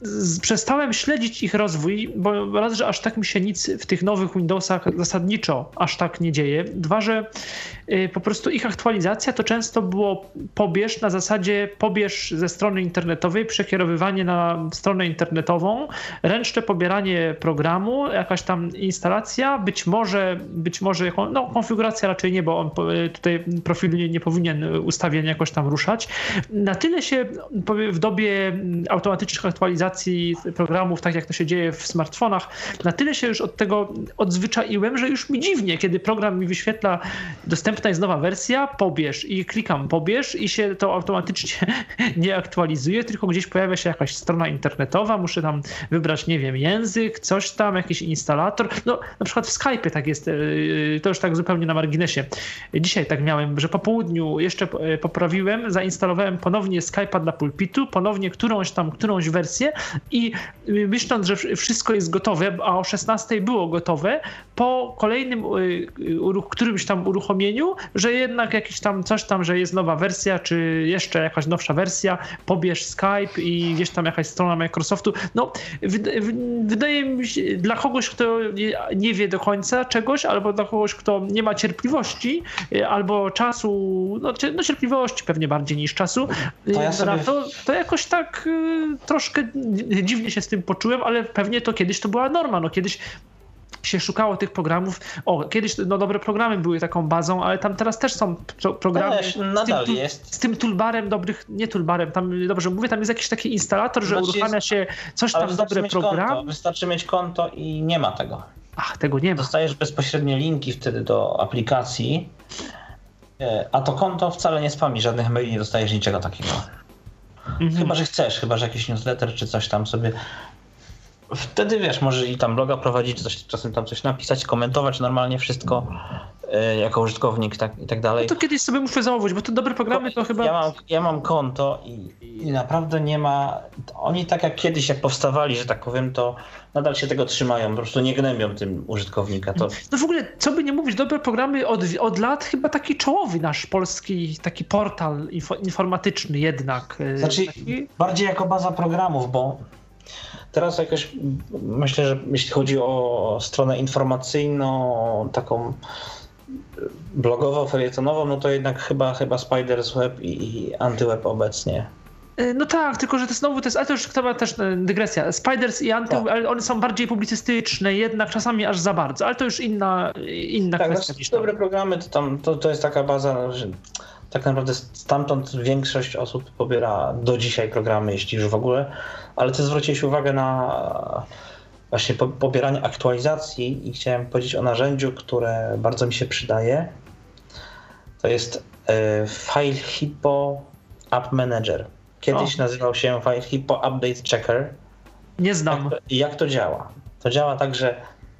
z, przestałem śledzić ich rozwój, bo raz, że aż tak mi się nic w tych nowych Windowsach zasadniczo aż tak nie dzieje. Dwa, że y, po prostu ich aktualizacja to często było pobierz na zasadzie pobierz ze strony internetowej, przekierowywanie na stronę internetową, ręczne pobieranie programu, jakaś tam instalacja, być może, być może no, konfiguracja raczej nie, bo on tutaj profilu nie, nie powinien ustawień jakoś tam ruszać. Na tyle się w dobie automatycznych aktualizacji programów, tak jak to się dzieje w smartfonach, na tyle się już od tego odzwyczaiłem, że już mi dziwnie, kiedy program mi wyświetla dostępna jest nowa wersja, pobierz i klikam pobierz i się to automatycznie nie aktualizuje, tylko gdzieś pojawia się jakaś strona internetowa, muszę tam wybrać, nie wiem, język, coś tam, jakiś instalator. No na przykład w Skype'ie tak jest, to już tak zupełnie na marginesie. Dzisiaj tak miałem, że po południu jeszcze poprawiłem, zainstalowałem ponownie Skype'a dla pulpitu, ponownie którąś tam, którąś wersję i myśląc, że wszystko jest gotowe, a o szesnastej było gotowe, po kolejnym którymś tam uruchomieniu, że jednak jakiś tam coś tam, że jest nowa wersja, czy jeszcze jakaś nowsza wersja, pobierz Skype i gdzieś tam jakaś strona Microsoftu. No, wydaje mi się, dla kogoś, kto nie wie do końca czegoś, albo dla kogoś, kto nie ma cierpliwości, albo czasu, no, no cierpliwości pewnie bardziej niż czasu, to, ja sobie... to, to jakoś tak troszkę dziwnie się z tym poczułem, ale pewnie to kiedyś to była norma. No kiedyś się szukało tych programów. O, kiedyś no, dobre programy były taką bazą, ale tam teraz też są pro, programy też, nadal z, tym, jest. z tym toolbarem dobrych, nie toolbarem, tam dobrze mówię, tam jest jakiś taki instalator, że znaczy uruchamia jest, się coś tam, dobre programy. Wystarczy mieć konto i nie ma tego. Ach, tego nie ma. Dostajesz bezpośrednio linki wtedy do aplikacji, a to konto wcale nie spami, żadnych maili, nie dostajesz niczego takiego. Mhm. Chyba, że chcesz, chyba, że jakiś newsletter czy coś tam sobie. Wtedy wiesz, może i tam bloga prowadzić, coś, czasem tam coś napisać, komentować normalnie wszystko y, jako użytkownik tak, i tak dalej. No to kiedyś sobie muszę założyć, bo to dobre programy to chyba... Ja mam, ja mam konto i, i naprawdę nie ma... Oni tak jak kiedyś, jak powstawali, że tak powiem, to nadal się tego trzymają, po prostu nie gnębią tym użytkownika. To... No w ogóle, co by nie mówić, dobre programy od, od lat chyba taki czołowy nasz polski taki portal info, informatyczny jednak. Znaczy taki... bardziej jako baza programów, bo teraz jakoś myślę, że jeśli chodzi o stronę informacyjną, taką blogową, felietonową, no to jednak chyba, chyba Spiders Web i, i AntyWeb obecnie. No tak, tylko że to znowu to jest, ale to już chyba też dygresja. Spiders i Anty, tak. Ale one są bardziej publicystyczne, jednak czasami aż za bardzo, ale to już inna, inna tak, kwestia. Znaczy, dobre programy to, tam, to, to jest taka baza, że tak naprawdę stamtąd większość osób pobiera do dzisiaj programy, jeśli już w ogóle, ale ty zwróciłeś uwagę na właśnie po, pobieranie aktualizacji i chciałem powiedzieć o narzędziu, które bardzo mi się przydaje. To jest e, FileHippo App Manager. Kiedyś o. nazywał się FileHippo Update Checker. Nie znam. Jak to, jak to działa? To działa tak, że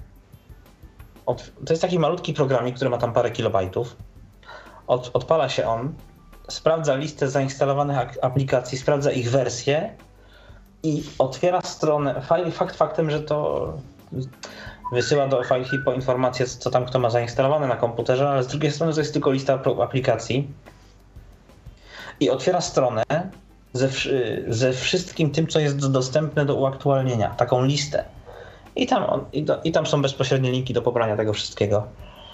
od, to jest taki malutki programik, który ma tam parę kilobajtów. Od, odpala się on, sprawdza listę zainstalowanych aplikacji, sprawdza ich wersję i otwiera stronę. Fakt faktem, że to wysyła do FileHippo informację, co tam kto ma zainstalowane na komputerze, ale z drugiej strony to jest tylko lista aplikacji. I otwiera stronę ze, ze wszystkim tym, co jest dostępne do uaktualnienia, taką listę. I tam, on, i, do, i tam są bezpośrednie linki do pobrania tego wszystkiego.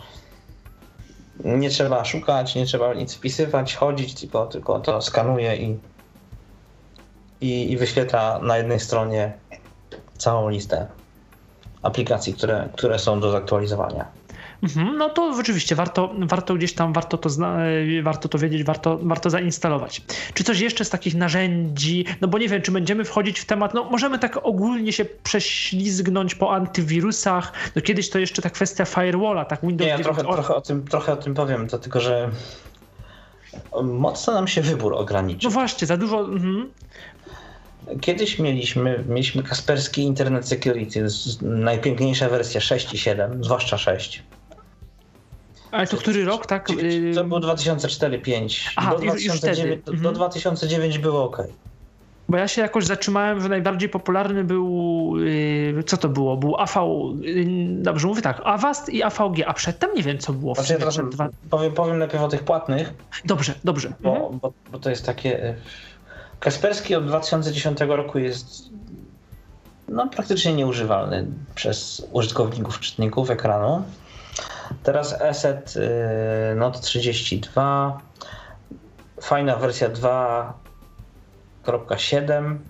Nie trzeba szukać, nie trzeba nic wpisywać, chodzić, tylko, tylko to skanuje i, i, i wyświetla na jednej stronie całą listę aplikacji, które, które są do zaktualizowania. No to rzeczywiście warto, warto gdzieś tam, warto to, zna, warto to wiedzieć, warto, warto zainstalować. Czy coś jeszcze z takich narzędzi, no bo nie wiem, czy będziemy wchodzić w temat, no możemy tak ogólnie się prześlizgnąć po antywirusach, no kiedyś to jeszcze ta kwestia firewalla, tak Windows... Nie, ja trochę, trochę, o tym, trochę o tym powiem, dlatego że mocno nam się wybór ograniczył. No właśnie, za dużo... Mhm. Kiedyś mieliśmy, mieliśmy Kaspersky Internet Security, najpiękniejsza wersja sześć i siedem, zwłaszcza sześć. Ale to który rok, tak? To był dwa tysiące cztery pięć. Aha, do, dwa tysiące dziewięć, do, do dwa tysiące dziewięć było ok. Bo ja się jakoś zatrzymałem, że najbardziej popularny był, co to było? Był A V, dobrze mówię tak, Avast i A V G, a przedtem nie wiem, co było. Znaczy, ja teraz dwa... powiem, powiem najpierw o tych płatnych. Dobrze, dobrze. Bo, mhm. bo, bo to jest takie... Kaspersky od dwa tysiące dziesiątego roku jest no, praktycznie nieużywalny przez użytkowników czytników ekranu. Teraz Asset Note trzydzieści dwa, fajna wersja dwa kropka siedem.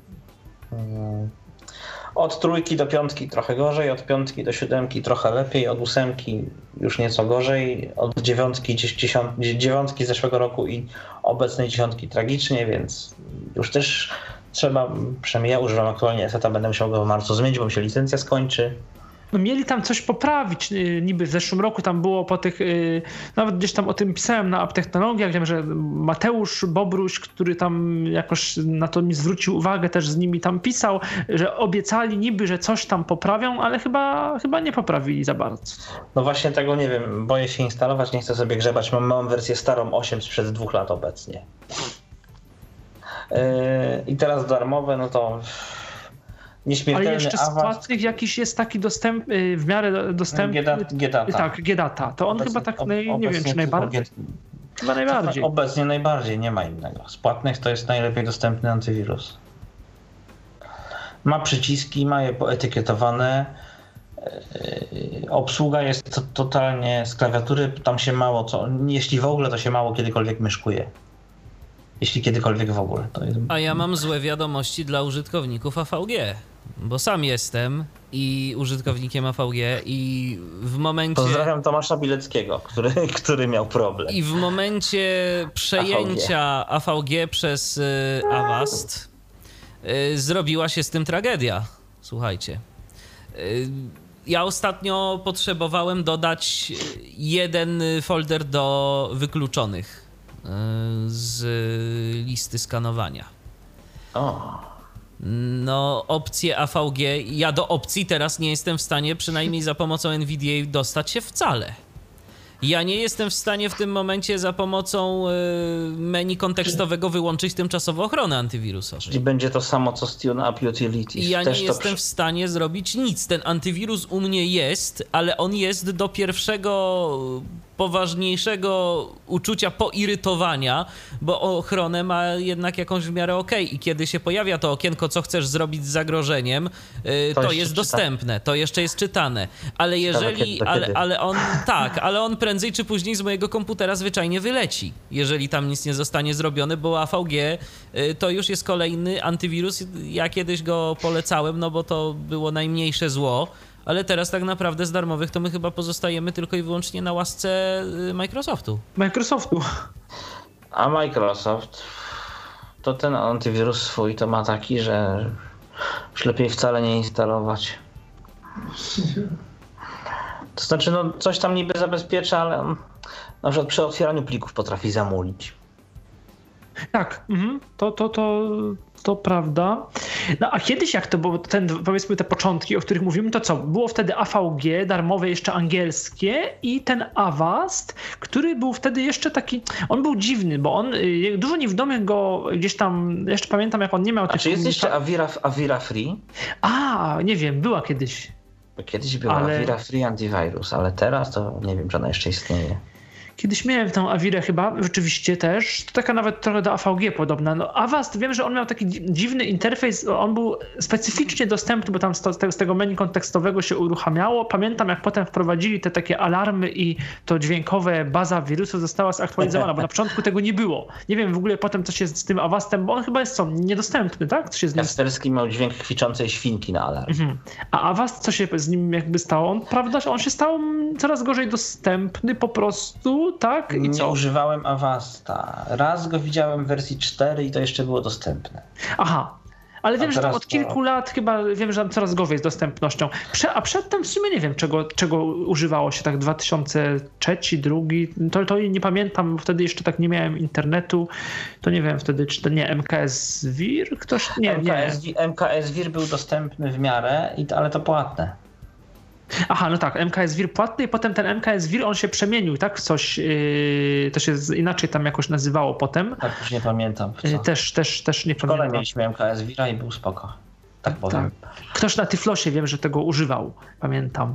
Od trójki do piątki trochę gorzej, od piątki do siódemki trochę lepiej, od ósemki już nieco gorzej, od dziewiątki, dziesiąt, dziewiątki zeszłego roku i obecnej dziesiątki tragicznie, więc już też trzeba, przynajmniej ja używam aktualnie Asseta, będę musiał go w marcu zmienić, bo mi się licencja skończy. No mieli tam coś poprawić, niby w zeszłym roku tam było po tych, nawet gdzieś tam o tym pisałem na AppTechnologiach, wiem, że Mateusz Bobruś, który tam jakoś na to mi zwrócił uwagę, też z nimi tam pisał, że obiecali niby, że coś tam poprawią, ale chyba, chyba nie poprawili za bardzo. No właśnie tego nie wiem, boję się instalować, nie chcę sobie grzebać, mam, mam wersję starą osiem sprzed dwóch lat obecnie. Yy, I teraz darmowe, no to... Ale jeszcze z płatnych jakiś jest taki dostęp, w miarę dostępny. Gedata. Tak, Gedata. To on obecnie, chyba tak, naj, nie wiem czy najbardziej. Chyba najbardziej. Obecnie najbardziej, nie ma innego. Z płatnych to jest najlepiej dostępny antywirus. Ma przyciski, ma je poetykietowane. Obsługa jest to, totalnie z klawiatury, tam się mało co, jeśli w ogóle, to się mało kiedykolwiek myszkuje. Jeśli kiedykolwiek w ogóle. To jest... A ja mam złe wiadomości dla użytkowników A V G, bo sam jestem i użytkownikiem A V G i w momencie... Pozdrawiam Tomasza Bileckiego, który, który miał problem. I w momencie przejęcia A V G, A V G przez y, Avast y, zrobiła się z tym tragedia. Słuchajcie. Y, ja ostatnio potrzebowałem dodać jeden folder do wykluczonych z listy skanowania. O. No, opcje A V G, ja do opcji teraz nie jestem w stanie, przynajmniej za pomocą N V D A, dostać się wcale. Ja nie jestem w stanie w tym momencie za pomocą menu kontekstowego wyłączyć tymczasowo ochrony antywirusowej. Czyli będzie to samo co z Tune Up Utilities. Ja Też nie to jestem przy... w stanie zrobić nic. Ten antywirus u mnie jest, ale on jest do pierwszego poważniejszego uczucia poirytowania, bo ochronę ma jednak jakąś w miarę okej. I kiedy się pojawia to okienko, co chcesz zrobić z zagrożeniem, to, to jest czyta. dostępne, to jeszcze jest czytane. Ale jeżeli, ale, ale on, tak, ale on prędzej czy później z mojego komputera zwyczajnie wyleci, jeżeli tam nic nie zostanie zrobione, bo A V G to już jest kolejny antywirus. Ja kiedyś go polecałem, no bo to było najmniejsze zło, ale teraz tak naprawdę z darmowych to my chyba pozostajemy tylko i wyłącznie na łasce Microsoftu. Microsoftu. A Microsoft to ten antywirus swój to ma taki, że już lepiej wcale nie instalować. To znaczy, no coś tam niby zabezpiecza, ale on na przykład przy otwieraniu plików potrafi zamulić. Tak, mhm. to, to, to, to prawda. No a kiedyś jak to było, ten, powiedzmy te początki, o których mówimy, to co? Było wtedy A V G, darmowe jeszcze angielskie i ten Avast, który był wtedy jeszcze taki, on był dziwny, bo on, dużo niewidomych go gdzieś tam, jeszcze pamiętam jak on nie miał... A czy jest jeszcze Avira, Avira Free? A, nie wiem, była kiedyś. Kiedyś była ale... Avira Free Antivirus, ale teraz to nie wiem, czy ona jeszcze istnieje. Kiedyś miałem tą Avirę chyba, rzeczywiście też. To taka nawet trochę do A V G podobna. No, Avast, wiem, że on miał taki dziwny interfejs, on był specyficznie dostępny, bo tam z tego menu kontekstowego się uruchamiało. Pamiętam, jak potem wprowadzili te takie alarmy i to dźwiękowe baza wirusów została zaktualizowana, bo na początku tego nie było. Nie wiem w ogóle potem, co się z tym Avastem, bo on chyba jest co, niedostępny, tak? Co się z nim... Kasperski miał dźwięk kwiczącej świnki na alarm. Mhm. A Avast, co się z nim jakby stało? On, prawda, on się stał coraz gorzej dostępny po prostu, tak? I nie co? używałem Avasta. Raz go widziałem w wersji cztery i to jeszcze było dostępne. Aha. Ale wiem, że tam od to... kilku lat chyba wiem, że tam coraz gorzej z dostępnością. Prze, a przedtem w sumie nie wiem, czego, czego używało się tak dwa tysiące trzeci, drugi. To, to nie pamiętam, bo wtedy jeszcze tak nie miałem internetu. To nie wiem wtedy, czy to nie M K S Wir? Ktoś? Nie, M K S, nie. M K S Wir był dostępny w miarę, ale to płatne. Aha, no tak, M K S Wir płatny i potem ten M K S Wir on się przemienił, tak? W coś, yy, to się inaczej tam jakoś nazywało potem. Tak, już nie pamiętam. Yy, też, też, też nie w szkole pamiętam. mieliśmy M K S Wira i był spoko. Tak powiem. Tak. Ktoś na Tyflosie wiem, że tego używał, pamiętam.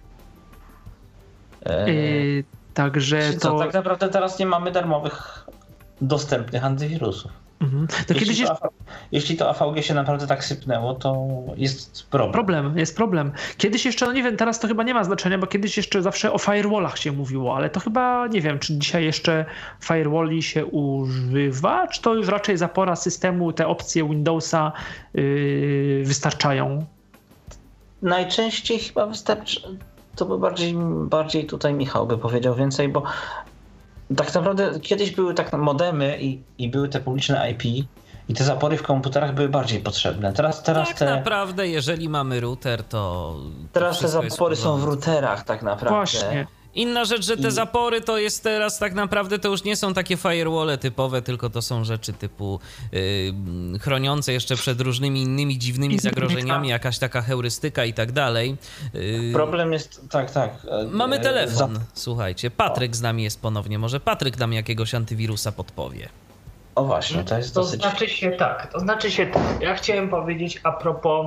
Yy, yy, także to... to... Tak naprawdę teraz nie mamy darmowych dostępnych antywirusów. Mhm. To jeśli, kiedyś to, jeśli to A V G się naprawdę tak sypnęło, to jest problem. Problem, jest problem. Kiedyś jeszcze, no nie wiem, teraz to chyba nie ma znaczenia, bo kiedyś jeszcze zawsze o firewallach się mówiło, ale to chyba, nie wiem, czy dzisiaj jeszcze firewalli się używa, czy to już raczej zapora systemu, te opcje Windowsa yy, wystarczają? Najczęściej chyba wystarczy, to by bardziej, bardziej tutaj Michał by powiedział więcej, bo tak naprawdę kiedyś były tak modemy i, i były te publiczne I P i te zapory w komputerach były bardziej potrzebne. Teraz, teraz tak te, naprawdę, jeżeli mamy router, to... Teraz to te zapory są w routerach tak naprawdę. Właśnie. Inna rzecz, że te I... zapory to jest teraz tak naprawdę, to już nie są takie firewalle typowe, tylko to są rzeczy typu yy, chroniące jeszcze przed różnymi innymi dziwnymi zagrożeniami, jakaś taka heurystyka i tak dalej. Yy... Problem jest, tak, tak. Mamy telefon, Zap... słuchajcie. Patryk z nami jest ponownie. Może Patryk nam jakiegoś antywirusa podpowie. O właśnie, to jest to dosyć... To znaczy się tak, to znaczy się tak. Ja chciałem powiedzieć a propos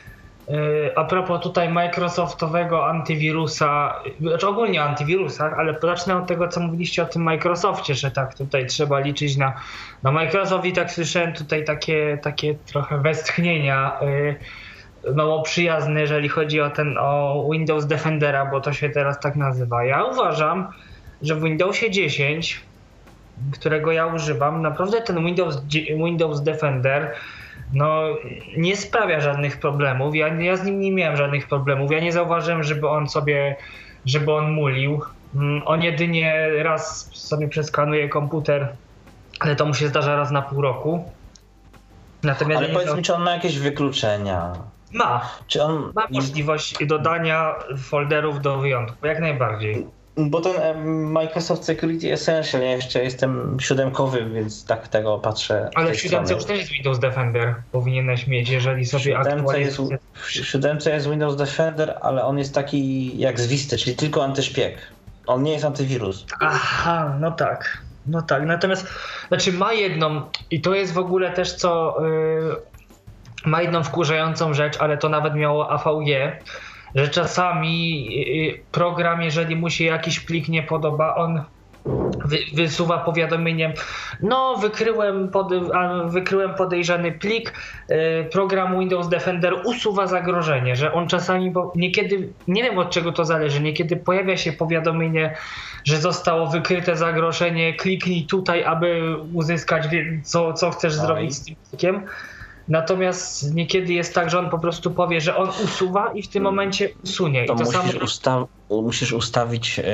A propos tutaj Microsoftowego antywirusa, znaczy ogólnie antywirusa, ale zacznę od tego, co mówiliście o tym Microsoftie, że tak tutaj trzeba liczyć na, na Microsoft i tak słyszałem tutaj takie, takie trochę westchnienia yy, mało przyjazne, jeżeli chodzi o ten o Windows Defendera, bo to się teraz tak nazywa. Ja uważam, że w Windowsie dziesięć, którego ja używam, naprawdę ten Windows, Windows Defender no nie sprawia żadnych problemów. Ja, ja z nim nie miałem żadnych problemów. Ja nie zauważyłem, żeby on sobie, żeby on mulił. On jedynie raz sobie przeskanuje komputer, ale to mu się zdarza raz na pół roku. Natomiast ale powiedz mi, czy on ma jakieś wykluczenia? Ma. Czy on... Ma możliwość dodania folderów do wyjątku, jak najbardziej. Bo ten Microsoft Security Essential, ja jeszcze jestem siódemkowy, więc tak tego patrzę. Ale w siódemce już też jest Windows Defender, powinieneś mieć, jeżeli sobie aktualizujesz. W siódemce jest Windows Defender, ale on jest taki jak z Visty, czyli tylko antyszpieg. On nie jest antywirus. Aha, no tak. No tak, natomiast znaczy ma jedną, i to jest w ogóle też co, yy, ma jedną wkurzającą rzecz, ale to nawet miało A V G, że czasami program, jeżeli mu się jakiś plik nie podoba, on wy, wysuwa powiadomieniem, no wykryłem, pode, wykryłem podejrzany plik, program Windows Defender usuwa zagrożenie, że on czasami, bo niekiedy, nie wiem od czego to zależy, niekiedy pojawia się powiadomienie, że zostało wykryte zagrożenie, kliknij tutaj, aby uzyskać co, co chcesz Oj. zrobić z tym plikiem. Natomiast niekiedy jest tak, że on po prostu powie, że on usuwa i w tym momencie usunie. To, I to musisz, samo... usta- musisz ustawić yy,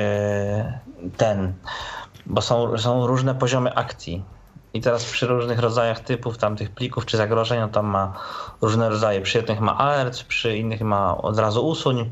ten, bo są, są różne poziomy akcji. I teraz przy różnych rodzajach typów tamtych plików czy zagrożeń, on tam ma różne rodzaje. Przy jednych ma alert, przy innych ma od razu usuń.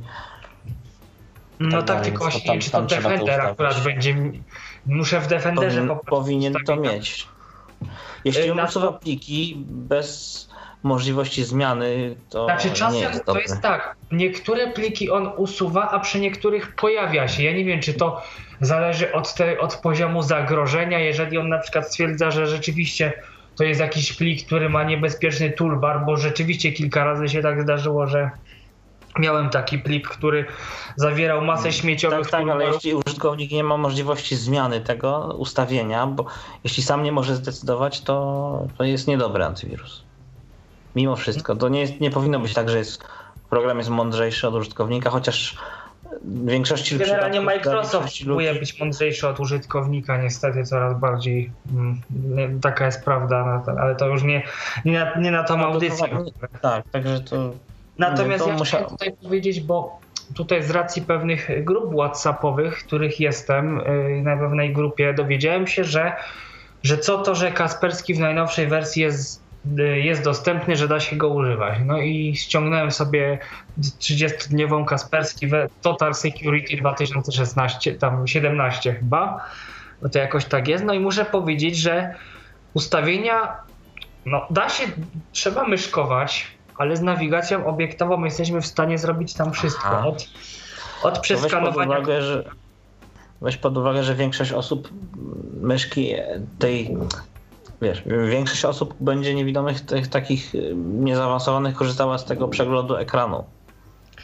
No tak, tak tylko właśnie, czy to Defender akurat będzie... Muszę w Defenderze Powin, po prostu Powinien to mieć. Jeśli on Na... usuwa pliki bez możliwości zmiany, to znaczy czasem nie jest to dobre. jest tak, niektóre pliki on usuwa, a przy niektórych pojawia się. Ja nie wiem, czy to zależy od, te, od poziomu zagrożenia. Jeżeli on na przykład stwierdza, że rzeczywiście to jest jakiś plik, który ma niebezpieczny toolbar, bo rzeczywiście kilka razy się tak zdarzyło, że miałem taki plik, który zawierał masę śmieciowych Tak, tak, ale jeśli użytkownik nie ma możliwości zmiany tego ustawienia, bo jeśli sam nie może zdecydować, to, to jest niedobry antywirus. Mimo wszystko, to nie, jest, nie powinno być tak, że jest, program jest mądrzejszy od użytkownika, chociaż w większości generalnie Microsoft próbuje ludzi... być mądrzejszy od użytkownika, niestety coraz bardziej. Mm, taka jest prawda, ale to już nie, nie, na, nie na tą no, audycję. To, tak, także to... Natomiast to ja musia... chciałem tutaj powiedzieć, bo tutaj z racji pewnych grup whatsappowych, w których jestem, na pewnej grupie, dowiedziałem się, że, że co to, że Kaspersky w najnowszej wersji jest, jest dostępny, że da się go używać. No i ściągnąłem sobie trzydziestodniową Kaspersky Total Security dwa tysiące szesnaście, tam siedemnaście chyba, bo to jakoś tak jest. No i muszę powiedzieć, że ustawienia, no da się, trzeba myszkować, ale z nawigacją obiektową jesteśmy w stanie zrobić tam wszystko. Od, od przeskanowania... Weź pod uwagę, że, weź pod uwagę, że większość osób myszki tej... Wiesz, większość osób będzie niewidomych, tych takich niezaawansowanych korzystała z tego przeglądu ekranu.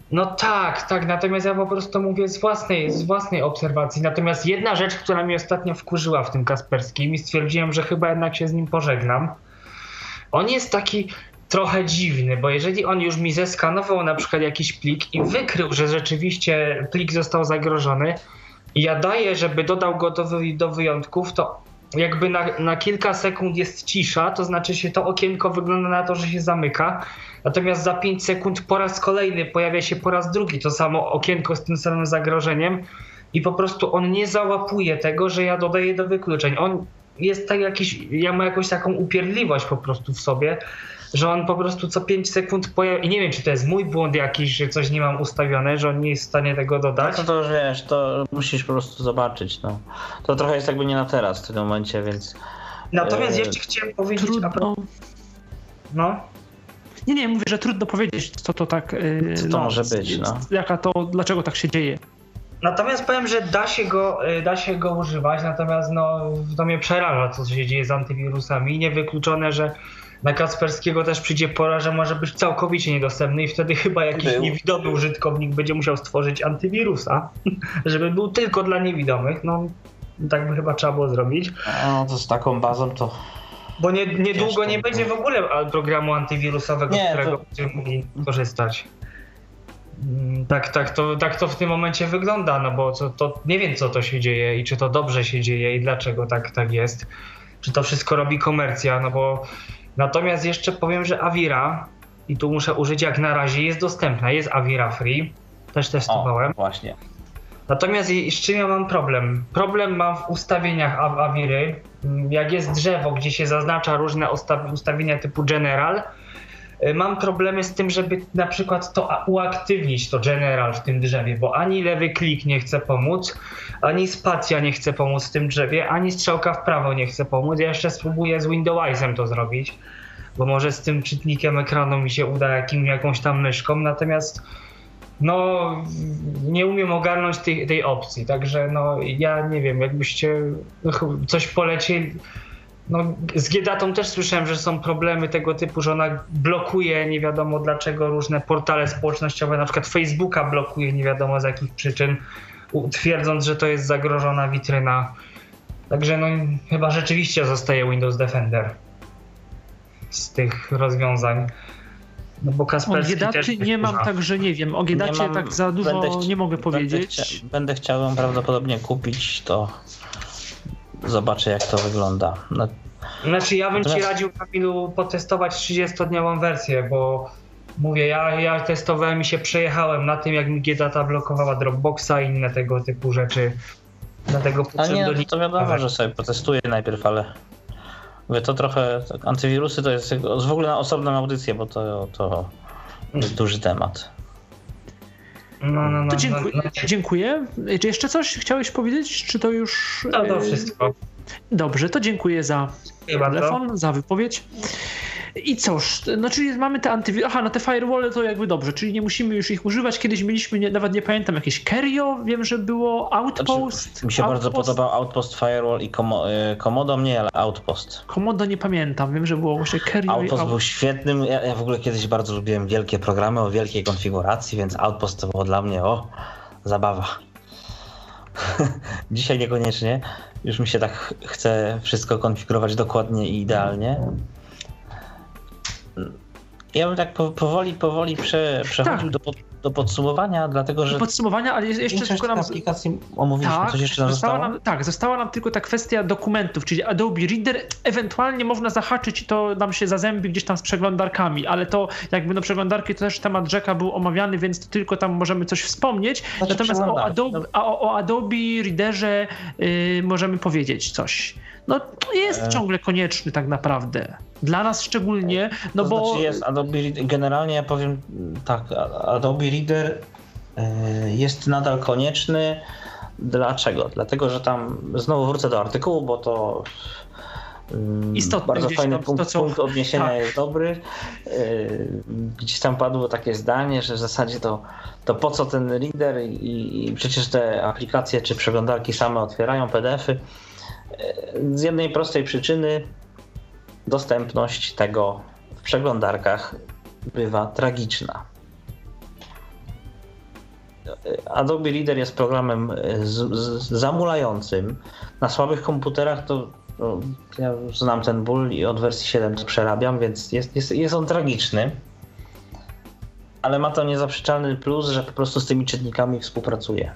No tak, tak, natomiast ja po prostu mówię z własnej, z własnej obserwacji. Natomiast jedna rzecz, która mnie ostatnio wkurzyła w tym Kasperskim i stwierdziłem, że chyba jednak się z nim pożegnam. On jest taki trochę dziwny, bo jeżeli on już mi zeskanował na przykład jakiś plik i wykrył, że rzeczywiście plik został zagrożony i ja daję, żeby dodał go do, wy, do wyjątków, to jakby na, na kilka sekund jest cisza, to znaczy się to okienko wygląda na to, że się zamyka, natomiast za pięć sekund po raz kolejny pojawia się po raz drugi to samo okienko z tym samym zagrożeniem i po prostu on nie załapuje tego, że ja dodaję do wykluczeń. On jest tak jakiś, ja mam jakąś taką upierdliwość po prostu w sobie, że on po prostu co pięć sekund pojawia i nie wiem, czy to jest mój błąd jakiś, że coś nie mam ustawione, że on nie jest w stanie tego dodać. No to już wiesz, to musisz po prostu zobaczyć, no. To trochę jest jakby nie na teraz w tym momencie, więc... Natomiast e... jeszcze chciałem powiedzieć... Trudno. No. Nie, nie, mówię, że trudno powiedzieć, co to tak... Yy, co to no, może być, no. Jaka to, dlaczego tak się dzieje. Natomiast powiem, że da się go, da się go używać, natomiast no, to mnie przeraża, co się dzieje z antywirusami. Niewykluczone, że na Kasperskiego też przyjdzie pora, że może być całkowicie niedostępny i wtedy chyba jakiś był. niewidomy użytkownik będzie musiał stworzyć antywirusa, żeby był tylko dla niewidomych. No tak by chyba trzeba było zrobić. No to z taką bazą to... Bo nie, niedługo nie będzie w ogóle programu antywirusowego, nie, z którego to... będziemy mogli korzystać. Tak, tak, to, tak to w tym momencie wygląda, no bo to, to nie wiem, co to się dzieje i czy to dobrze się dzieje i dlaczego tak, tak jest. Czy to wszystko robi komercja, no bo natomiast jeszcze powiem, że Avira, i tu muszę użyć jak na razie, jest dostępna, jest Avira Free, też testowałem. O, właśnie. Natomiast z czym ja mam problem? Problem mam w ustawieniach Aviry, jak jest drzewo, gdzie się zaznacza różne ustawienia typu General, mam problemy z tym, żeby na przykład to uaktywnić, to General w tym drzewie, bo ani lewy klik nie chce pomóc, ani spacja nie chce pomóc w tym drzewie, ani strzałka w prawo nie chce pomóc. Ja jeszcze spróbuję z Windowsem to zrobić, bo może z tym czytnikiem ekranu mi się uda jakim, jakąś tam myszką, natomiast no nie umiem ogarnąć tej, tej opcji, także no ja nie wiem, jakbyście coś polecieli. No, z G-Datą też słyszałem, że są problemy tego typu, że ona blokuje nie wiadomo dlaczego różne portale społecznościowe, na przykład Facebooka blokuje nie wiadomo z jakich przyczyn, twierdząc, że to jest zagrożona witryna. Także no chyba rzeczywiście zostaje Windows Defender z tych rozwiązań. No bo Kasperski o G-Daty też nie mam, także nie wiem. O G-Dacie tak za dużo chci- nie mogę powiedzieć. Będę, chcia- będę chciał ją prawdopodobnie kupić, to zobaczę jak to wygląda. No. Znaczy ja bym Natomiast... ci radził, Kamilu, potestować trzydziestodniową wersję, bo mówię, ja, ja testowałem i się przejechałem na tym, jak mi G-Data blokowała Dropboxa i inne tego typu rzeczy. Dlatego A nie, no to wiadomo, że sobie protestuję najpierw, ale mówię, to trochę, tak, antywirusy to jest w ogóle na osobną audycję, bo to, to jest duży temat. No, no, no, to dziękuję. no, no. dziękuję. Czy jeszcze coś chciałeś powiedzieć? Czy to już... To, to wszystko. Dobrze, to dziękuję za dziękuję telefon, bardzo. Za wypowiedź. I cóż, no czyli mamy te antywirusy, aha, no te firewall to jakby dobrze, czyli nie musimy już ich używać. Kiedyś mieliśmy, nie, nawet nie pamiętam, jakieś Kerio, wiem, że było Outpost. Znaczy, mi się Outpost. bardzo podobał Outpost Firewall i Komodo nie, ale Outpost. Komodo nie pamiętam, wiem, że było właśnie Kerio Outpost i był świetnym, ja, ja w ogóle kiedyś bardzo lubiłem wielkie programy o wielkiej konfiguracji, więc Outpost to było dla mnie, o, zabawa. Dzisiaj niekoniecznie, już mi się tak chce wszystko konfigurować dokładnie i idealnie. Ja bym tak powoli, powoli prze, przechodził tak. do, do podsumowania, dlatego że... Do podsumowania, ale jeszcze tylko nam... aplikacji omówiliśmy, tak, coś jeszcze nam zostało? Nam, tak, została nam tylko ta kwestia dokumentów, czyli Adobe Reader. Ewentualnie można zahaczyć i to nam się zazębi gdzieś tam z przeglądarkami, ale to jakby no przeglądarki to też temat rzeka był omawiany, więc to tylko tam możemy coś wspomnieć. Znaczy, Natomiast o Adobe, o, o Adobe Readerze yy, możemy powiedzieć coś. No jest e... ciągle konieczny tak naprawdę. Dla nas szczególnie, no to bo... Znaczy jest Adobe, generalnie ja powiem tak, Adobe Reader jest nadal konieczny. Dlaczego? Dlatego, że tam znowu wrócę do artykułu, bo to Istotne, bardzo fajny punkt, to, co... punkt odniesienia tak. jest dobry. Gdzieś tam padło takie zdanie, że w zasadzie to, to po co ten reader i, i przecież te aplikacje czy przeglądarki same otwierają P D F-y. Z jednej prostej przyczyny dostępność tego w przeglądarkach bywa tragiczna. Adobe Reader jest programem z, z, zamulającym. Na słabych komputerach to no, ja znam ten ból i od wersji siedem to przerabiam, więc jest, jest, jest on tragiczny. Ale ma to niezaprzeczalny plus, że po prostu z tymi czytnikami współpracuje.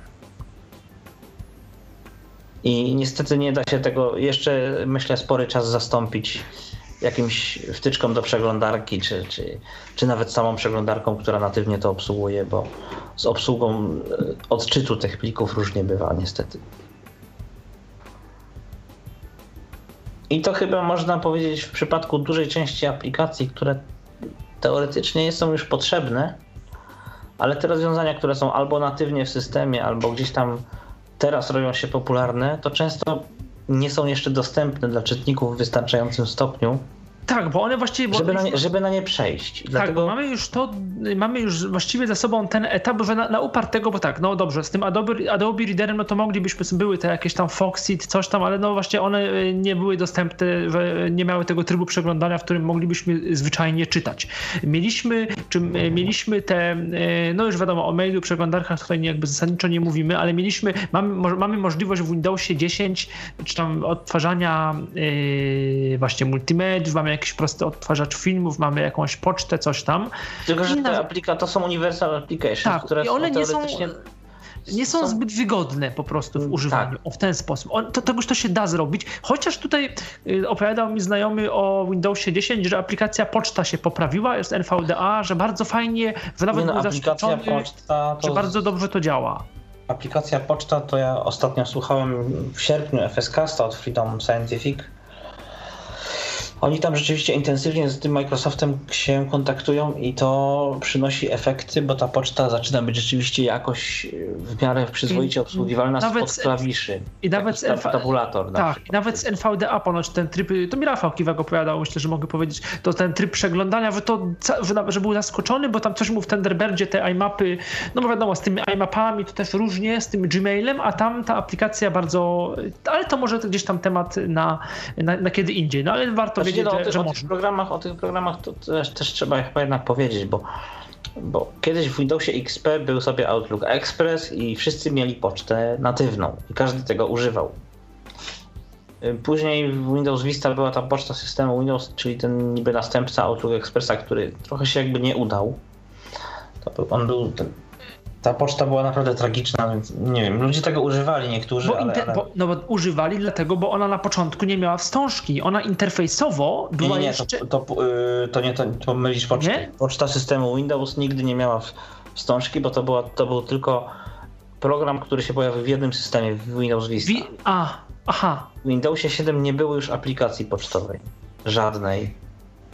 I niestety nie da się tego jeszcze, myślę, spory czas zastąpić jakimś wtyczką do przeglądarki, czy, czy, czy nawet samą przeglądarką, która natywnie to obsługuje, bo z obsługą odczytu tych plików różnie bywa, niestety. I to chyba można powiedzieć w przypadku dużej części aplikacji, które teoretycznie są już potrzebne, ale te rozwiązania, które są albo natywnie w systemie, albo gdzieś tam teraz robią się popularne, to często nie są jeszcze dostępne dla czytników w wystarczającym stopniu. Tak, bo one właściwie... Żeby na nie, żeby na nie przejść. Tak, Dlatego... bo mamy już to, mamy już właściwie za sobą ten etap, że na, na upartego, bo tak, no dobrze, z tym Adobe, Adobe Readerem, no to moglibyśmy, były te jakieś tam Foxit, coś tam, ale no właśnie one nie były dostępne, że nie miały tego trybu przeglądania, w którym moglibyśmy zwyczajnie czytać. Mieliśmy, czy mieliśmy te, no już wiadomo, o mailu, przeglądarkach tutaj jakby zasadniczo nie mówimy, ale mieliśmy, mamy, mamy możliwość w Windowsie dziesięć, czy tam odtwarzania yy, właśnie multimediów, mamy jakiś prosty odtwarzacz filmów, mamy jakąś pocztę, coś tam. Tylko, że I te na... aplika- to są universal applications, tak, które i one są nie są, teoretycznie... nie są, są zbyt wygodne po prostu w używaniu, tak. O, w ten sposób. O, to, tegoż to się da zrobić, chociaż tutaj y, opowiadał mi znajomy o Windowsie dziesięć, że aplikacja poczta się poprawiła, jest N V D A, że bardzo fajnie, że nawet nie, no, był aplikacja poczta to... że bardzo dobrze to działa. Aplikacja poczta to ja ostatnio słuchałem w sierpniu F S Casta od Freedom Scientific. Oni tam rzeczywiście intensywnie z tym Microsoftem się kontaktują i to przynosi efekty, bo ta poczta zaczyna być rzeczywiście jakoś w miarę przyzwoicie obsługiwalna spod klawiszy. I nawet z N V D A, tabulator. Tak, i nawet z N V D A ponoć ten tryb, to mi Rafał Kiwak opowiadał, myślę, że mogę powiedzieć, to ten tryb przeglądania, że, to, że, że był zaskoczony, bo tam coś mu w Thunderbirdzie te iMapy, no bo wiadomo, z tymi iMapami to też różnie, z tym Gmailem, a tam ta aplikacja bardzo, ale to może gdzieś tam temat na, na, na kiedy indziej, no ale warto Znaczy, no, o, ty, że o, tych programach, o tych programach to też, też trzeba chyba jednak powiedzieć, bo, bo kiedyś w Windowsie X P był sobie Outlook Express i wszyscy mieli pocztę natywną i każdy tego używał. Później w Windows Vista była ta poczta systemu Windows, czyli ten niby następca Outlook Expressa, który trochę się jakby nie udał. To był, on był ten, ta poczta była naprawdę tragiczna, więc nie wiem, ludzie tego używali niektórzy, bo ale, inter- ale... Bo, no bo używali dlatego, bo ona na początku nie miała wstążki, ona interfejsowo była nie, nie, jeszcze... To, to, to nie, to, to mylisz pocztę. Nie? Poczta systemu Windows nigdy nie miała wstążki, bo to, była, to był tylko program, który się pojawił w jednym systemie, w Windows Vista. Wi- A, aha. W Windowsie siedem nie było już aplikacji pocztowej. Żadnej.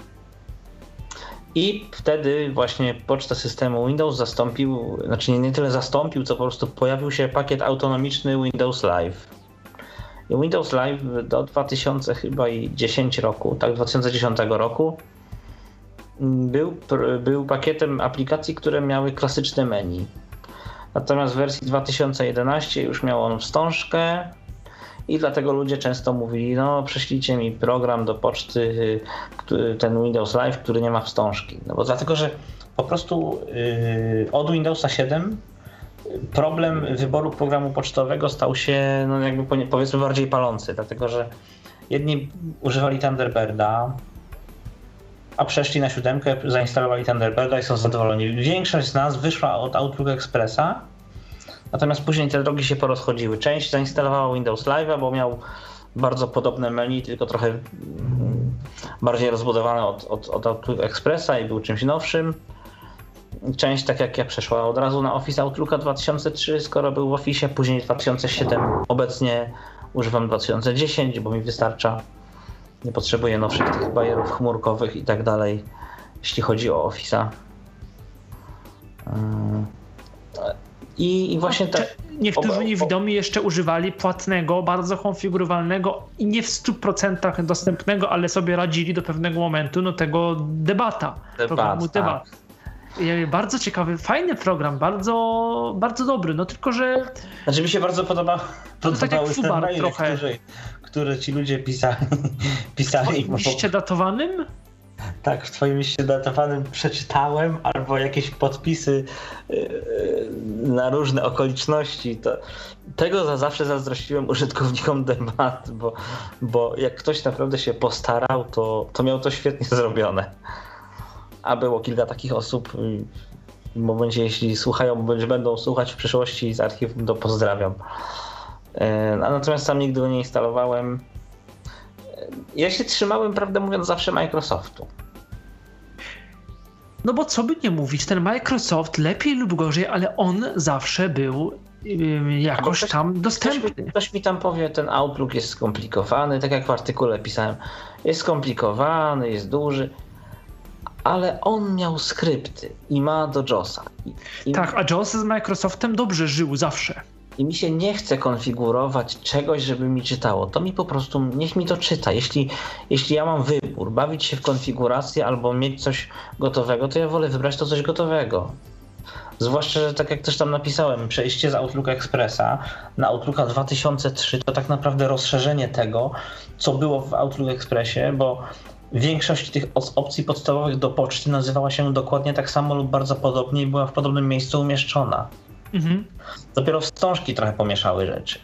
I wtedy właśnie poczta systemu Windows zastąpił, znaczy nie, nie tyle zastąpił, co po prostu pojawił się pakiet autonomiczny Windows Live. I Windows Live do dwa tysiące dziesiątego roku, tak dwa tysiące dziesiątego roku był, był pakietem aplikacji, które miały klasyczne menu. Natomiast w wersji dwa tysiące jedenastej już miał on wstążkę i dlatego ludzie często mówili, no prześlijcie mi program do poczty, ten Windows Live, który nie ma wstążki. No bo dlatego, że po prostu yy, od Windowsa siedem problem wyboru programu pocztowego stał się, no jakby powiedzmy, bardziej palący, dlatego że jedni używali Thunderbirda, a przeszli na siódemkę, zainstalowali Thunderbirda i są zadowoleni. Większość z nas wyszła od Outlook Expressa, natomiast później te drogi się porozchodziły. Część zainstalowała Windows Live'a, bo miał bardzo podobne menu, tylko trochę bardziej rozbudowane od, od, od Outlook Expressa i był czymś nowszym. Część, tak jak ja, przeszła od razu na Office Outlooka dwa tysiące trzy, skoro był w Office, później dwa tysiące siedem. Obecnie używam dwa tysiące dziesięć, bo mi wystarcza. Nie potrzebuję nowszych tych bajerów chmurkowych i tak dalej, jeśli chodzi o Office'a. I, i właśnie tak. Niektórzy niewidomi jeszcze używali płatnego, bardzo konfigurowalnego i nie w stu procentach dostępnego, ale sobie radzili do pewnego momentu, no tego debata. Debat, programu tak. Debat. Bardzo ciekawy, fajny program, bardzo, bardzo dobry, no tylko, że... Znaczy mi się bardzo podoba, podobały tak jak Fubar maile, trochę. Które, które ci ludzie pisali. pisali W liście datowanym? Tak, w twoim liście datowanym przeczytałem, albo jakieś podpisy na różne okoliczności. To, tego za zawsze zazdrościłem użytkownikom debat, bo, bo jak ktoś naprawdę się postarał, to, to miał to świetnie zrobione. A było kilka takich osób, w momencie jeśli słuchają, bądź będą słuchać w przyszłości z archiwum, to pozdrawiam. A natomiast sam nigdy go nie instalowałem. Ja się trzymałem, prawdę mówiąc, zawsze Microsoftu. No bo co by nie mówić, ten Microsoft lepiej lub gorzej, ale on zawsze był yy, jakoś ktoś, tam dostępny. Ktoś mi, ktoś mi tam powie, ten Outlook jest skomplikowany, tak jak w artykule pisałem, jest skomplikowany, jest duży, ale on miał skrypty i ma do JOSa. I, i tak, a JOS z Microsoftem dobrze żył zawsze. I mi się nie chce konfigurować czegoś, żeby mi czytało. To mi po prostu, niech mi to czyta. Jeśli, jeśli ja mam wybór, bawić się w konfigurację albo mieć coś gotowego, to ja wolę wybrać to coś gotowego. Zwłaszcza, że tak jak też tam napisałem, przejście z Outlook Expressa na Outlooka dwa tysiące trzy to tak naprawdę rozszerzenie tego, co było w Outlook Expressie, bo większość tych opcji podstawowych do poczty nazywała się dokładnie tak samo lub bardzo podobnie i była w podobnym miejscu umieszczona. Mhm. Dopiero wstążki trochę pomieszały rzeczy.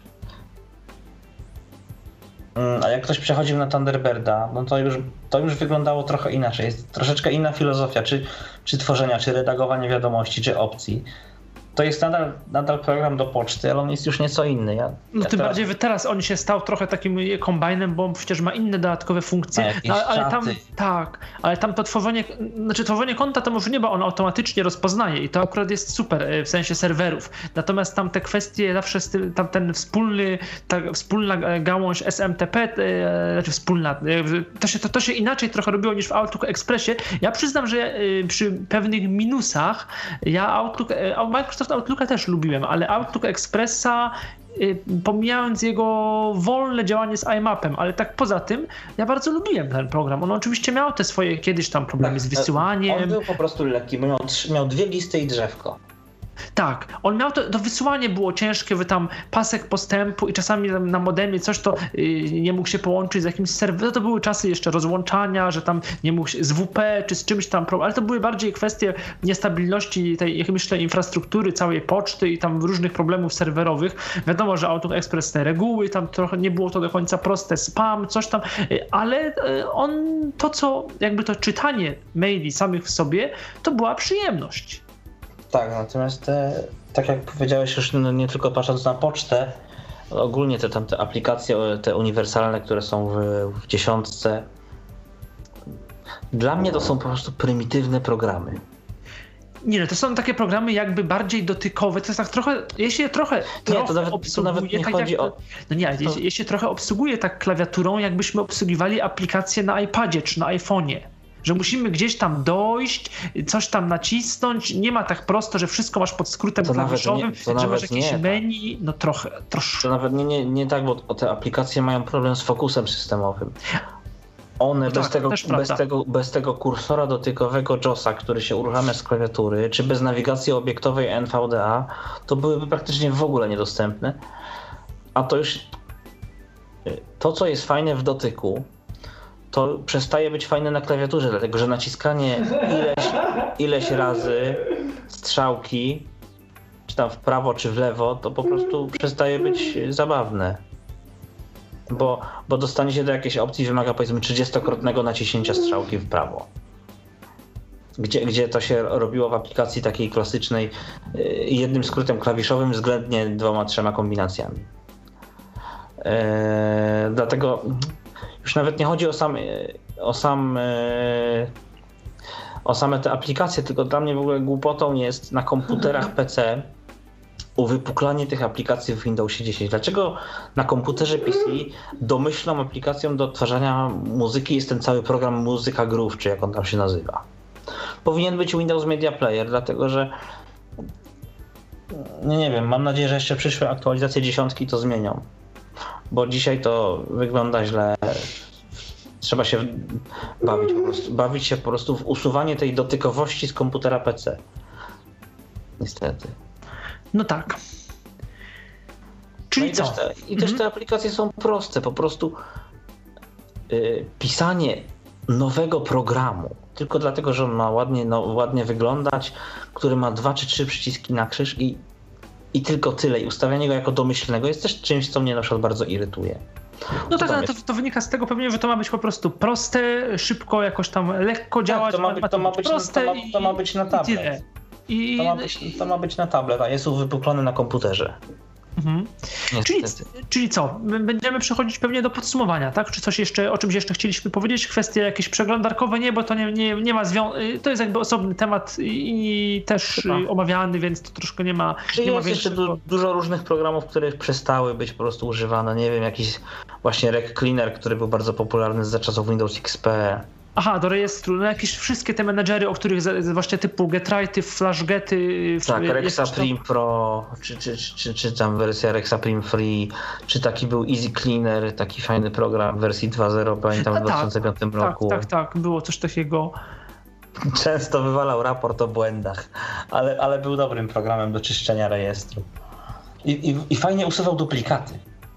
A jak ktoś przechodził na Thunderbirda, no to już, to już wyglądało trochę inaczej. Jest troszeczkę inna filozofia, czy, czy tworzenia, czy redagowania wiadomości, czy opcji. To jest nadal, nadal program do poczty, ale on jest już nieco inny. Ja, no ja tym teraz... bardziej teraz on się stał trochę takim kombajnem, bo przecież ma inne dodatkowe funkcje. No, ale tam tak, ale tam to tworzenie, znaczy tworzenie konta to może nie, bo on automatycznie rozpoznaje i to akurat jest super w sensie serwerów. Natomiast tam te kwestie zawsze tam ten wspólny, ta wspólna gałąź S M T P, znaczy wspólna, to się, to, to się inaczej trochę robiło niż w Outlook Expressie. Ja przyznam, że przy pewnych minusach ja Outlook, Microsoft Outlooka też lubiłem, ale Outlook Expressa, pomijając jego wolne działanie z iMapem, ale tak poza tym ja bardzo lubiłem ten program. On oczywiście miał te swoje kiedyś tam problemy tak, z wysyłaniem. On był po prostu lekki, bo miał, miał dwie listy i drzewko. Tak, on miał to, to wysyłanie było ciężkie, wy tam pasek postępu i czasami na modemie coś to yy, nie mógł się połączyć z jakimś serwerem. To były czasy jeszcze rozłączania, że tam nie mógł się z W P czy z czymś tam, ale to były bardziej kwestie niestabilności tej, jak myślę, infrastruktury, całej poczty i tam różnych problemów serwerowych. Wiadomo, że Outlook Express te reguły, tam trochę nie było to do końca proste, spam, coś tam, yy, ale yy, on to, co jakby to czytanie maili samych w sobie, to była przyjemność. Tak, natomiast te, tak jak powiedziałeś już no nie tylko patrząc na pocztę, ogólnie te tam te aplikacje, te uniwersalne, które są w, w dziesiątce, dla mnie to są po prostu prymitywne programy. Nie no, to są takie programy jakby bardziej dotykowe, to jest tak trochę, jeśli je trochę, nie, trochę to nawet, obsługuje, to nawet nie tak chodzi jak, o... No nie, to... jeśli, jeśli trochę obsługuje tak klawiaturą, jakbyśmy obsługiwali aplikację na iPadzie czy na iPhone'ie. Że musimy gdzieś tam dojść, coś tam nacisnąć, nie ma tak prosto, że wszystko masz pod skrótem to klawiszowym, nie, że masz jakieś nie, menu, no trochę, troszkę. To nawet nie, nie, nie tak, bo te aplikacje mają problem z fokusem systemowym. One no bez, tak, tego, bez, tego, bez tego kursora dotykowego JOSa, który się uruchamia z klawiatury, czy bez nawigacji obiektowej N V D A, to byłyby praktycznie w ogóle niedostępne. A to już to, co jest fajne w dotyku, to przestaje być fajne na klawiaturze, dlatego że naciskanie ileś, ileś razy strzałki, czy tam w prawo, czy w lewo, to po prostu przestaje być zabawne. Bo, bo dostanie się do jakiejś opcji wymaga powiedzmy trzydziestokrotnego naciśnięcia strzałki w prawo. Gdzie, gdzie to się robiło w aplikacji takiej klasycznej jednym skrótem klawiszowym względnie dwoma, trzema kombinacjami. Eee, dlatego już nawet nie chodzi o sam, o sam o same te aplikacje, tylko dla mnie w ogóle głupotą jest na komputerach P C uwypuklanie tych aplikacji w Windowsie dziesięć. Dlaczego na komputerze P C domyślną aplikacją do odtwarzania muzyki jest ten cały program Muzyka Groove, czy jak on tam się nazywa? Powinien być Windows Media Player, dlatego że nie, nie wiem, mam nadzieję, że jeszcze przyszłe aktualizacje dziesiątki to zmienią. Bo dzisiaj to wygląda źle. Trzeba się bawić po prostu, bawić się po prostu w usuwanie tej dotykowości z komputera P C. Niestety. No tak. Czyli no i co? Też te, I też te aplikacje są proste. Po prostu yy, pisanie nowego programu, tylko dlatego, że on ma ładnie, no, ładnie wyglądać, który ma dwa czy trzy przyciski na krzyż i, i tylko tyle. I ustawianie go jako domyślnego jest też czymś, co mnie na przykład bardzo irytuje. No tak, ale to, to wynika z tego pewnie, że to ma być po prostu proste, szybko, jakoś tam lekko działać. Tak, to ma być, to ma być, proste to ma, to ma być na tablet. I, to, ma być, to ma być na tablet, a jest uwypuklony na komputerze. Mhm. Czyli, czyli co? Będziemy przechodzić pewnie do podsumowania, tak? Czy coś jeszcze, o czymś jeszcze chcieliśmy powiedzieć? Kwestie jakieś przeglądarkowe? Nie, bo to nie, nie, nie ma związku. To jest jakby osobny temat i też Chyba. omawiany, więc to troszkę nie ma. Czyli nie jest ma jeszcze du- dużo różnych programów, które przestały być po prostu używane. Nie wiem, jakiś właśnie Rec Cleaner, który był bardzo popularny za czasów Windows X P. Aha, do rejestru, no jakieś wszystkie te menedżery, o których właśnie typu GetRighty, FlashGety. Tak, Rexa Prim Pro, czy, czy, czy, czy tam wersja Rexa Prim Free, czy taki był Easy Cleaner, taki fajny program w wersji dwa zero, pamiętam, w dwa tysiące piątym tak, roku. Tak, tak, tak, było coś takiego. Często wywalał raport o błędach, ale, ale był dobrym programem do czyszczenia rejestru. I, i, i fajnie usuwał duplikaty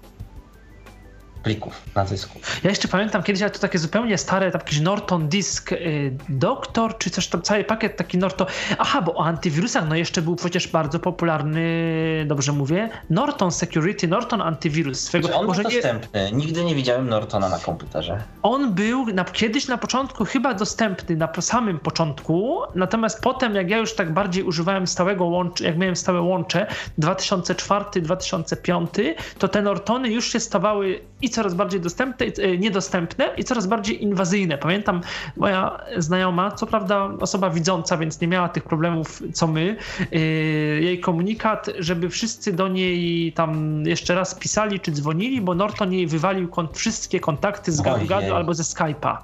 plików na dysku. Ja jeszcze pamiętam kiedyś, ale to takie zupełnie stare, tam jakiś Norton Disk y, Doktor, czy coś tam, cały pakiet taki Norton. Aha, bo o antywirusach, no jeszcze był przecież bardzo popularny, dobrze mówię, Norton Security, Norton Antywirus. Swego, znaczy on może był dostępny, nie... nigdy nie widziałem Nortona na komputerze. On był na, kiedyś na początku chyba dostępny, na samym początku, natomiast potem jak ja już tak bardziej używałem stałego łącza, jak miałem stałe łącze, dwa tysiące czwarty dwa tysiące piąty, to te Nortony już się stawały i coraz bardziej dostępne, niedostępne i coraz bardziej inwazyjne. Pamiętam, moja znajoma, co prawda osoba widząca, więc nie miała tych problemów co my, jej komunikat, żeby wszyscy do niej tam jeszcze raz pisali czy dzwonili, bo Norton jej wywalił kon- wszystkie kontakty z gadu albo ze Skype'a.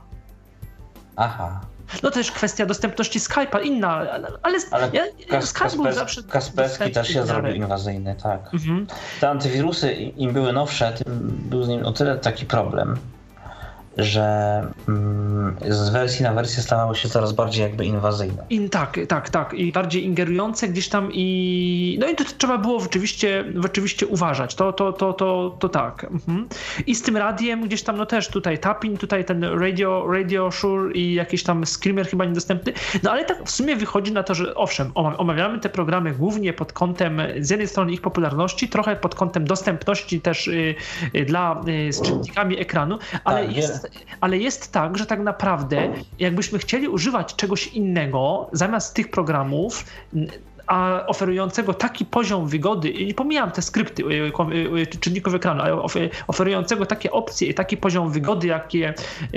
Aha. No też kwestia dostępności Skype'a, inna, ale, ale ja, Kas- Skype Kasper, był zawsze... Kasperski też się zrobił inwazyjny, tak. Mhm. Te antywirusy, im były nowsze, tym był z nim o tyle taki problem, że mm, z wersji na wersję stawały się coraz bardziej jakby inwazyjne. In, tak, tak, tak. I bardziej ingerujące gdzieś tam i... No i to trzeba było rzeczywiście, rzeczywiście uważać. To, to, to, to, to tak. Mhm. I z tym radiem gdzieś tam, no też tutaj tapping, tutaj ten radio, radio sure i jakiś tam screamer chyba niedostępny. No ale tak w sumie wychodzi na to, że owszem, omawiamy te programy głównie pod kątem z jednej strony ich popularności, trochę pod kątem dostępności też y, y, dla y, z czytnikami ekranu, ale tak, jest Ale jest tak, że tak naprawdę jakbyśmy chcieli używać czegoś innego zamiast tych programów, a oferującego taki poziom wygody, i pomijam te skrypty czynników ekranu, ale oferującego takie opcje i taki poziom wygody, jakie,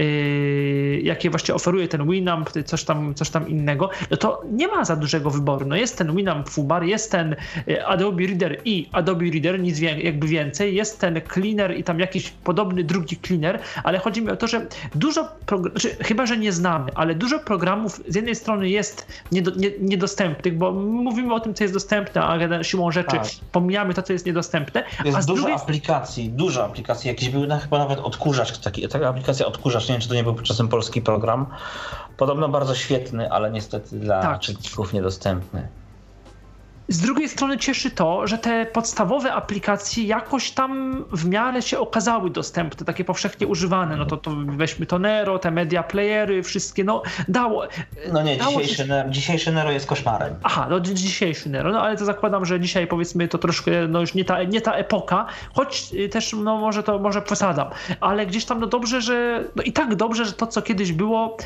jakie właśnie oferuje ten Winamp, coś tam, coś tam innego, no to nie ma za dużego wyboru. No jest ten Winamp Fubar, jest ten Adobe Reader i Adobe Reader, nic jakby więcej, jest ten Cleaner i tam jakiś podobny drugi Cleaner, ale chodzi mi o to, że dużo, znaczy, chyba że nie znamy, ale dużo programów z jednej strony jest niedo, nie, niedostępnych, bo mówimy o tym, co jest dostępne, a siłą rzeczy tak. pomijamy to, co jest niedostępne. Jest a z dużo drugiej... aplikacji, dużo aplikacji. Jakiś był na, chyba nawet odkurzacz, taki, taka aplikacja odkurzacz, nie wiem, czy to nie był czasem polski program. Podobno bardzo świetny, ale niestety dla tak. czytników niedostępny. Z drugiej strony cieszy to, że te podstawowe aplikacje jakoś tam w miarę się okazały dostępne, takie powszechnie używane. No to, to weźmy to Nero, te media playery, wszystkie, no dało. No nie, dało dzisiejszy, się... Nero, dzisiejszy Nero jest koszmarem. Aha, no dzisiejszy Nero, no ale to zakładam, że dzisiaj powiedzmy to troszkę, no już nie ta, nie ta epoka, choć też, no może to, może przesadzam, ale gdzieś tam no dobrze, że, no i tak dobrze, że to, co kiedyś było,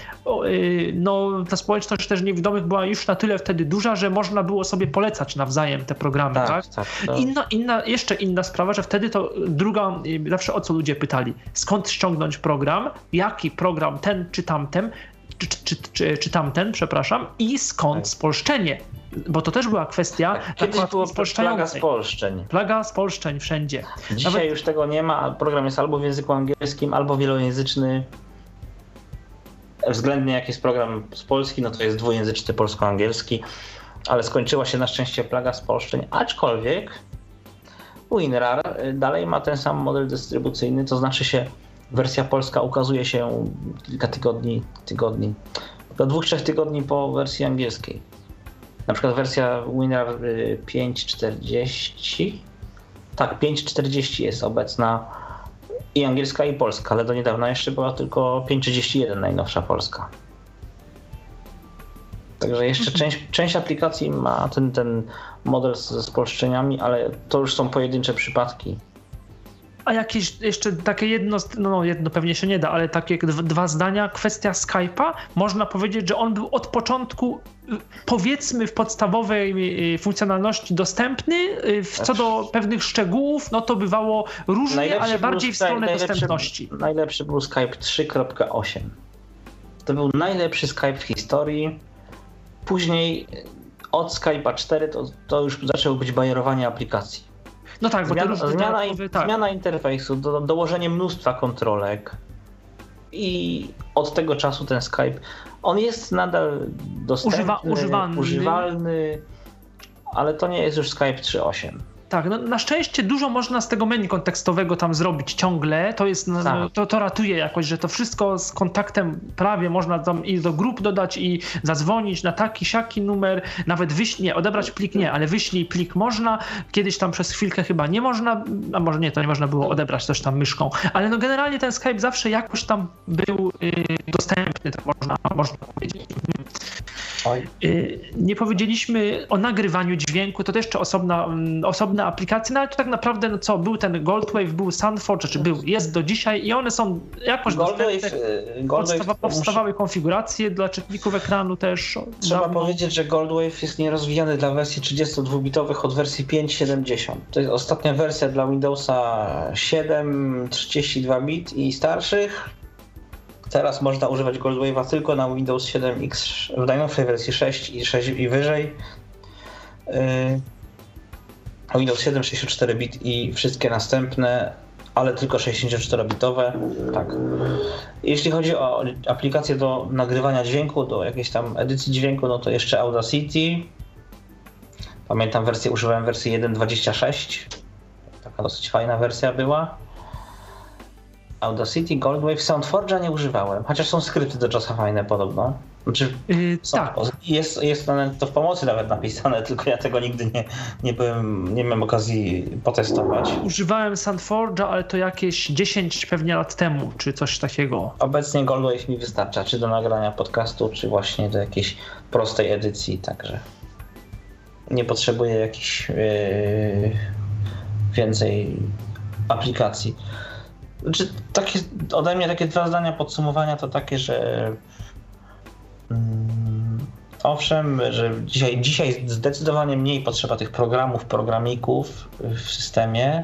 no ta społeczność też niewidomych była już na tyle wtedy duża, że można było sobie polecać nawzajem te programy, tak? tak? tak, tak. Inna, inna, jeszcze inna sprawa, że wtedy to druga, zawsze o co ludzie pytali, skąd ściągnąć program, jaki program, ten czy tamten, czy, czy, czy, czy tamten, przepraszam, i skąd tak. spolszczenie, bo to też była kwestia tak, kiedyś było plaga spolszczeń. Plaga spolszczeń wszędzie. Dzisiaj Nawet... już tego nie ma, program jest albo w języku angielskim, albo wielojęzyczny. Względnie jak jest program z Polski, no to jest dwujęzyczny polsko-angielski. Ale skończyła się na szczęście plaga spolszczeń, aczkolwiek WinRAR dalej ma ten sam model dystrybucyjny, to znaczy się wersja polska ukazuje się kilka tygodni, tygodni, do dwóch, trzech tygodni po wersji angielskiej. Na przykład wersja WinRAR pięć czterdzieści, tak, pięć czterdzieści jest obecna I angielska, i polska, ale do niedawna jeszcze była tylko pięć trzydzieści jeden najnowsza polska. Także jeszcze część, część aplikacji ma ten, ten model ze spolszczeniami, ale to już są pojedyncze przypadki. A jakieś jeszcze takie jedno, no jedno pewnie się nie da, ale takie dwa zdania, kwestia Skype'a, można powiedzieć, że on był od początku, powiedzmy, w podstawowej funkcjonalności dostępny, co do pewnych szczegółów, no to bywało różnie, najlepszy ale bardziej w stronę najlepszy, dostępności. Najlepszy był Skype trzy kropka osiem. To był najlepszy Skype w historii. Później od Skype'a cztery to, to już zaczęło być bajerowanie aplikacji. No tak, zmiana, bo to zmiana, in, tak. zmiana interfejsu, do, dołożenie mnóstwa kontrolek i od tego czasu ten Skype, on jest nadal dostępny, Używa, używany. używalny, ale to nie jest już Skype trzy kropka osiem. Tak, no na szczęście dużo można z tego menu kontekstowego tam zrobić ciągle, to jest, no, tak. to, to ratuje jakoś, że to wszystko z kontaktem prawie można tam i do grup dodać i zadzwonić na taki, siaki numer, nawet wyślij, nie, odebrać plik nie, ale wyślij plik można, kiedyś tam przez chwilkę chyba nie można, a może nie, to nie można było odebrać coś tam myszką, ale no generalnie ten Skype zawsze jakoś tam był y, dostępny, to można, można powiedzieć. Oj. Y, nie powiedzieliśmy o nagrywaniu dźwięku, to też jeszcze osobna, osobna aplikacja, no ale to tak naprawdę, no co, był ten Goldwave, był Soundforge, czy był, jest do dzisiaj i one są jakoś Goldwave, dostępne, Goldwave podstawa, powstawały konfiguracje dla czytników ekranu też. Trzeba dawno. powiedzieć, że Goldwave jest nierozwijany dla wersji trzydziestodwubitowych od wersji pięć siedemdziesiąt. To jest ostatnia wersja dla Windowsa siedem, trzydzieści dwa bit i starszych. Teraz można używać Goldwave'a tylko na Windows siedem X w najnowszej wersji sześć i sześć i wyżej. Yy, Windows siedem, sześćdziesiąt cztery bit i wszystkie następne, ale tylko sześćdziesięcioczterobitowe. Tak. Jeśli chodzi o aplikacje do nagrywania dźwięku, do jakiejś tam edycji dźwięku, no to jeszcze Audacity. Pamiętam wersję, używałem wersji jeden dwadzieścia sześć. Taka dosyć fajna wersja była. Audacity, Goldwave, Soundforge'a nie używałem, chociaż są skrypty do JAWSa fajne podobno. Znaczy, yy, tak. Jest, jest to w pomocy nawet napisane, tylko ja tego nigdy nie, nie, byłem, nie miałem okazji potestować. Używałem Soundforge'a, ale to jakieś dziesięć pewnie lat temu, czy coś takiego. Obecnie Goldwave mi wystarcza, czy do nagrania podcastu, czy właśnie do jakiejś prostej edycji, także nie potrzebuję jakichś yy, więcej aplikacji. Znaczy, takie, ode mnie takie dwa zdania podsumowania to takie, że mm, owszem, że dzisiaj, dzisiaj zdecydowanie mniej potrzeba tych programów, programików w systemie.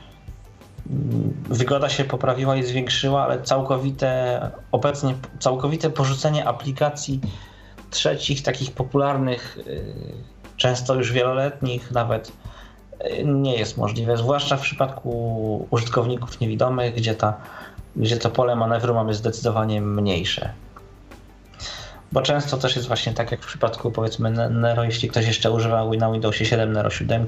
Wygoda się poprawiła i zwiększyła, ale całkowite, obecnie całkowite porzucenie aplikacji trzecich, takich popularnych, często już wieloletnich nawet, nie jest możliwe, zwłaszcza w przypadku użytkowników niewidomych, gdzie, ta, gdzie to pole manewru mamy zdecydowanie mniejsze. Bo często też jest właśnie tak jak w przypadku, powiedzmy, Nero, jeśli ktoś jeszcze używa na Windowsie siedem Nero siedem,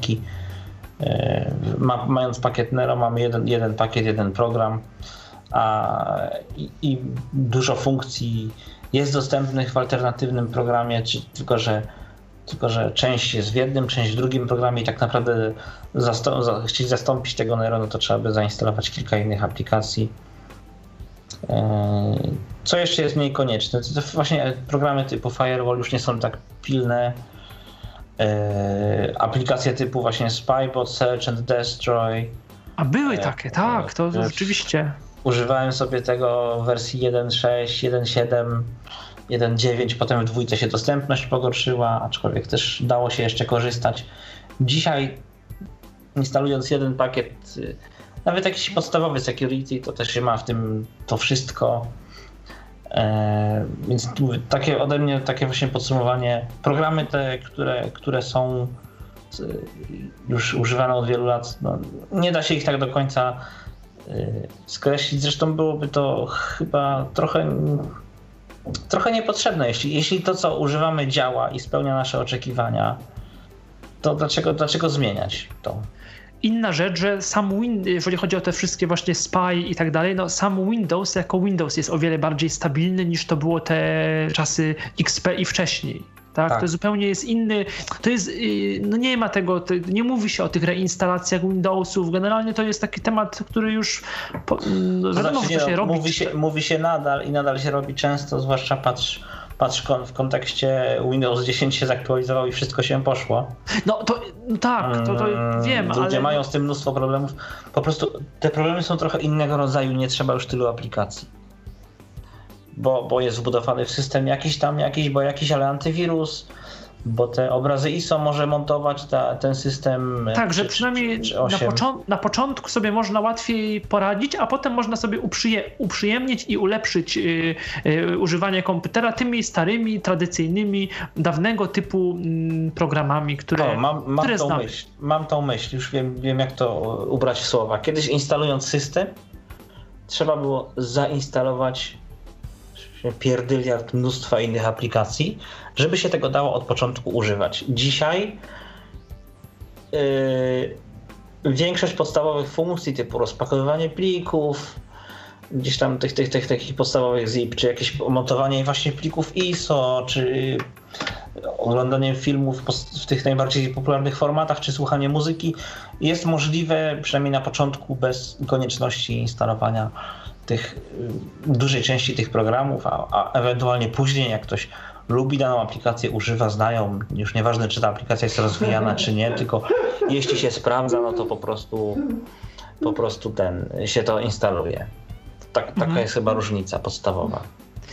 ma, mając pakiet Nero mamy jeden, jeden pakiet, jeden program, a i, i dużo funkcji jest dostępnych w alternatywnym programie, czy, tylko że Tylko że część jest w jednym, część w drugim programie i tak naprawdę zastąp- za- chcieć zastąpić tego Nero, no to trzeba by zainstalować kilka innych aplikacji. Yy, co jeszcze jest mniej konieczne? To właśnie programy typu Firewall już nie są tak pilne. Yy, aplikacje typu właśnie Spybot, Search and Destroy. A były takie, tak, to yy, rzeczywiście. Używałem sobie tego w wersji jeden sześć, jeden siedem. jeden dziewięć, potem w dwójce się dostępność pogorszyła, aczkolwiek też dało się jeszcze korzystać. Dzisiaj instalując jeden pakiet, nawet jakiś podstawowy security, to też się ma w tym to wszystko. Eee, więc takie ode mnie takie właśnie podsumowanie. Programy te, które, które są już używane od wielu lat, no, nie da się ich tak do końca skreślić. Zresztą byłoby to chyba trochę Trochę niepotrzebne. Jeśli, jeśli to, co używamy, działa i spełnia nasze oczekiwania, to dlaczego, dlaczego zmieniać to? Inna rzecz, że sam Windows, jeżeli chodzi o te wszystkie właśnie Spy i tak dalej, no sam Windows jako Windows jest o wiele bardziej stabilny niż to było te czasy X P i wcześniej. Tak? Tak. To zupełnie jest inny, to jest, no nie ma tego, to, nie mówi się o tych reinstalacjach Windowsów, generalnie to jest taki temat, który już, po, no, wiadomo, znaczy, że to się no, robi. Mówi się, mówi się nadal i nadal się robi często, zwłaszcza patrz, patrz w kontekście Windows dziesięć się zaktualizował i wszystko się poszło. No to no tak, to, to wiem, Ludzie ale... mają z tym mnóstwo problemów, po prostu te problemy są trochę innego rodzaju, nie trzeba już tylu aplikacji. Bo, bo jest wbudowany w system jakiś tam jakiś, bo jakiś, ale antywirus, bo te obrazy I S O może montować ta, ten system. Tak, czy, że przynajmniej czy, czy na, począ- na początku sobie można łatwiej poradzić, a potem można sobie uprzyje- uprzyjemnić i ulepszyć yy, yy, używanie komputera tymi starymi, tradycyjnymi, dawnego typu yy, programami, które, o, mam, mam, które tą znamy. myśl, mam tą myśl, już wiem, wiem jak to ubrać w słowa. Kiedyś instalując system, trzeba było zainstalować pierdyliard mnóstwa innych aplikacji, żeby się tego dało od początku używać. Dzisiaj yy, większość podstawowych funkcji typu rozpakowywanie plików, gdzieś tam tych, tych, tych takich podstawowych zip, czy jakieś montowanie właśnie plików I S O, czy oglądanie filmów w tych najbardziej popularnych formatach, czy słuchanie muzyki jest możliwe przynajmniej na początku bez konieczności instalowania tych dużej części tych programów, a, a ewentualnie później jak ktoś lubi daną aplikację, używa, znają, już nieważne czy ta aplikacja jest rozwijana czy nie, tylko jeśli się sprawdza, no to po prostu po prostu ten się to instaluje. Tak, taka Mhm. jest chyba różnica podstawowa.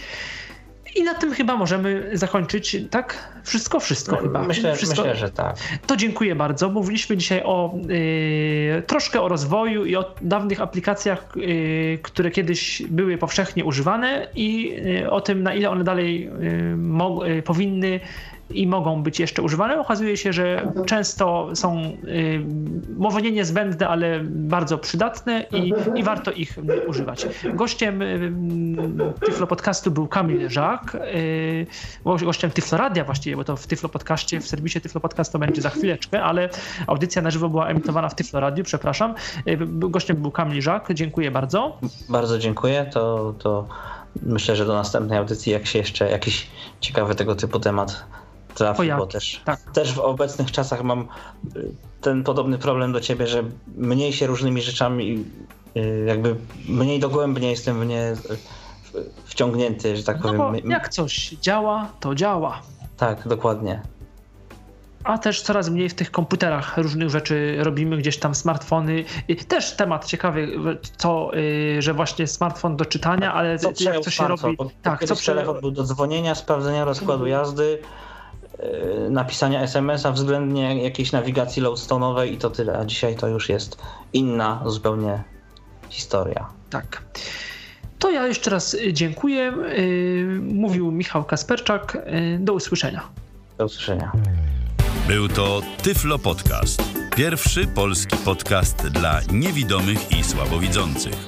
I na tym chyba możemy zakończyć, tak? Wszystko, wszystko No, chyba. Myślę, wszystko. myślę, że tak. To dziękuję bardzo. Mówiliśmy dzisiaj o y, troszkę o rozwoju i o dawnych aplikacjach, y, które kiedyś były powszechnie używane i y, o tym, na ile one dalej y, mo- y, powinny i mogą być jeszcze używane. Okazuje się, że często są y, może nie niezbędne, ale bardzo przydatne i, i warto ich używać. Gościem y, Tyflo Podcastu był Kamil Żak, y, gościem Tyflo Radia właściwie, bo to w Tyflo Podcaście, w serwisie Tyflo Podcast to będzie za chwileczkę, ale audycja na żywo była emitowana w Tyflo Radiu, przepraszam. Y, gościem był Kamil Żak, dziękuję bardzo. Bardzo dziękuję, to, to myślę, że do następnej audycji, jak się jeszcze jakiś ciekawy tego typu temat trafi, Pojawi. bo też, Tak. też w obecnych czasach mam ten podobny problem do ciebie, że mniej się różnymi rzeczami, jakby mniej dogłębnie jestem w nie wciągnięty, że tak No powiem. bo jak coś działa, to działa. Tak, dokładnie. A też coraz mniej w tych komputerach różnych rzeczy robimy, gdzieś tam smartfony. Też temat ciekawy, co, że właśnie smartfon do czytania, ale Co jak to się robi. Bo Tak, co prze... telefon był do dzwonienia, sprawdzenia rozkładu jazdy, napisania es em es a, względnie jakiejś nawigacji loadstone'owej i to tyle. A dzisiaj to już jest inna zupełnie historia. Tak. To ja jeszcze raz dziękuję. Mówił Michał Kasperczak. Do usłyszenia. Do usłyszenia. Był to Tyflo Podcast. Pierwszy polski podcast dla niewidomych i słabowidzących.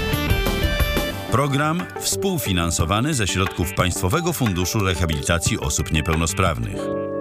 Program współfinansowany ze środków Państwowego Funduszu Rehabilitacji Osób Niepełnosprawnych.